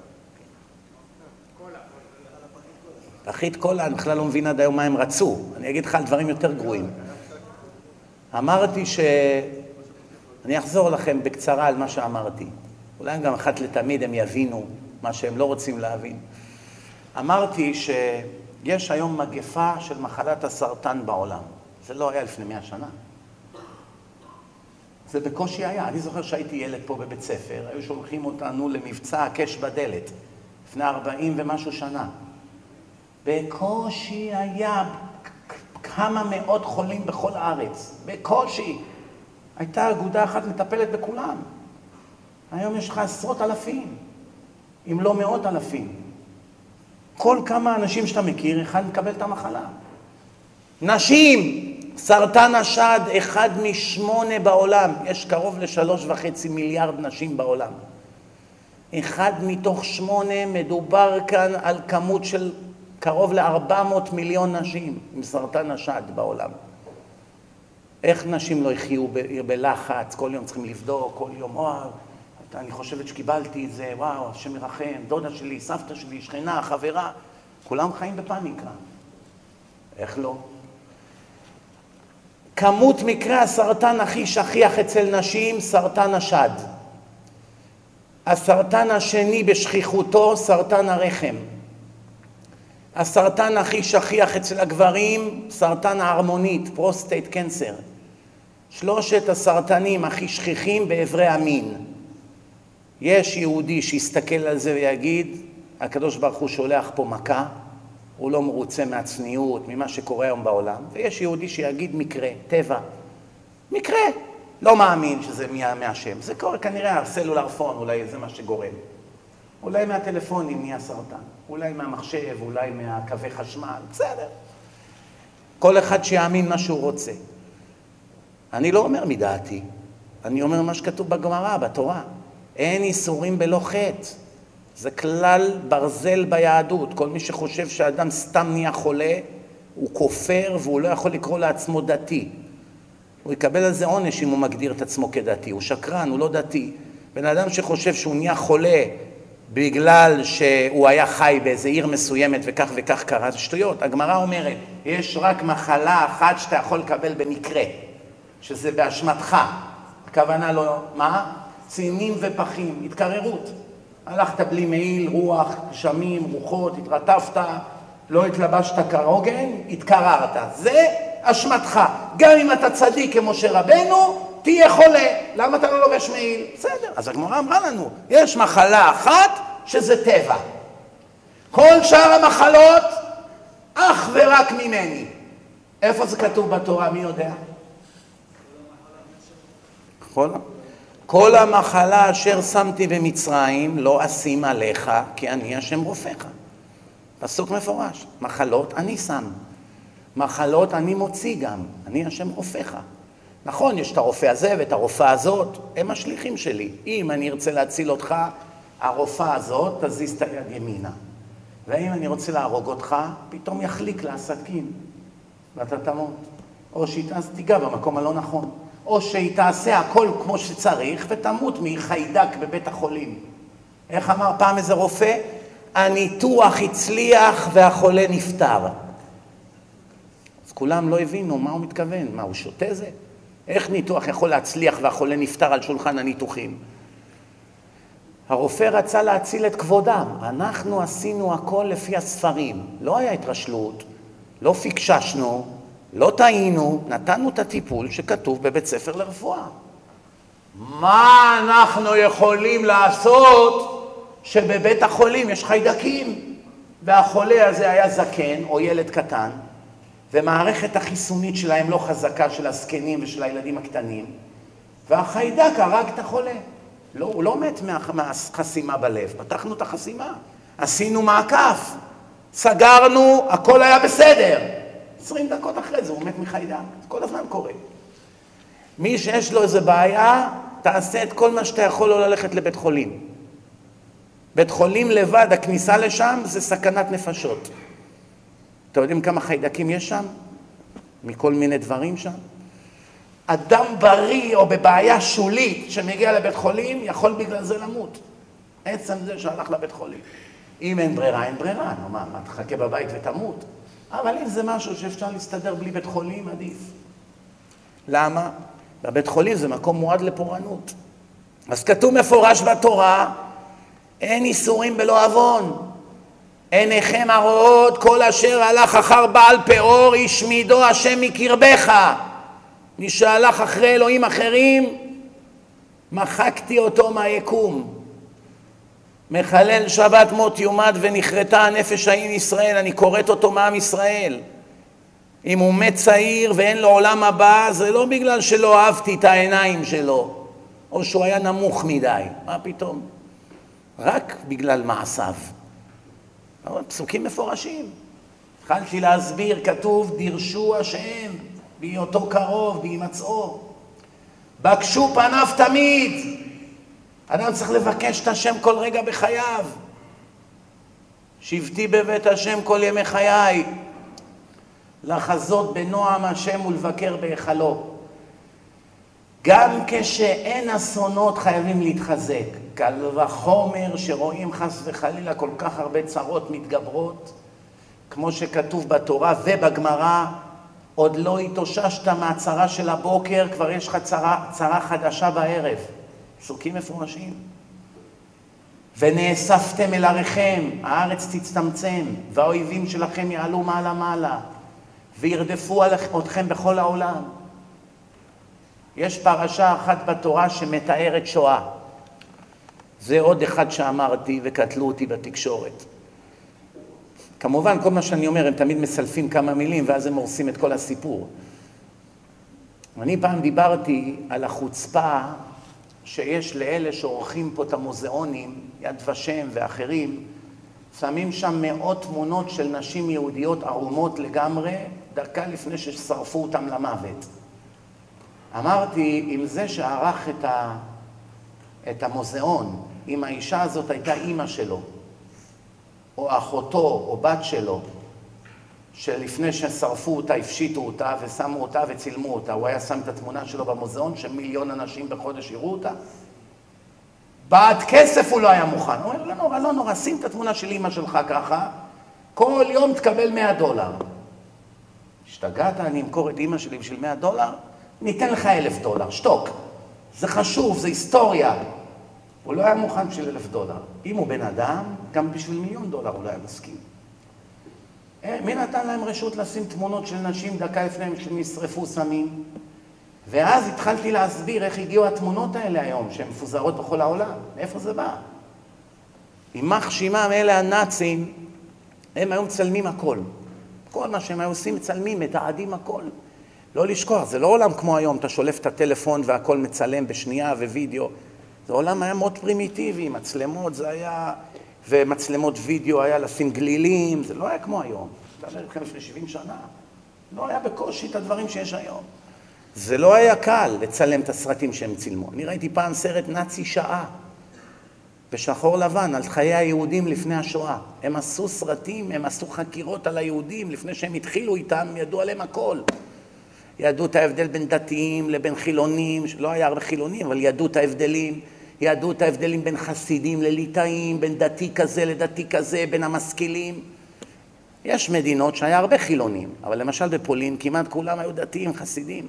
פחית קולה, אני בכלל לא מבין עד היום מה הם רצו. אני אגיד לך על דברים יותר גרועים. אמרתי אני אחזור לכם בקצרה על מה שאמרתי. אולי גם אחת לתמיד הם יבינו מה שהם לא רוצים להבין. אמרתי שיש היום מגפה של מחלת הסרטן בעולם. זה לא היה לפני 100 שנה. זה בקושי היה. אני זוכר שהייתי ילד פה בבית ספר, היו שולחים אותנו למבצע הקש בדלת, לפני 40 ומשהו שנה. בקושי היה כמה מאות חולים בכל הארץ. בקושי. הייתה אגודה אחת מטפלת בכולם. היום יש לך עשרות אלפים, אם לא מאות אלפים. כל כמה אנשים שאתה מכיר, אחד מקבל את המחלה. נשים, סרטן השד, 1 מ-8 בעולם. יש קרוב ל3.5 מיליארד נשים בעולם. 1 מתוך 8 מדובר כאן על כמות של קרוב ל400 מיליון נשים עם סרטן השד בעולם. איך נשים לא יחיו בלחץ, כל יום צריכים לבדוק, כל יום, אני חושבת שקיבלתי את זה, וואו, השם ירחם, דודה שלי, סבתא שלי, שכנה, חברה, כולם חיים בפאניקה. איך לא? כמות מקרי הסרטן הכי שכיח אצל נשים, סרטן השד. הסרטן השני בשכיחותו, סרטן הרחם. הסרטן הכי שכיח אצל הגברים, סרטן ההרמונית, פרוסטייט קנסר. 3 הסרטנים הכי שכיחים באיברי המין. יש יהודי שיסתכל על זה ויגיד, הקדוש ברוך הוא שולח פה מכה, הוא לא מרוצה מהצניעות, ממה שקורה היום בעולם, ויש יהודי שיגיד מקרה, טבע. מקרה, לא מאמין שזה מהשם. זה קורה כנראה הסלולר פון, אולי זה מה שגורם. אולי מהטלפונים נהיה סרטן, אולי מהמחשב, אולי מהקווי חשמל, בסדר. כל אחד שיאמין מה שהוא רוצה. אני לא אומר מדעתי, אני אומר מה שכתוב בגמרא, בתורה. אין איסורים בלא חטא. זה כלל ברזל ביהדות. כל מי שחושב שהאדם סתם נהיה חולה, הוא כופר והוא לא יכול לקרוא לעצמו דתי. הוא יקבל על זה עונש אם הוא מגדיר את עצמו כדתי. הוא שקרן, הוא לא דתי. בן אדם שחושב שהוא נהיה חולה בגלל שהוא היה חי באיזו עיר מסוימת וכך וכך קרה, זה שטויות. הגמרא אומרת, יש רק מחלה אחת שאתה יכול לקבל במקרה, שזה באשמתך. הכוונה לא, מה? צינים ופחים, התקררות. הלכת בלי מעיל, רוח, גשמים, רוחות, התרטפת, לא התלבשת כהוגן, התקררת. זה אשמתך. גם אם אתה צדיק כמשה רבנו, תהיה חולה. למה אתה לא לובש מעיל? בסדר. אז הגמרא אמרה לנו, יש מחלה אחת שזה טבע. כל שאר המחלות, אך ורק ממני. איפה זה כתוב בתורה? מי יודע? כל המחלה אשר שמתי במצרים לא אשים עליך, כי אני השם רופאך. פסוק מפורש. מחלות אני שם. מחלות אני מוציא גם. אני השם רופאך. נכון, יש את הרופא הזה ואת הרופאה הזאת, הם השליחים שלי. אם אני ארצה להציל אותך, הרופאה הזאת תזיז את היד ימינה. ואם אני רוצה להרוג אותך, פתאום יחליק לה סכין, ואתה תמות. או שהיא תיגע במקום הלא נכון. או שהיא תעשה הכל כמו שצריך, ותמות מחיידק בבית החולים. איך אמר פעם איזה רופא? הניתוח הצליח והחולה נפטר. אז כולם לא הבינו מה הוא מתכוון. מה, הוא שותה זה? איך ניתוח יכול להצליח והחולה נפטר על שולחן הניתוחים? הרופא רצה להציל את כבודם. אנחנו עשינו הכל לפי הספרים. לא היה התרשלות, לא פיקששנו, לא טעינו, נתנו את הטיפול שכתוב בבית ספר לרפואה. מה אנחנו יכולים לעשות שבבית החולים יש חיידקים? והחולה הזה היה זקן או ילד קטן, ומערכת החיסונית שלהם לא חזקה, של הזקנים ושל הילדים הקטנים, והחיידק הרג את החולה. לא, הוא לא מת מהחסימה בלב, פתחנו את החסימה, עשינו מעקף, סגרנו, הכל היה בסדר. 20 דקות אחרי זה הוא מת מחיידק, זה כל הזמן קורה. מי שיש לו איזה בעיה, תעשה את כל מה שאתה יכול לא ללכת לבית חולים. בית חולים לבד, הכניסה לשם זה סכנת נפשות. אתם יודעים כמה חיידקים יש שם? מכל מיני דברים שם. אדם בריא או בבעיה שולית שמגיע לבית חולים, יכול בגלל זה למות. עצם זה שהלך לבית חולים. אם אין ברירה, אין ברירה. נו, מה, תחכה בבית ותמות? אבל אם זה משהו שאפשר להסתדר בלי בית חולים, עדיף. למה? בבית חולים זה מקום מועד לפורענות. אז כתוב מפורש בתורה, אין איסורים בלא עוון. עיניכם הרואות כל אשר הלך אחר בעל פאור ישמידו השם מקרבך. מי שהלך אחרי אלוהים אחרים, מחקתי אותו מהיקום. מחלל שבת מות יומד ונחרטה הנפש ההיא ישראל, אני קוראת אותו מעם ישראל. אם הוא מת צעיר ואין לו עולם הבא, זה לא בגלל שלא אהבתי את העיניים שלו, או שהוא היה נמוך מדי. מה פתאום? רק בגלל מעשיו. פסוקים מפורשים. התחלתי להסביר, כתוב, דרשו השם, בהיותו קרוב, בהימצאו. בקשו פניו תמיד. אדם צריך לבקש את השם כל רגע בחייו. שבתי בבית השם כל ימי חיי. לחזות בנועם השם ולבקר בהיכלו. גם כשאין אסונות חייבים להתחזק. קל וחומר שרואים חס וחלילה כל כך הרבה צרות מתגברות, כמו שכתוב בתורה ובגמרא, עוד לא התאוששת מהצרה של הבוקר, כבר יש לך צרה חדשה בערב. פסוקים מפורשים. ונאספתם אל עריכם, הארץ תצטמצם, והאויבים שלכם יעלו מעלה מעלה, וירדפו אתכם בכל העולם. יש פרשה אחת בתורה שמתארת שואה. זה עוד אחד שאמרתי וקטלו אותי בתקשורת. כמובן, כל מה שאני אומר, הם תמיד מסלפים כמה מילים, ואז הם הורסים את כל הסיפור. אני פעם דיברתי על החוצפה שיש לאלה שעורכים פה את המוזיאונים, יד ושם ואחרים, שמים שם מאות תמונות של נשים יהודיות ערומות לגמרי, דקה לפני ששרפו אותם למוות. אמרתי, אם זה שערך את המוזיאון, אם האישה הזאת הייתה אימא שלו, או אחותו, או בת שלו, שלפני ששרפו אותה, הפשיטו אותה ושמו אותה וצילמו אותה, הוא היה שם את התמונה שלו במוזיאון, שמיליון אנשים בחודש יראו אותה. בעד כסף הוא לא היה מוכן. הוא אומר, לא נורא, לא נורא, שים את התמונה של אמא שלך ככה, כל יום תקבל $100. השתגעת, אני אמכור את אמא שלי בשביל $100? ניתן לך $1,000, שתוק. זה חשוב, זה היסטוריה. הוא לא היה מוכן בשביל $1,000. אם הוא בן אדם, גם בשביל $1,000,000 הוא לא היה מסכים. מי נתן להם רשות לשים תמונות של נשים דקה לפני שהם נשרפו סמים? ואז התחלתי להסביר איך הגיעו התמונות האלה היום, שהן מפוזרות בכל העולם. מאיפה זה בא? יימח שמם אלה הנאצים, הם היו מצלמים הכל. כל מה שהם היו עושים מצלמים, מתעדים הכל. לא לשכוח, זה לא עולם כמו היום, אתה שולף את הטלפון והכל מצלם בשנייה ווידאו. זה עולם היה מאוד פרימיטיבי, מצלמות זה היה, ומצלמות וידאו היה לשים גלילים, זה לא היה כמו היום. אתה אומר לכם לפני 70 שנה, לא היה בקושי את הדברים שיש היום. זה לא היה קל לצלם את הסרטים שהם צילמו. אני ראיתי פעם סרט נאצי שעה, בשחור לבן, על חיי היהודים לפני השואה. הם עשו סרטים, הם עשו חקירות על היהודים, לפני שהם התחילו איתם, ידעו עליהם הכל. ידעו את ההבדל בין דתיים לבין חילונים, לא היה הרבה חילונים, אבל ידעו את ההבדלים. ידעו את ההבדלים בין חסידים לליטאים, בין דתי כזה לדתי כזה, בין המשכילים. יש מדינות שהיה הרבה חילונים, אבל למשל בפולין כמעט כולם היו דתיים, חסידים.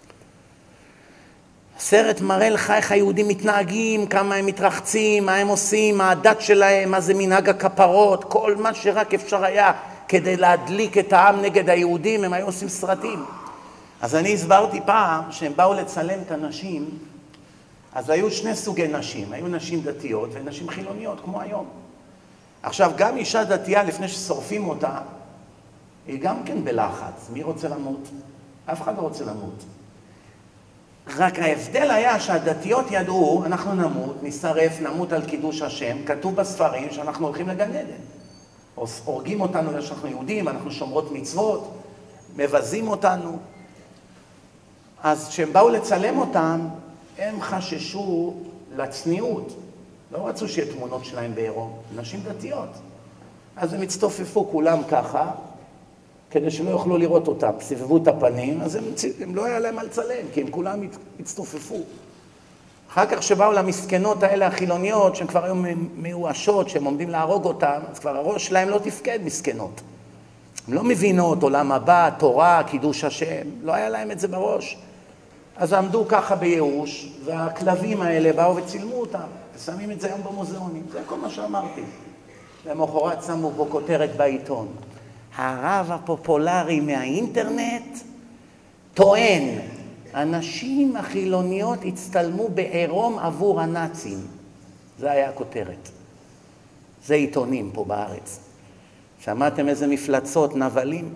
הסרט מראה לך איך היהודים מתנהגים, כמה הם מתרחצים, מה הם עושים, מה הדת שלהם, מה זה מנהג הכפרות, כל מה שרק אפשר היה כדי להדליק את העם נגד היהודים, הם היו עושים סרטים. אז אני הסברתי פעם שהם באו לצלם את הנשים, אז היו שני סוגי נשים, היו נשים דתיות ונשים חילוניות, כמו היום. עכשיו, גם אישה דתייה לפני ששורפים אותה, היא גם כן בלחץ. מי רוצה למות? אף אחד לא רוצה למות. רק ההבדל היה שהדתיות ידעו, אנחנו נמות, נשרף, נמות על קידוש השם, כתוב בספרים שאנחנו הולכים לגן עדן. הורגים אותנו שאנחנו יהודים, אנחנו שומרות מצוות, מבזים אותנו. אז כשהם באו לצלם אותם, הם חששו לצניעות. לא רצו שיהיה תמונות שלהם בעירום, נשים דתיות. אז הם הצטופפו כולם ככה, כדי שלא יוכלו לראות אותם, סיבבו את הפנים, אז הם לא היה להם על צלם, כי הם כולם הצטופפו. אחר כך שבאו למסכנות האלה החילוניות, שהן כבר היו מיואשות, שהם עומדים להרוג אותם, אז כבר הראש שלהם לא תפקד מסכנות. הם לא מבינות עולם הבא, תורה, קידוש השם, לא היה להם את זה בראש. אז עמדו ככה בייאוש, והכלבים האלה באו וצילמו אותם, ושמים את זה היום במוזיאונים, זה כל מה שאמרתי. למחרת שמו בו כותרת בעיתון. הרב הפופולרי מהאינטרנט טוען, הנשים החילוניות הצטלמו בעירום עבור הנאצים. זה היה הכותרת. זה עיתונים פה בארץ. שמעתם איזה מפלצות נבלים?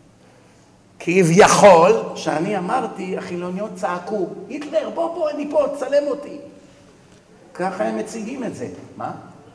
כביכול, שאני אמרתי, החילוניות צעקו, היטלר, בוא, אני פה, צלם אותי. ככה הם מציגים את זה. מה?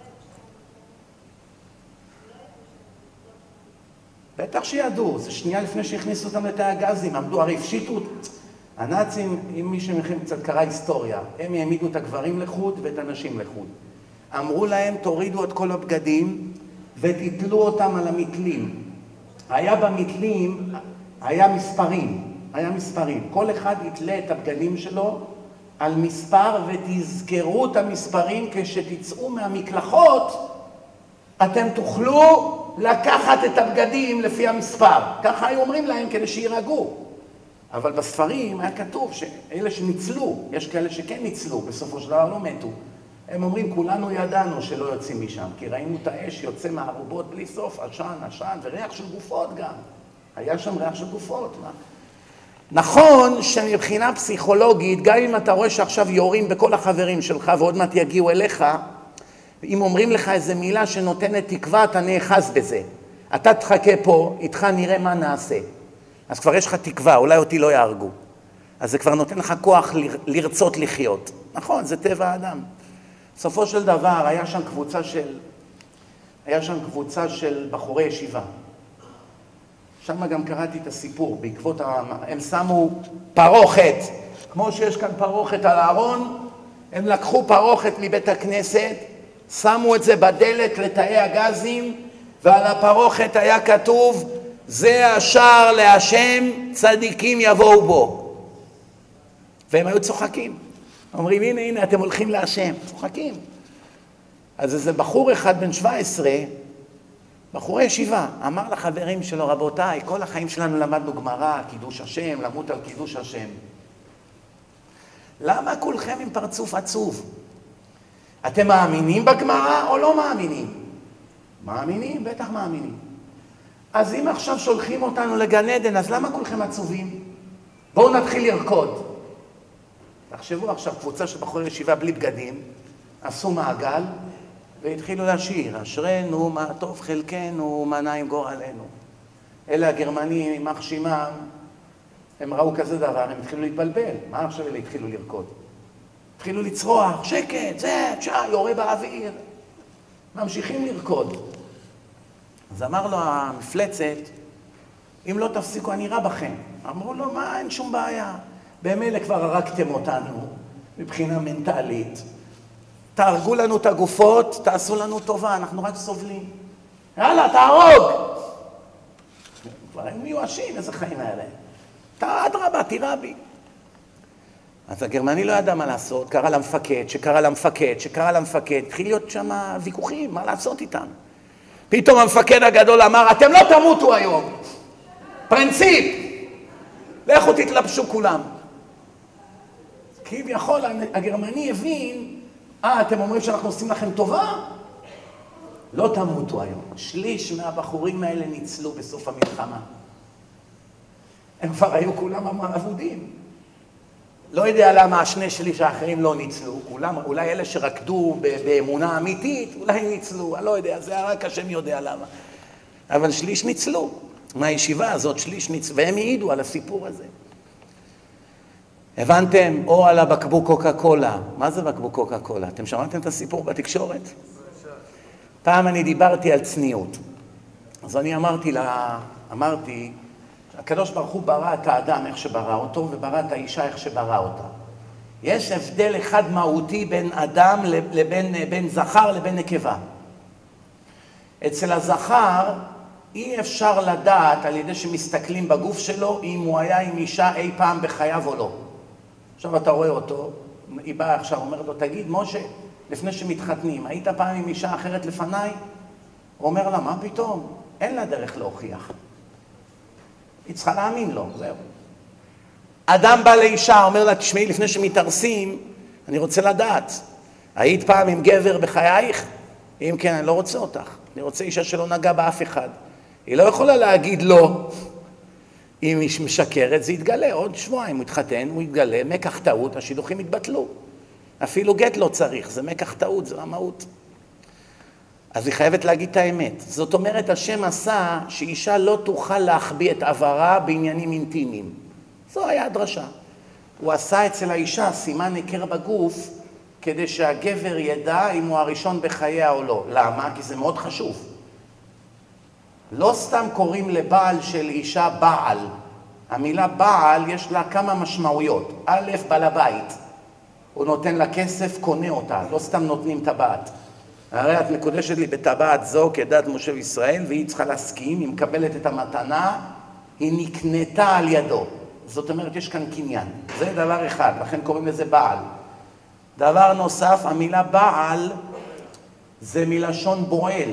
בטח שידעו, זה שנייה לפני שהכניסו אותם לתאי הגזים, עמדו, הרי הפשיטו. הנאצים, אם מי שמכם קצת קרא היסטוריה, הם העמידו את הגברים לחוד ואת הנשים לחוד. אמרו להם, תורידו את כל הבגדים ותתלו אותם על המתלים. היה במתלים, היה מספרים. כל אחד יתלה את הבגדים שלו על מספר ותזכרו את המספרים כשתצאו מהמקלחות, אתם תוכלו לקחת את הבגדים לפי המספר. ככה היו אומרים להם כדי שירגעו. אבל בספרים היה כתוב שאלה שניצלו, יש כאלה שכן ניצלו, בסופו של דבר לא מתו. הם אומרים, כולנו ידענו שלא יוצאים משם, כי ראינו את האש יוצא מהערובות בלי סוף, עשן וריח של גופות גם. היה שם ריח של גופות. מה? נכון שמבחינה פסיכולוגית, גם אם אתה רואה שעכשיו יורים בכל החברים שלך ועוד מעט יגיעו אליך, אם אומרים לך איזו מילה שנותנת תקווה, אתה נאחז בזה. אתה תחכה פה, איתך נראה מה נעשה. אז כבר יש לך תקווה, אולי אותי לא יהרגו. אז זה כבר נותן לך כוח לרצות לחיות. נכון, זה טבע האדם. בסופו של דבר, היה שם קבוצה של בחורי ישיבה, שם גם קראתי את הסיפור, בעקבות הם שמו פרוכת, כמו שיש כאן פרוכת על הארון, הם לקחו פרוכת מבית הכנסת, שמו את זה בדלת לתאי הגזים, ועל הפרוכת היה כתוב, זה השער להשם, צדיקים יבואו בו. והם היו צוחקים. אומרים, הנה, אתם הולכים להשם. צוחקים. אז איזה בחור אחד בן 17, בחורי ישיבה, אמר לחברים שלו, רבותיי, כל החיים שלנו למדנו גמרא, קידוש השם, למות על קידוש השם. למה כולכם עם פרצוף עצוב? אתם מאמינים בגמרא או לא מאמינים? מאמינים? בטח מאמינים. אז אם עכשיו שולחים אותנו לגן עדן, אז למה כולכם עצובים? בואו נתחיל לרקוד. תחשבו עכשיו, קבוצה של בחורי ישיבה בלי בגדים, עשו מעגל, והתחילו לשיר, אשרנו, מה טוב חלקנו, מה נעים גורלנו. אלה הגרמנים, יימח שמם, הם ראו כזה דבר, הם התחילו להתבלבל. מה עכשיו אלה התחילו לרקוד? התחילו לצרוח, שקט, זה, יורה באוויר. ממשיכים לרקוד. אז אמר לו המפלצת, אם לא תפסיקו, אני רע בכם. אמרו לו, מה, אין שום בעיה. במילא כבר הרגתם אותנו, מבחינה מנטלית. תהרגו לנו את הגופות, תעשו לנו טובה, אנחנו רק סובלים. יאללה, תהרוג! כבר הם מיואשים, איזה חיים האלה. אדרבה, תירה בי. אז הגרמני לא ידע מה לעשות, קרא למפקד, שקרא למפקד, התחיל להיות שם ויכוחים, מה לעשות איתם. פתאום המפקד הגדול אמר, אתם לא תמותו היום. פרינציפ. לכו תתלבשו כולם. כביכול הגרמני הבין, אתם אומרים שאנחנו עושים לכם טובה? לא תמותו היום. שליש מהבחורים האלה ניצלו בסוף המלחמה. הם כבר היו כולם אבודים. לא יודע למה השני שליש האחרים לא ניצלו. אולי אלה שרקדו באמונה אמיתית, אולי ניצלו. אני לא יודע, זה רק השם יודע למה. אבל שליש ניצלו. מהישיבה הזאת שליש ניצלו. והם העידו על הסיפור הזה. הבנתם? או על הבקבוק קוקה קולה. מה זה בקבוק קוקה קולה? אתם שמעתם את הסיפור בתקשורת? פעם אני דיברתי על צניעות. אז אני אמרתי, הקדוש ברוך הוא ברא את האדם איך שברא אותו, וברא את האישה איך שברא אותה. יש הבדל אחד מהותי בין אדם בין זכר לבין נקבה. אצל הזכר אי אפשר לדעת על ידי שמסתכלים בגוף שלו אם הוא היה עם אישה אי פעם בחייו או לא. עכשיו אתה רואה אותו, היא באה עכשיו, אומרת לו, תגיד משה, לפני שמתחתנים, היית פעם עם אישה אחרת לפניי? הוא אומר לה, מה פתאום? אין לה דרך להוכיח. היא צריכה להאמין לו, זהו. אדם בא לאישה, אומר לה, תשמעי, לפני שמתארסים, אני רוצה לדעת, היית פעם עם גבר בחייך? אם כן, אני לא רוצה אותך. אני רוצה אישה שלא נגע באף אחד. היא לא יכולה להגיד לא. אם היא משקרת, זה יתגלה. עוד שבועיים הוא יתחתן, הוא יתגלה, מקח טעות, השידוכים יתבטלו. אפילו גט לא צריך, זה מקח טעות, זה רמאות. אז היא חייבת להגיד את האמת. זאת אומרת, השם עשה שאישה לא תוכל להחביא את עברה בעניינים אינטימיים. זו היה הדרשה. הוא עשה אצל האישה סימן היכר בגוף, כדי שהגבר ידע אם הוא הראשון בחייה או לא. למה? כי זה מאוד חשוב. לא סתם קוראים לבעל של אישה בעל. המילה בעל יש לה כמה משמעויות. א', בעל הבית. הוא נותן לה כסף, קונה אותה. לא סתם נותנים טבעת. הרי את מקודשת לי בטבעת זו כדת משה וישראל, והיא צריכה להסכים, היא מקבלת את המתנה, היא נקנתה על ידו. זאת אומרת, יש כאן קניין. זה דבר אחד, לכן קוראים לזה בעל. דבר נוסף, המילה בעל זה מלשון בועל.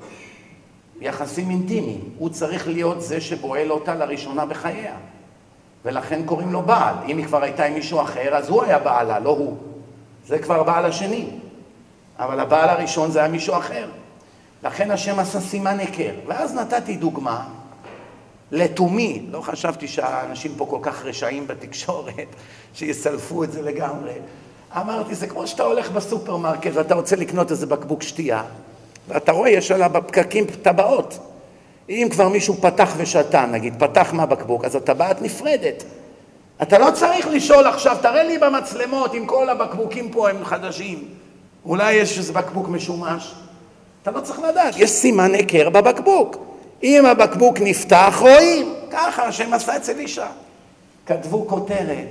יחסים אינטימיים. הוא צריך להיות זה שבועל אותה לראשונה בחייה. ולכן קוראים לו בעל. אם היא כבר הייתה עם מישהו אחר, אז הוא היה בעלה, לא הוא. זה כבר בעל השני. אבל הבעל הראשון זה היה מישהו אחר. לכן השם עשה סימן היכר. ואז נתתי דוגמה, לתומי, לא חשבתי שהאנשים פה כל כך רשעים בתקשורת, שיסלפו את זה לגמרי. אמרתי, זה כמו שאתה הולך בסופרמרקט ואתה רוצה לקנות איזה בקבוק שתייה, ואתה רואה, יש עליו בפקקים טבעות. אם כבר מישהו פתח ושתה, נגיד, פתח מהבקבוק, אז הטבעת נפרדת. אתה לא צריך לשאול עכשיו, תראה לי במצלמות אם כל הבקבוקים פה הם חדשים. אולי יש איזה בקבוק משומש. אתה לא צריך לדעת, יש סימן היכר בבקבוק. אם הבקבוק נפתח, רואים. ככה השם עשה אצל אישה. כתבו כותרת,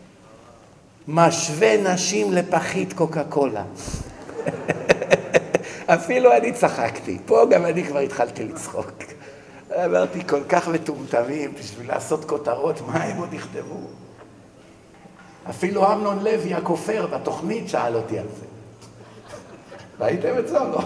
משווה נשים לפחית קוקה קולה. אפילו אני צחקתי. פה גם אני כבר התחלתי לצחוק. אמרתי, כל כך מטומטמים בשביל לעשות כותרות, מה הם עוד יכתבו? אפילו אמנון לוי, הכופר, בתוכנית שאל אותי על זה. ראיתם את זה או לא?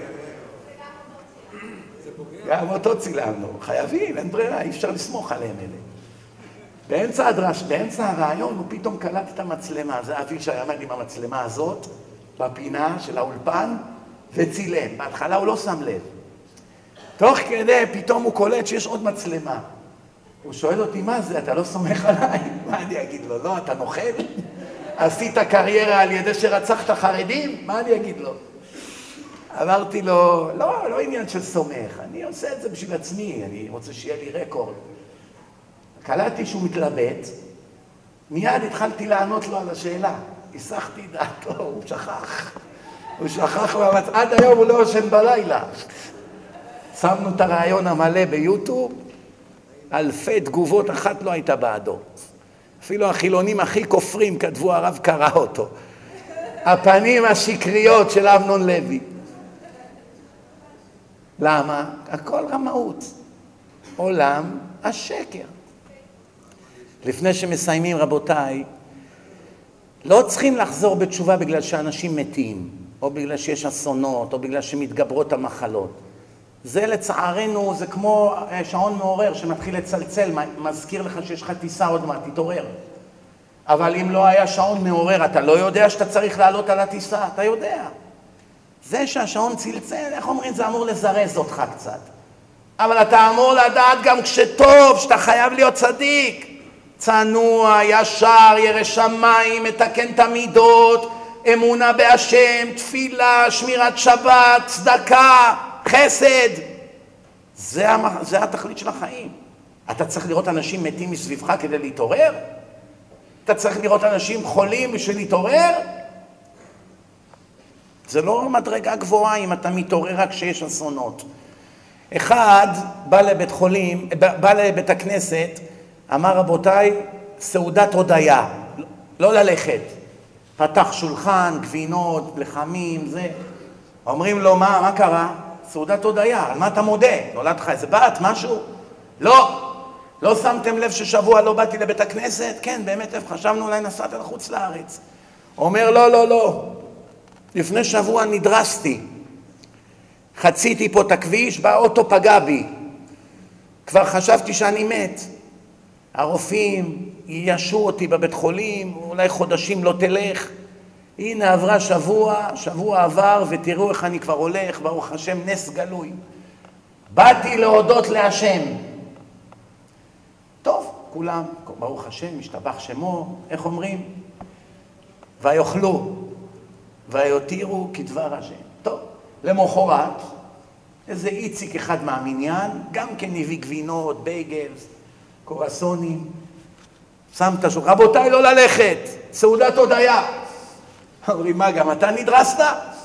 גם אותו צילמנו. חייבים, אין ברירה, אי אפשר לסמוך עליהם אלה. באמצע הרעיון הוא פתאום קלט את המצלמה. זה אבי שעמד עם המצלמה הזאת, בפינה של האולפן, וצילם. בהתחלה הוא לא שם לב. תוך כדי פתאום הוא קולט שיש עוד מצלמה. הוא שואל אותי, מה זה? אתה לא סומך עליי? מה אני אגיד לו? לא, אתה נוכל? עשית קריירה על ידי שרצחת חרדים? מה אני אגיד לו? אמרתי לו, לא עניין של סומך, אני עושה את זה בשביל עצמי, אני רוצה שיהיה לי רקורד. קלטתי שהוא מתלבט, מיד התחלתי לענות לו על השאלה. הסחתי דעתו, הוא שכח. הוא שכח עד היום הוא לא ישן בלילה. שמנו את הרעיון המלא ביוטיוב, אלפי תגובות, אחת לא הייתה בעדו. אפילו החילונים הכי כופרים כתבו, הרב קרא אותו. הפנים השקריות של אמנון לוי. למה? הכל רמאות. עולם השקר. לפני שמסיימים, רבותיי, לא צריכים לחזור בתשובה בגלל שאנשים מתים, או בגלל שיש אסונות, או בגלל שמתגברות המחלות. זה לצערנו, זה כמו שעון מעורר שמתחיל לצלצל, מזכיר לך שיש לך טיסה עוד מעט, תתעורר. אבל אם לא היה שעון מעורר, אתה לא יודע שאתה צריך לעלות על הטיסה, אתה יודע. זה שהשעון צלצל, איך אומרים, זה אמור לזרז אותך קצת. אבל אתה אמור לדעת גם כשטוב, שאתה חייב להיות צדיק. צנוע, ישר, ירא שמיים, מתקן את המידות, אמונה בהשם, תפילה, שמירת שבת, צדקה, חסד. זה התכלית של החיים. אתה צריך לראות אנשים מתים מסביבך כדי להתעורר? אתה צריך לראות אנשים חולים בשביל להתעורר? זה לא מדרגה גבוהה אם אתה מתעורר רק כשיש אסונות. אחד בא לבית חולים, בא לבית הכנסת, אמר רבותיי, סעודת הודיה, לא ללכת. פתח שולחן, גבינות, לחמים, זה. אומרים לו, מה קרה? סעודת הודיה, על מה אתה מודה? נולד לך איזה בת, משהו? לא שמתם לב ששבוע לא באתי לבית הכנסת? כן, באמת, חשבנו אולי נסעת לחוץ לארץ. אומר, לא. לפני שבוע נדרסתי. חציתי פה את הכביש, באוטו פגע בי. כבר חשבתי שאני מת. הרופאים יישו אותי בבית חולים, אולי חודשים לא תלך. הנה עברה שבוע עבר, ותראו איך אני כבר הולך, ברוך השם, נס גלוי. באתי להודות להשם. טוב, כולם, ברוך השם, משתבח שמו, איך אומרים? ויאכלו, ויותירו כדבר השם. טוב, למחרת, איזה איציק אחד מהמניין, גם כן הביא גבינות, בייגלס, קורסונים, שם את השוק, רבותיי לא ללכת, סעודת הודיה. אומרים, מה, גם אתה נדרסת?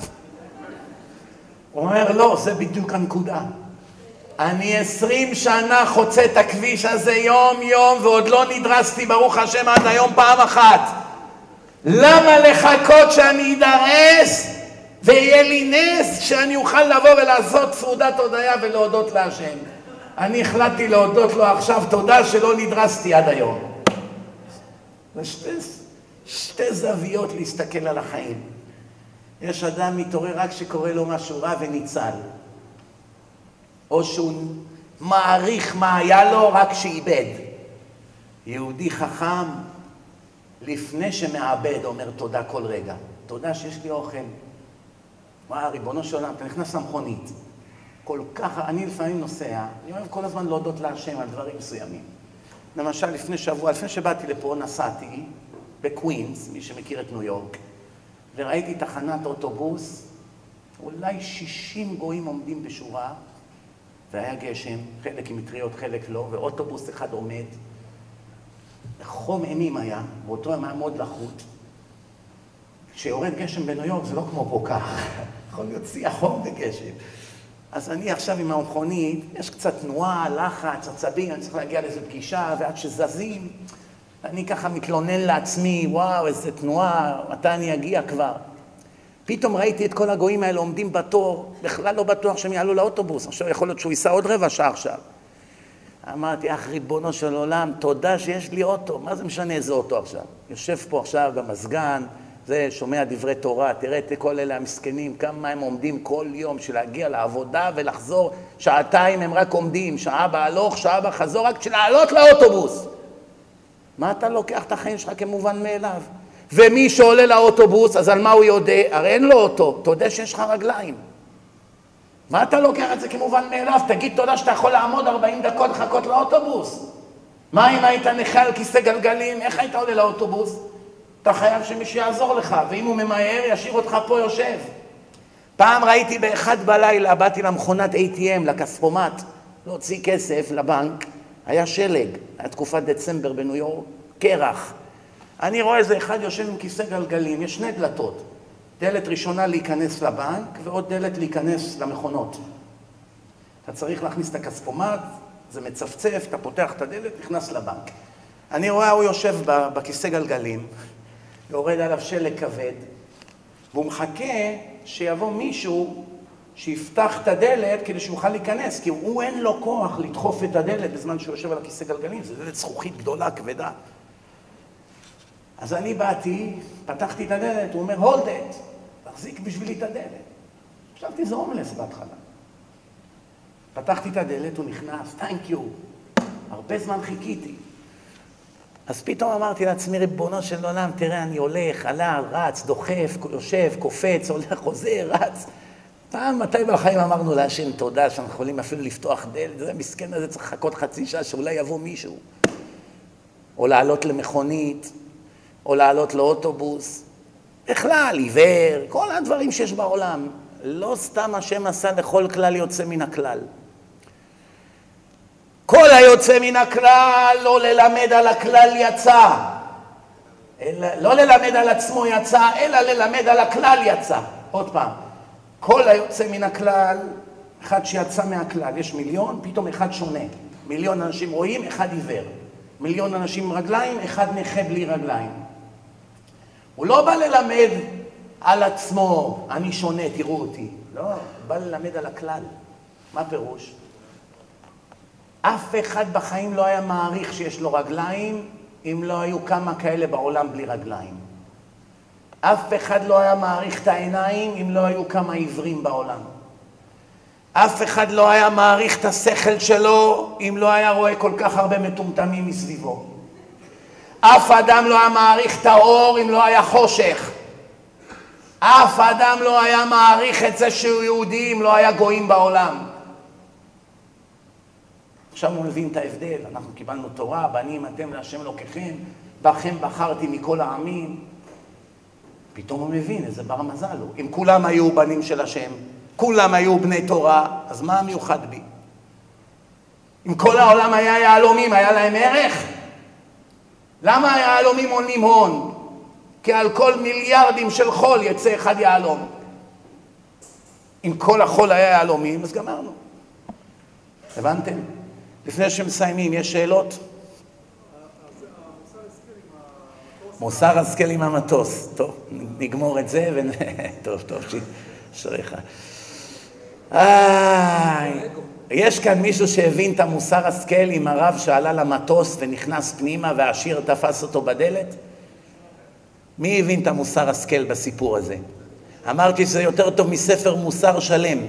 הוא אומר, לא, זה בדיוק הנקודה. אני 20 שנה חוצה את הכביש הזה יום ועוד לא נדרסתי, ברוך השם, עד היום פעם אחת. למה לחכות שאני אדרס ויהיה לי נס שאני אוכל לבוא ולעשות סעודת הודיה ולהודות להשם? אני החלטתי להודות לו עכשיו, תודה שלא נדרסתי עד היום. זה שתי זוויות להסתכל על החיים. יש אדם מתעורר רק שקורא לו משהו רע וניצל. או שהוא מעריך מה היה לו רק שאיבד. יהודי חכם, לפני שמעבד, אומר תודה כל רגע. תודה שיש לי אוכל. מה, ריבונו של עולם, אתה נכנס למכונית. כל כך, אני לפעמים נוסע, אני אוהב כל הזמן להודות להשם על דברים מסוימים. למשל, לפני שבוע, לפני שבאתי לפה, נסעתי בקווינס, מי שמכיר את ניו יורק, וראיתי תחנת אוטובוס, אולי 60 גויים עומדים בשורה, והיה גשם, חלק עם מטריות, חלק לא, ואוטובוס אחד עומד. חום אימים היה, ואותו היה מאוד לחות. כשיורד גשם בניו יורק זה לא כמו פה כך, יכול להיות שיא החום וגשם. אז אני עכשיו עם המכונית, יש קצת תנועה, לחץ, עצבים, אני צריך להגיע לאיזו פגישה, ועד שזזים, אני ככה מתלונן לעצמי, וואו, איזה תנועה, מתי אני אגיע כבר? פתאום ראיתי את כל הגויים האלה עומדים בתור, בכלל לא בטוח שהם יעלו לאוטובוס, עכשיו יכול להיות שהוא ייסע עוד רבע שעה עכשיו. אמרתי, אך ריבונו של עולם, תודה שיש לי אוטו, מה זה משנה איזה אוטו עכשיו? יושב פה עכשיו במסגן, זה שומע דברי תורה, תראה את כל אלה המסכנים, כמה הם עומדים כל יום של להגיע לעבודה ולחזור, שעתיים הם רק עומדים, שעה בהלוך, שעה בחזור, רק של לעלות לאוטובוס. מה אתה לוקח את החיים שלך כמובן מאליו? ומי שעולה לאוטובוס, אז על מה הוא יודע? הרי אין לו אוטו, תודה שיש לך רגליים. מה אתה לוקח את זה כמובן מאליו? תגיד תודה שאתה יכול לעמוד 40 דקות לחכות לאוטובוס. מה אם היית נכה על כיסא גלגלים? איך היית עולה לאוטובוס? אתה חייב שמישהו יעזור לך, ואם הוא ממהר, ישאיר אותך פה יושב. פעם ראיתי באחד בלילה, באתי למכונת ATM, לכספומט, להוציא כסף לבנק, היה שלג, היה תקופת דצמבר בניו יורק, קרח. אני רואה איזה אחד יושב עם כיסא גלגלים, יש שני דלתות. דלת ראשונה להיכנס לבנק, ועוד דלת להיכנס למכונות. אתה צריך להכניס את הכספומט, זה מצפצף, אתה פותח את הדלת, נכנס לבנק. אני רואה, הוא יושב בכיסא גלגלים, יורד עליו שלג כבד, והוא מחכה שיבוא מישהו שיפתח את הדלת כדי שיוכל להיכנס, כי הוא אין לו כוח לדחוף את הדלת בזמן שהוא יושב על הכיסא גלגלים, זה דלת זכוכית גדולה, כבדה. אז אני באתי, פתחתי את הדלת, הוא אומר, hold it, תחזיק בשבילי את הדלת. חשבתי, זה הומלס בהתחלה. פתחתי את הדלת, הוא נכנס, thank you. הרבה זמן חיכיתי. אז פתאום אמרתי לעצמי, ריבונו של עולם, תראה, אני הולך, עלה, רץ, דוחף, יושב, קופץ, הולך, חוזר, רץ. פעם, מתי בחיים אמרנו להשם תודה, שאנחנו יכולים אפילו לפתוח דלת, זה מסכן הזה, צריך לחכות חצי שעה, שאולי יבוא מישהו. או לעלות למכונית, או לעלות לאוטובוס. בכלל, עיוור, כל הדברים שיש בעולם. לא סתם השם עשה לכל כלל יוצא מן הכלל. כל היוצא מן הכלל, לא ללמד על הכלל יצא. לא ללמד על עצמו יצא, אלא ללמד על הכלל יצא. עוד פעם, כל היוצא מן הכלל, אחד שיצא מהכלל, יש מיליון, פתאום אחד שונה. מיליון אנשים רואים, אחד עיוור. מיליון אנשים עם רגליים, אחד נכה בלי רגליים. הוא לא בא ללמד על עצמו, אני שונה, תראו אותי. לא, הוא בא ללמד על הכלל. מה פירוש? אף אחד בחיים לא היה מעריך שיש לו רגליים, אם לא היו כמה כאלה בעולם בלי רגליים. אף אחד לא היה מעריך את העיניים, אם לא היו כמה עיוורים בעולם. אף אחד לא היה מעריך את השכל שלו, אם לא היה רואה כל כך הרבה מטומטמים מסביבו. אף אדם לא היה מעריך את האור, אם לא היה חושך. אף אדם לא היה מעריך את זה שהוא יהודי, אם לא היה גויים בעולם. עכשיו הוא מבין את ההבדל, אנחנו קיבלנו תורה, בנים אתם להשם אלוקיכם, בכם בחרתי מכל העמים. פתאום הוא מבין איזה בר מזל הוא. אם כולם היו בנים של השם, כולם היו בני תורה, אז מה המיוחד בי? אם כל העולם היה יהלומים, היה להם ערך? למה היהלומים עולים הון? כי על כל מיליארדים של חול יצא אחד יהלום. אם כל החול היה יהלומים, אז גמרנו. הבנתם? לפני שמסיימים, יש שאלות? מוסר השכל עם המטוס. טוב, נגמור את זה טוב, שריך. יש כאן מישהו שהבין את המוסר השכל עם הרב שעלה למטוס ונכנס פנימה והעשיר תפס אותו בדלת? מי הבין את המוסר השכל בסיפור הזה? אמרתי שזה יותר טוב מספר מוסר שלם.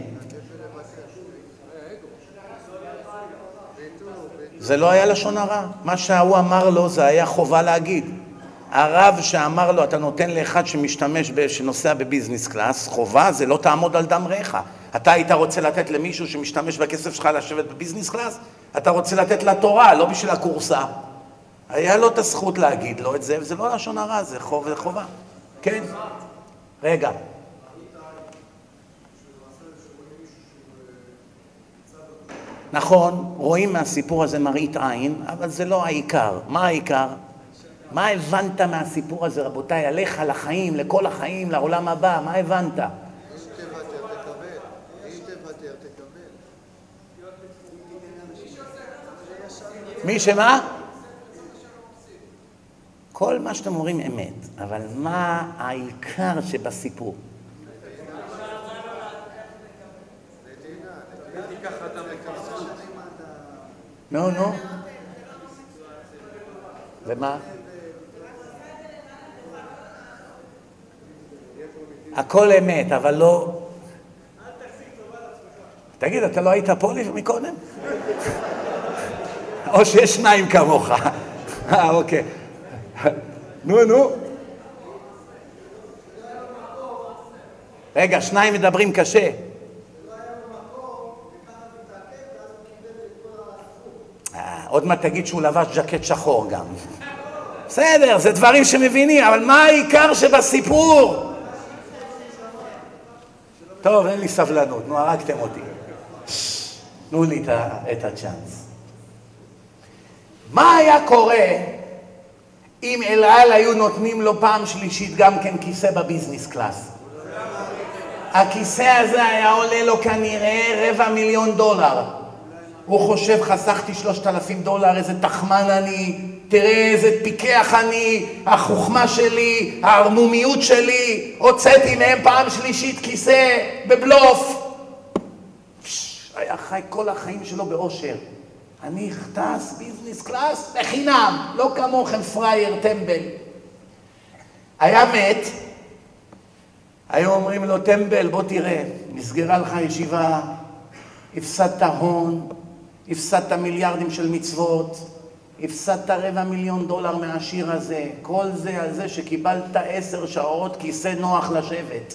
זה לא היה לשון הרע. מה שהוא אמר לו זה היה חובה להגיד. הרב שאמר לו, אתה נותן לאחד שמשתמש, שנוסע בביזנס קלאס, חובה, זה לא תעמוד על דם רעך. אתה היית רוצה לתת למישהו שמשתמש בכסף שלך לשבת בביזנס קלאס? אתה רוצה לתת לתורה, לא בשביל הקורסה. היה לו את הזכות להגיד לו את זה, וזה לא לשון הרע, זה חובה. כן? רגע. נכון, רואים מהסיפור הזה מראית עין, אבל זה לא העיקר. מה העיקר? מה הבנת מהסיפור הזה, רבותיי? עליך, לחיים, לכל החיים, לעולם הבא, מה הבנת? אם תוותר, תקבל. אם תוותר, תקבל. מי שמה? כל מה שאתם אומרים אמת, אבל מה העיקר שבסיפור? נו. ומה? הכל אמת, אבל לא... תגיד, אתה לא היית פה מקודם? או שיש שניים כמוך. אוקיי. נו. רגע, שניים מדברים קשה. עוד מה תגיד שהוא לבש ג'קט שחור גם. בסדר, זה דברים שמבינים, אבל מה העיקר שבסיפור? טוב, אין לי סבלנות, נו, הרגתם אותי. תנו לי את הצ'אנס. מה היה קורה אם אל על היו נותנים לו פעם שלישית גם כן כיסא בביזנס קלאס? הכיסא הזה היה עולה לו כנראה $250,000. הוא חושב, חסכתי $3,000, איזה תחמן אני, תראה איזה פיקח אני, החוכמה שלי, הערמומיות שלי, הוצאתי מהם פעם שלישית כיסא בבלוף. היה חי כל החיים שלו באושר. אני טס ביזנס קלאס בחינם, לא כמוכם פרייר טמבל. היה מת, היו אומרים לו, טמבל, בוא תראה, נסגרה לך ישיבה, הפסדת הון, הפסדת מיליארדים של מצוות, הפסדת $250,000 מהשיר הזה, כל זה על זה שקיבלת 10 שעות כיסא נוח לשבת.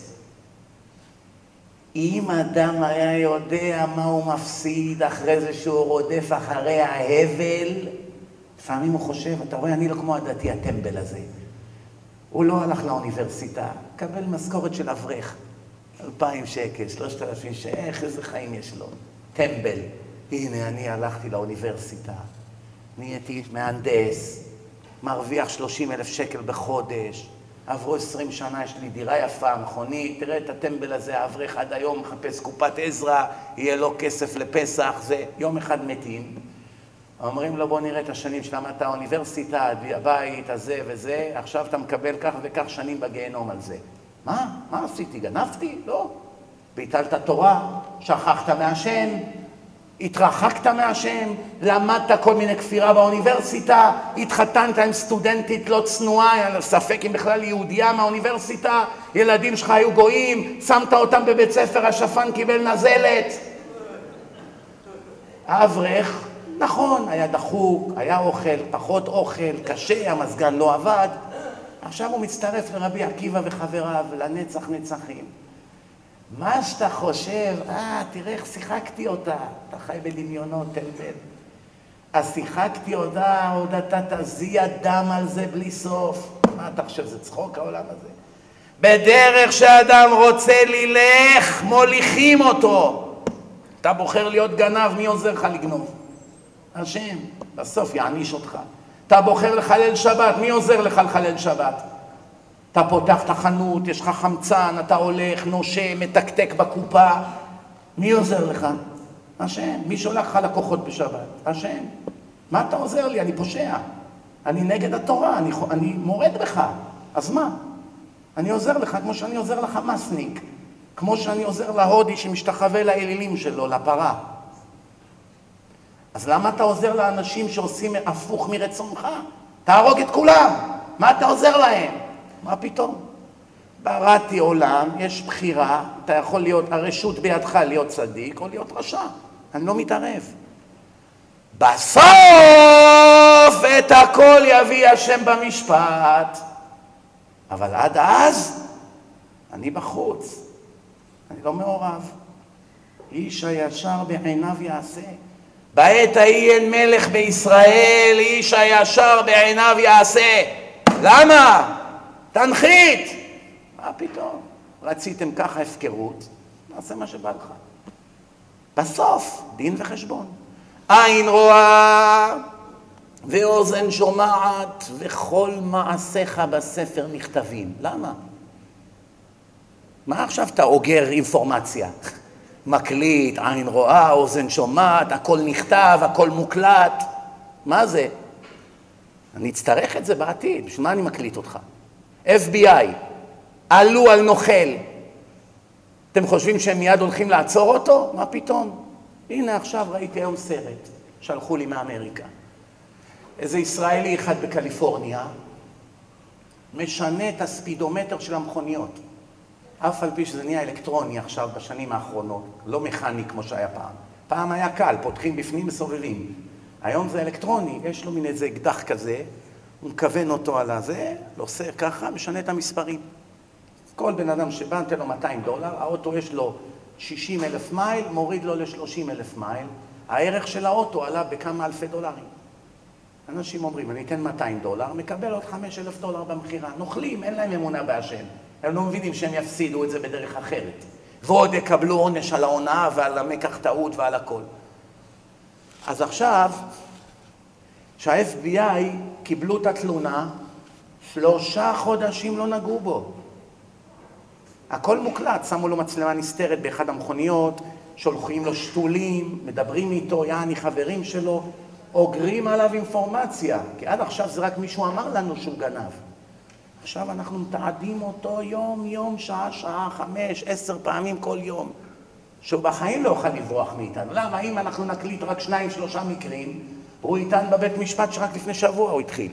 אם אדם היה יודע מה הוא מפסיד אחרי זה שהוא רודף אחרי ההבל, לפעמים הוא חושב, אתה רואה, אני לא כמו הדתי הטמבל הזה. הוא לא הלך לאוניברסיטה, קבל משכורת של אברך, 2,000 שקל, 3,000 שקל, איזה חיים יש לו, טמבל. הנה, אני הלכתי לאוניברסיטה, נהייתי מהנדס, מרוויח 30,000 שקל בחודש, עברו 20 שנה, יש לי דירה יפה, מכונית, תראה את הטמבל הזה, האברך עד היום מחפש קופת עזרא, יהיה לו כסף לפסח, זה יום אחד מתים. אומרים לו, בוא נראה את השנים שלמדת האוניברסיטה, הבית הזה וזה, עכשיו אתה מקבל כך וכך שנים בגיהנום על זה. מה? מה עשיתי? גנבתי? לא. ביטלת תורה, שכחת מהשם, התרחקת מהשם, למדת כל מיני כפירה באוניברסיטה, התחתנת עם סטודנטית לא צנועה, ספק אם בכלל יהודייה מהאוניברסיטה, ילדים שלך היו גויים, שמת אותם בבית ספר, השפן קיבל נזלת. האברך, נכון, היה דחוק, היה אוכל, פחות אוכל, קשה, המזגן לא עבד. עכשיו הוא מצטרף לרבי עקיבא וחבריו, לנצח נצחים. מה שאתה חושב, תראה איך שיחקתי אותה, אתה חי בדמיונות, טמבל. אז שיחקתי אותה, עוד אתה תזיע דם על זה בלי סוף. מה אתה חושב, זה צחוק העולם הזה? בדרך שאדם רוצה ללך, מוליכים אותו. אתה בוחר להיות גנב, מי עוזר לך לגנוב? השם, בסוף יעניש אותך. אתה בוחר לחלל שבת, מי עוזר לך לחלל שבת? אתה פותח את החנות, יש לך חמצן, אתה הולך, נושם, מתקתק בקופה. מי עוזר לך? השם. מי שולח לך לקוחות בשבת? השם. מה אתה עוזר לי? אני פושע. אני נגד התורה, אני מורד בך. אז מה? אני עוזר לך כמו שאני עוזר לך מסניק. כמו שאני עוזר להודי שמשתחווה לאלילים שלו, לפרה. אז למה אתה עוזר לאנשים שעושים הפוך מרצונך? תהרוג את כולם. מה אתה עוזר להם? מה פתאום? בראתי עולם, יש בחירה, אתה יכול להיות, הרשות בידך להיות צדיק או להיות רשע. אני לא מתערב. בסוף את הכל יביא השם במשפט. אבל עד אז אני בחוץ. אני לא מעורב. איש הישר בעיניו יעשה. בעת ההיא אין מלך בישראל, איש הישר בעיניו יעשה. למה? תנחית! מה פתאום? רציתם ככה הפקרות? נעשה מה שבא לך. בסוף, דין וחשבון. עין רואה ואוזן שומעת וכל מעשיך בספר נכתבים. למה? מה עכשיו אתה אוגר אינפורמציה? מקליט, עין רואה, אוזן שומעת, הכל נכתב, הכל מוקלט. מה זה? אני אצטרך את זה בעתיד, בשביל מה אני מקליט אותך? FBI, עלו על נוכל. אתם חושבים שהם מיד הולכים לעצור אותו? מה פתאום? הנה עכשיו ראיתי היום סרט, שלחו לי מאמריקה. איזה ישראלי אחד בקליפורניה, משנה את הספידומטר של המכוניות. אף על פי שזה נהיה אלקטרוני עכשיו בשנים האחרונות, לא מכני כמו שהיה פעם. פעם היה קל, פותחים בפנים מסובבים. היום זה אלקטרוני, יש לו מין איזה אקדח כזה, הוא מכוון אותו על הזה, לא עושה ככה, משנה את המספרים. כל בן אדם שבא נתן לו $200, האוטו יש לו 60,000 מייל, מוריד לו ל-30,000 מייל, הערך של האוטו עלה בכמה אלפי דולרים. אנשים אומרים, אני אתן $200, מקבל עוד $5,000 במחירה. נוכלים, אין להם אמונה בהשם. הם לא מבינים שהם יפסידו את זה בדרך אחרת. ועוד יקבלו עונש על ההונאה ועל המקח טעות ועל הכל. אז עכשיו, שה-FBI קיבלו את התלונה, 3 חודשים לא נגעו בו. הכל מוקלט, שמו לו מצלמה נסתרת באחד המכוניות, שולחים לו שתולים, מדברים איתו, יעני חברים שלו, אוגרים עליו אינפורמציה, כי עד עכשיו זה רק מישהו אמר לנו שהוא גנב. עכשיו אנחנו מתעדים אותו יום, שעה, 5, 10 פעמים כל יום, שהוא בחיים לא יוכל לברוח מאיתנו. למה? אם אנחנו נקליט רק 2-3 מקרים, הוא איתן בבית משפט שרק לפני שבוע הוא התחיל.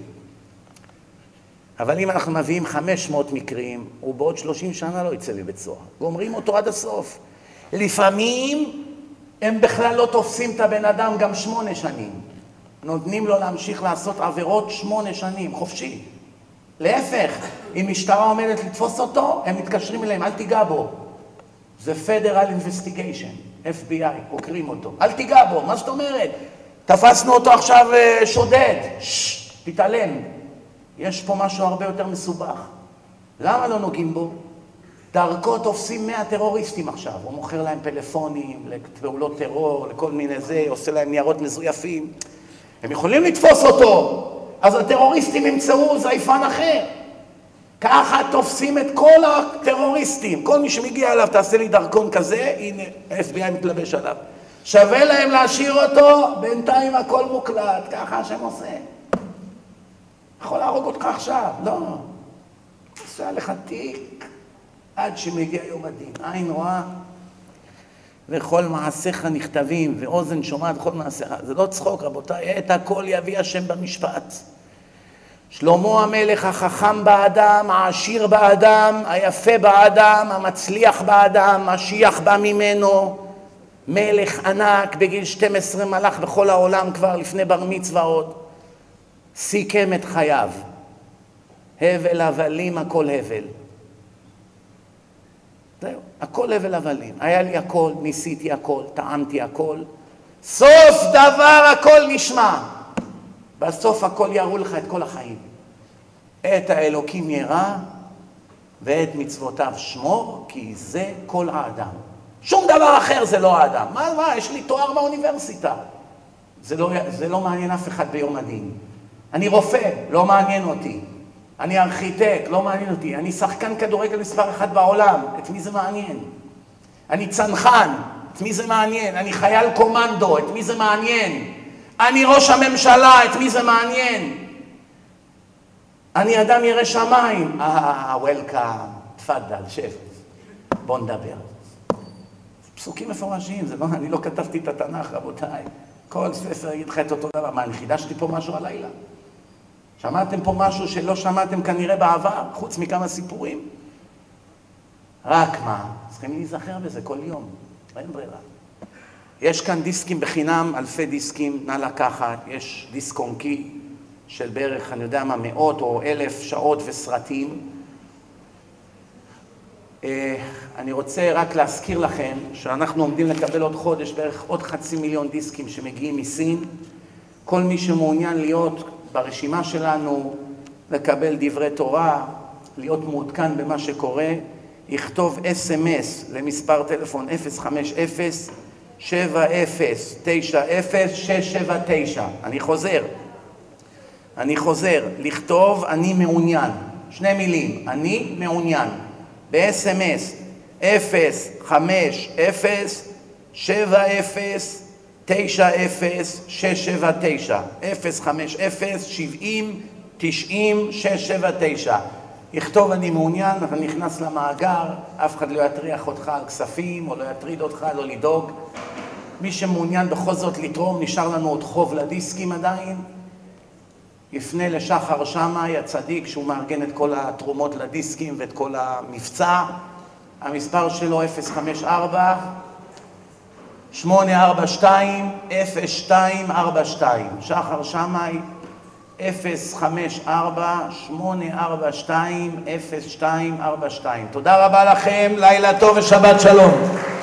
אבל אם אנחנו מביאים 500 מקרים, הוא בעוד 30 שנה לא יצא מבית סוהר. גומרים אותו עד הסוף. לפעמים הם בכלל לא תופסים את הבן אדם גם 8 שנים. נותנים לו להמשיך לעשות עבירות 8 שנים, חופשי. להפך, אם משטרה עומדת לתפוס אותו, הם מתקשרים אליהם, אל תיגע בו. זה Federal Investigation, FBI, חוקרים אותו. אל תיגע בו, מה זאת אומרת? תפסנו אותו עכשיו שודד, תתעלם. יש פה משהו הרבה יותר מסובך. למה לא נוגעים בו? דרכו תופסים 100 טרוריסטים עכשיו. הוא מוכר להם פלאפונים, לפעולות טרור, לכל מיני זה, עושה להם ניירות מזויפים. הם יכולים לתפוס אותו, אז הטרוריסטים ימצאו זייפן אחר. ככה תופסים את כל הטרוריסטים. כל מי שמגיע אליו, תעשה לי דרכון כזה, הנה, ה-FBI מתלבש עליו. שווה להם להשאיר אותו, בינתיים הכל מוקלט, ככה השם עושה. יכול להרוג אותך עכשיו, לא. עושה לך תיק עד שמגיע יום הדין. עין רואה, וכל מעשיך נכתבים, ואוזן שומעת כל מעשיך. זה לא צחוק, רבותיי, את הכל יביא השם במשפט. שלמה המלך החכם באדם, העשיר באדם, היפה באדם, המצליח באדם, השיח בא ממנו, מלך ענק בגיל 12 מלך בכל העולם כבר לפני בר מצווה עוד. סיכם את חייו. הבל הבלים, הכל הבל. זהו, הכל הבל הבלים. היה לי הכל, ניסיתי הכל, טעמתי הכל. סוף דבר הכל נשמע. בסוף הכל יראו לך את כל החיים. את האלוקים ירא ואת מצוותיו שמור, כי זה כל האדם. שום דבר אחר זה לא האדם. מה? יש לי תואר באוניברסיטה. זה לא מעניין אף אחד ביום הדין. אני רופא, לא מעניין אותי. אני ארכיטקט, לא מעניין אותי. אני שחקן כדורגל מספר 1 בעולם, את מי זה מעניין? אני צנחן, את מי זה מעניין? אני חייל קומנדו, את מי זה מעניין? אני ראש הממשלה, את מי זה מעניין? אני אדם ירא שמיים. וולקאם, תפדל, שב. בוא נדבר. פסוקים מפורשים, זה לא, אני לא כתבתי את התנ"ך, רבותיי. כל ספר יגיד לך את אותו דבר. מה, אני חידשתי פה משהו הלילה? שמעתם פה משהו שלא שמעתם כנראה בעבר, חוץ מכמה סיפורים? רק מה? צריכים להיזכר בזה כל יום, אין ברירה. יש כאן דיסקים בחינם, אלפי דיסקים, נא לקחת, יש דיסק אונקי של בערך, אני יודע מה, 100 או 1,000 שעות וסרטים. אני רוצה רק להזכיר לכם שאנחנו עומדים לקבל עוד חודש בערך עוד 500,000 דיסקים שמגיעים מסין. כל מי שמעוניין להיות ברשימה שלנו, לקבל דברי תורה, להיות מעודכן במה שקורה, יכתוב SMS למספר טלפון 050-7090-679. אני חוזר, לכתוב אני מעוניין, 2 מילים, אני מעוניין, ב-SMS 050-7090-679. 050-70-679. יכתוב אני מעוניין, אתה נכנס למאגר, אף אחד לא יטריח אותך על כספים, או לא יטריד אותך, לא לדאוג. מי שמעוניין בכל זאת לתרום, נשאר לנו עוד חוב לדיסקים עדיין. יפנה לשחר שמאי הצדיק, שהוא מארגן את כל התרומות לדיסקים ואת כל המבצע. המספר שלו 054-842-0242. שחר שמאי 054-842-0242. תודה רבה לכם, לילה טוב ושבת שלום.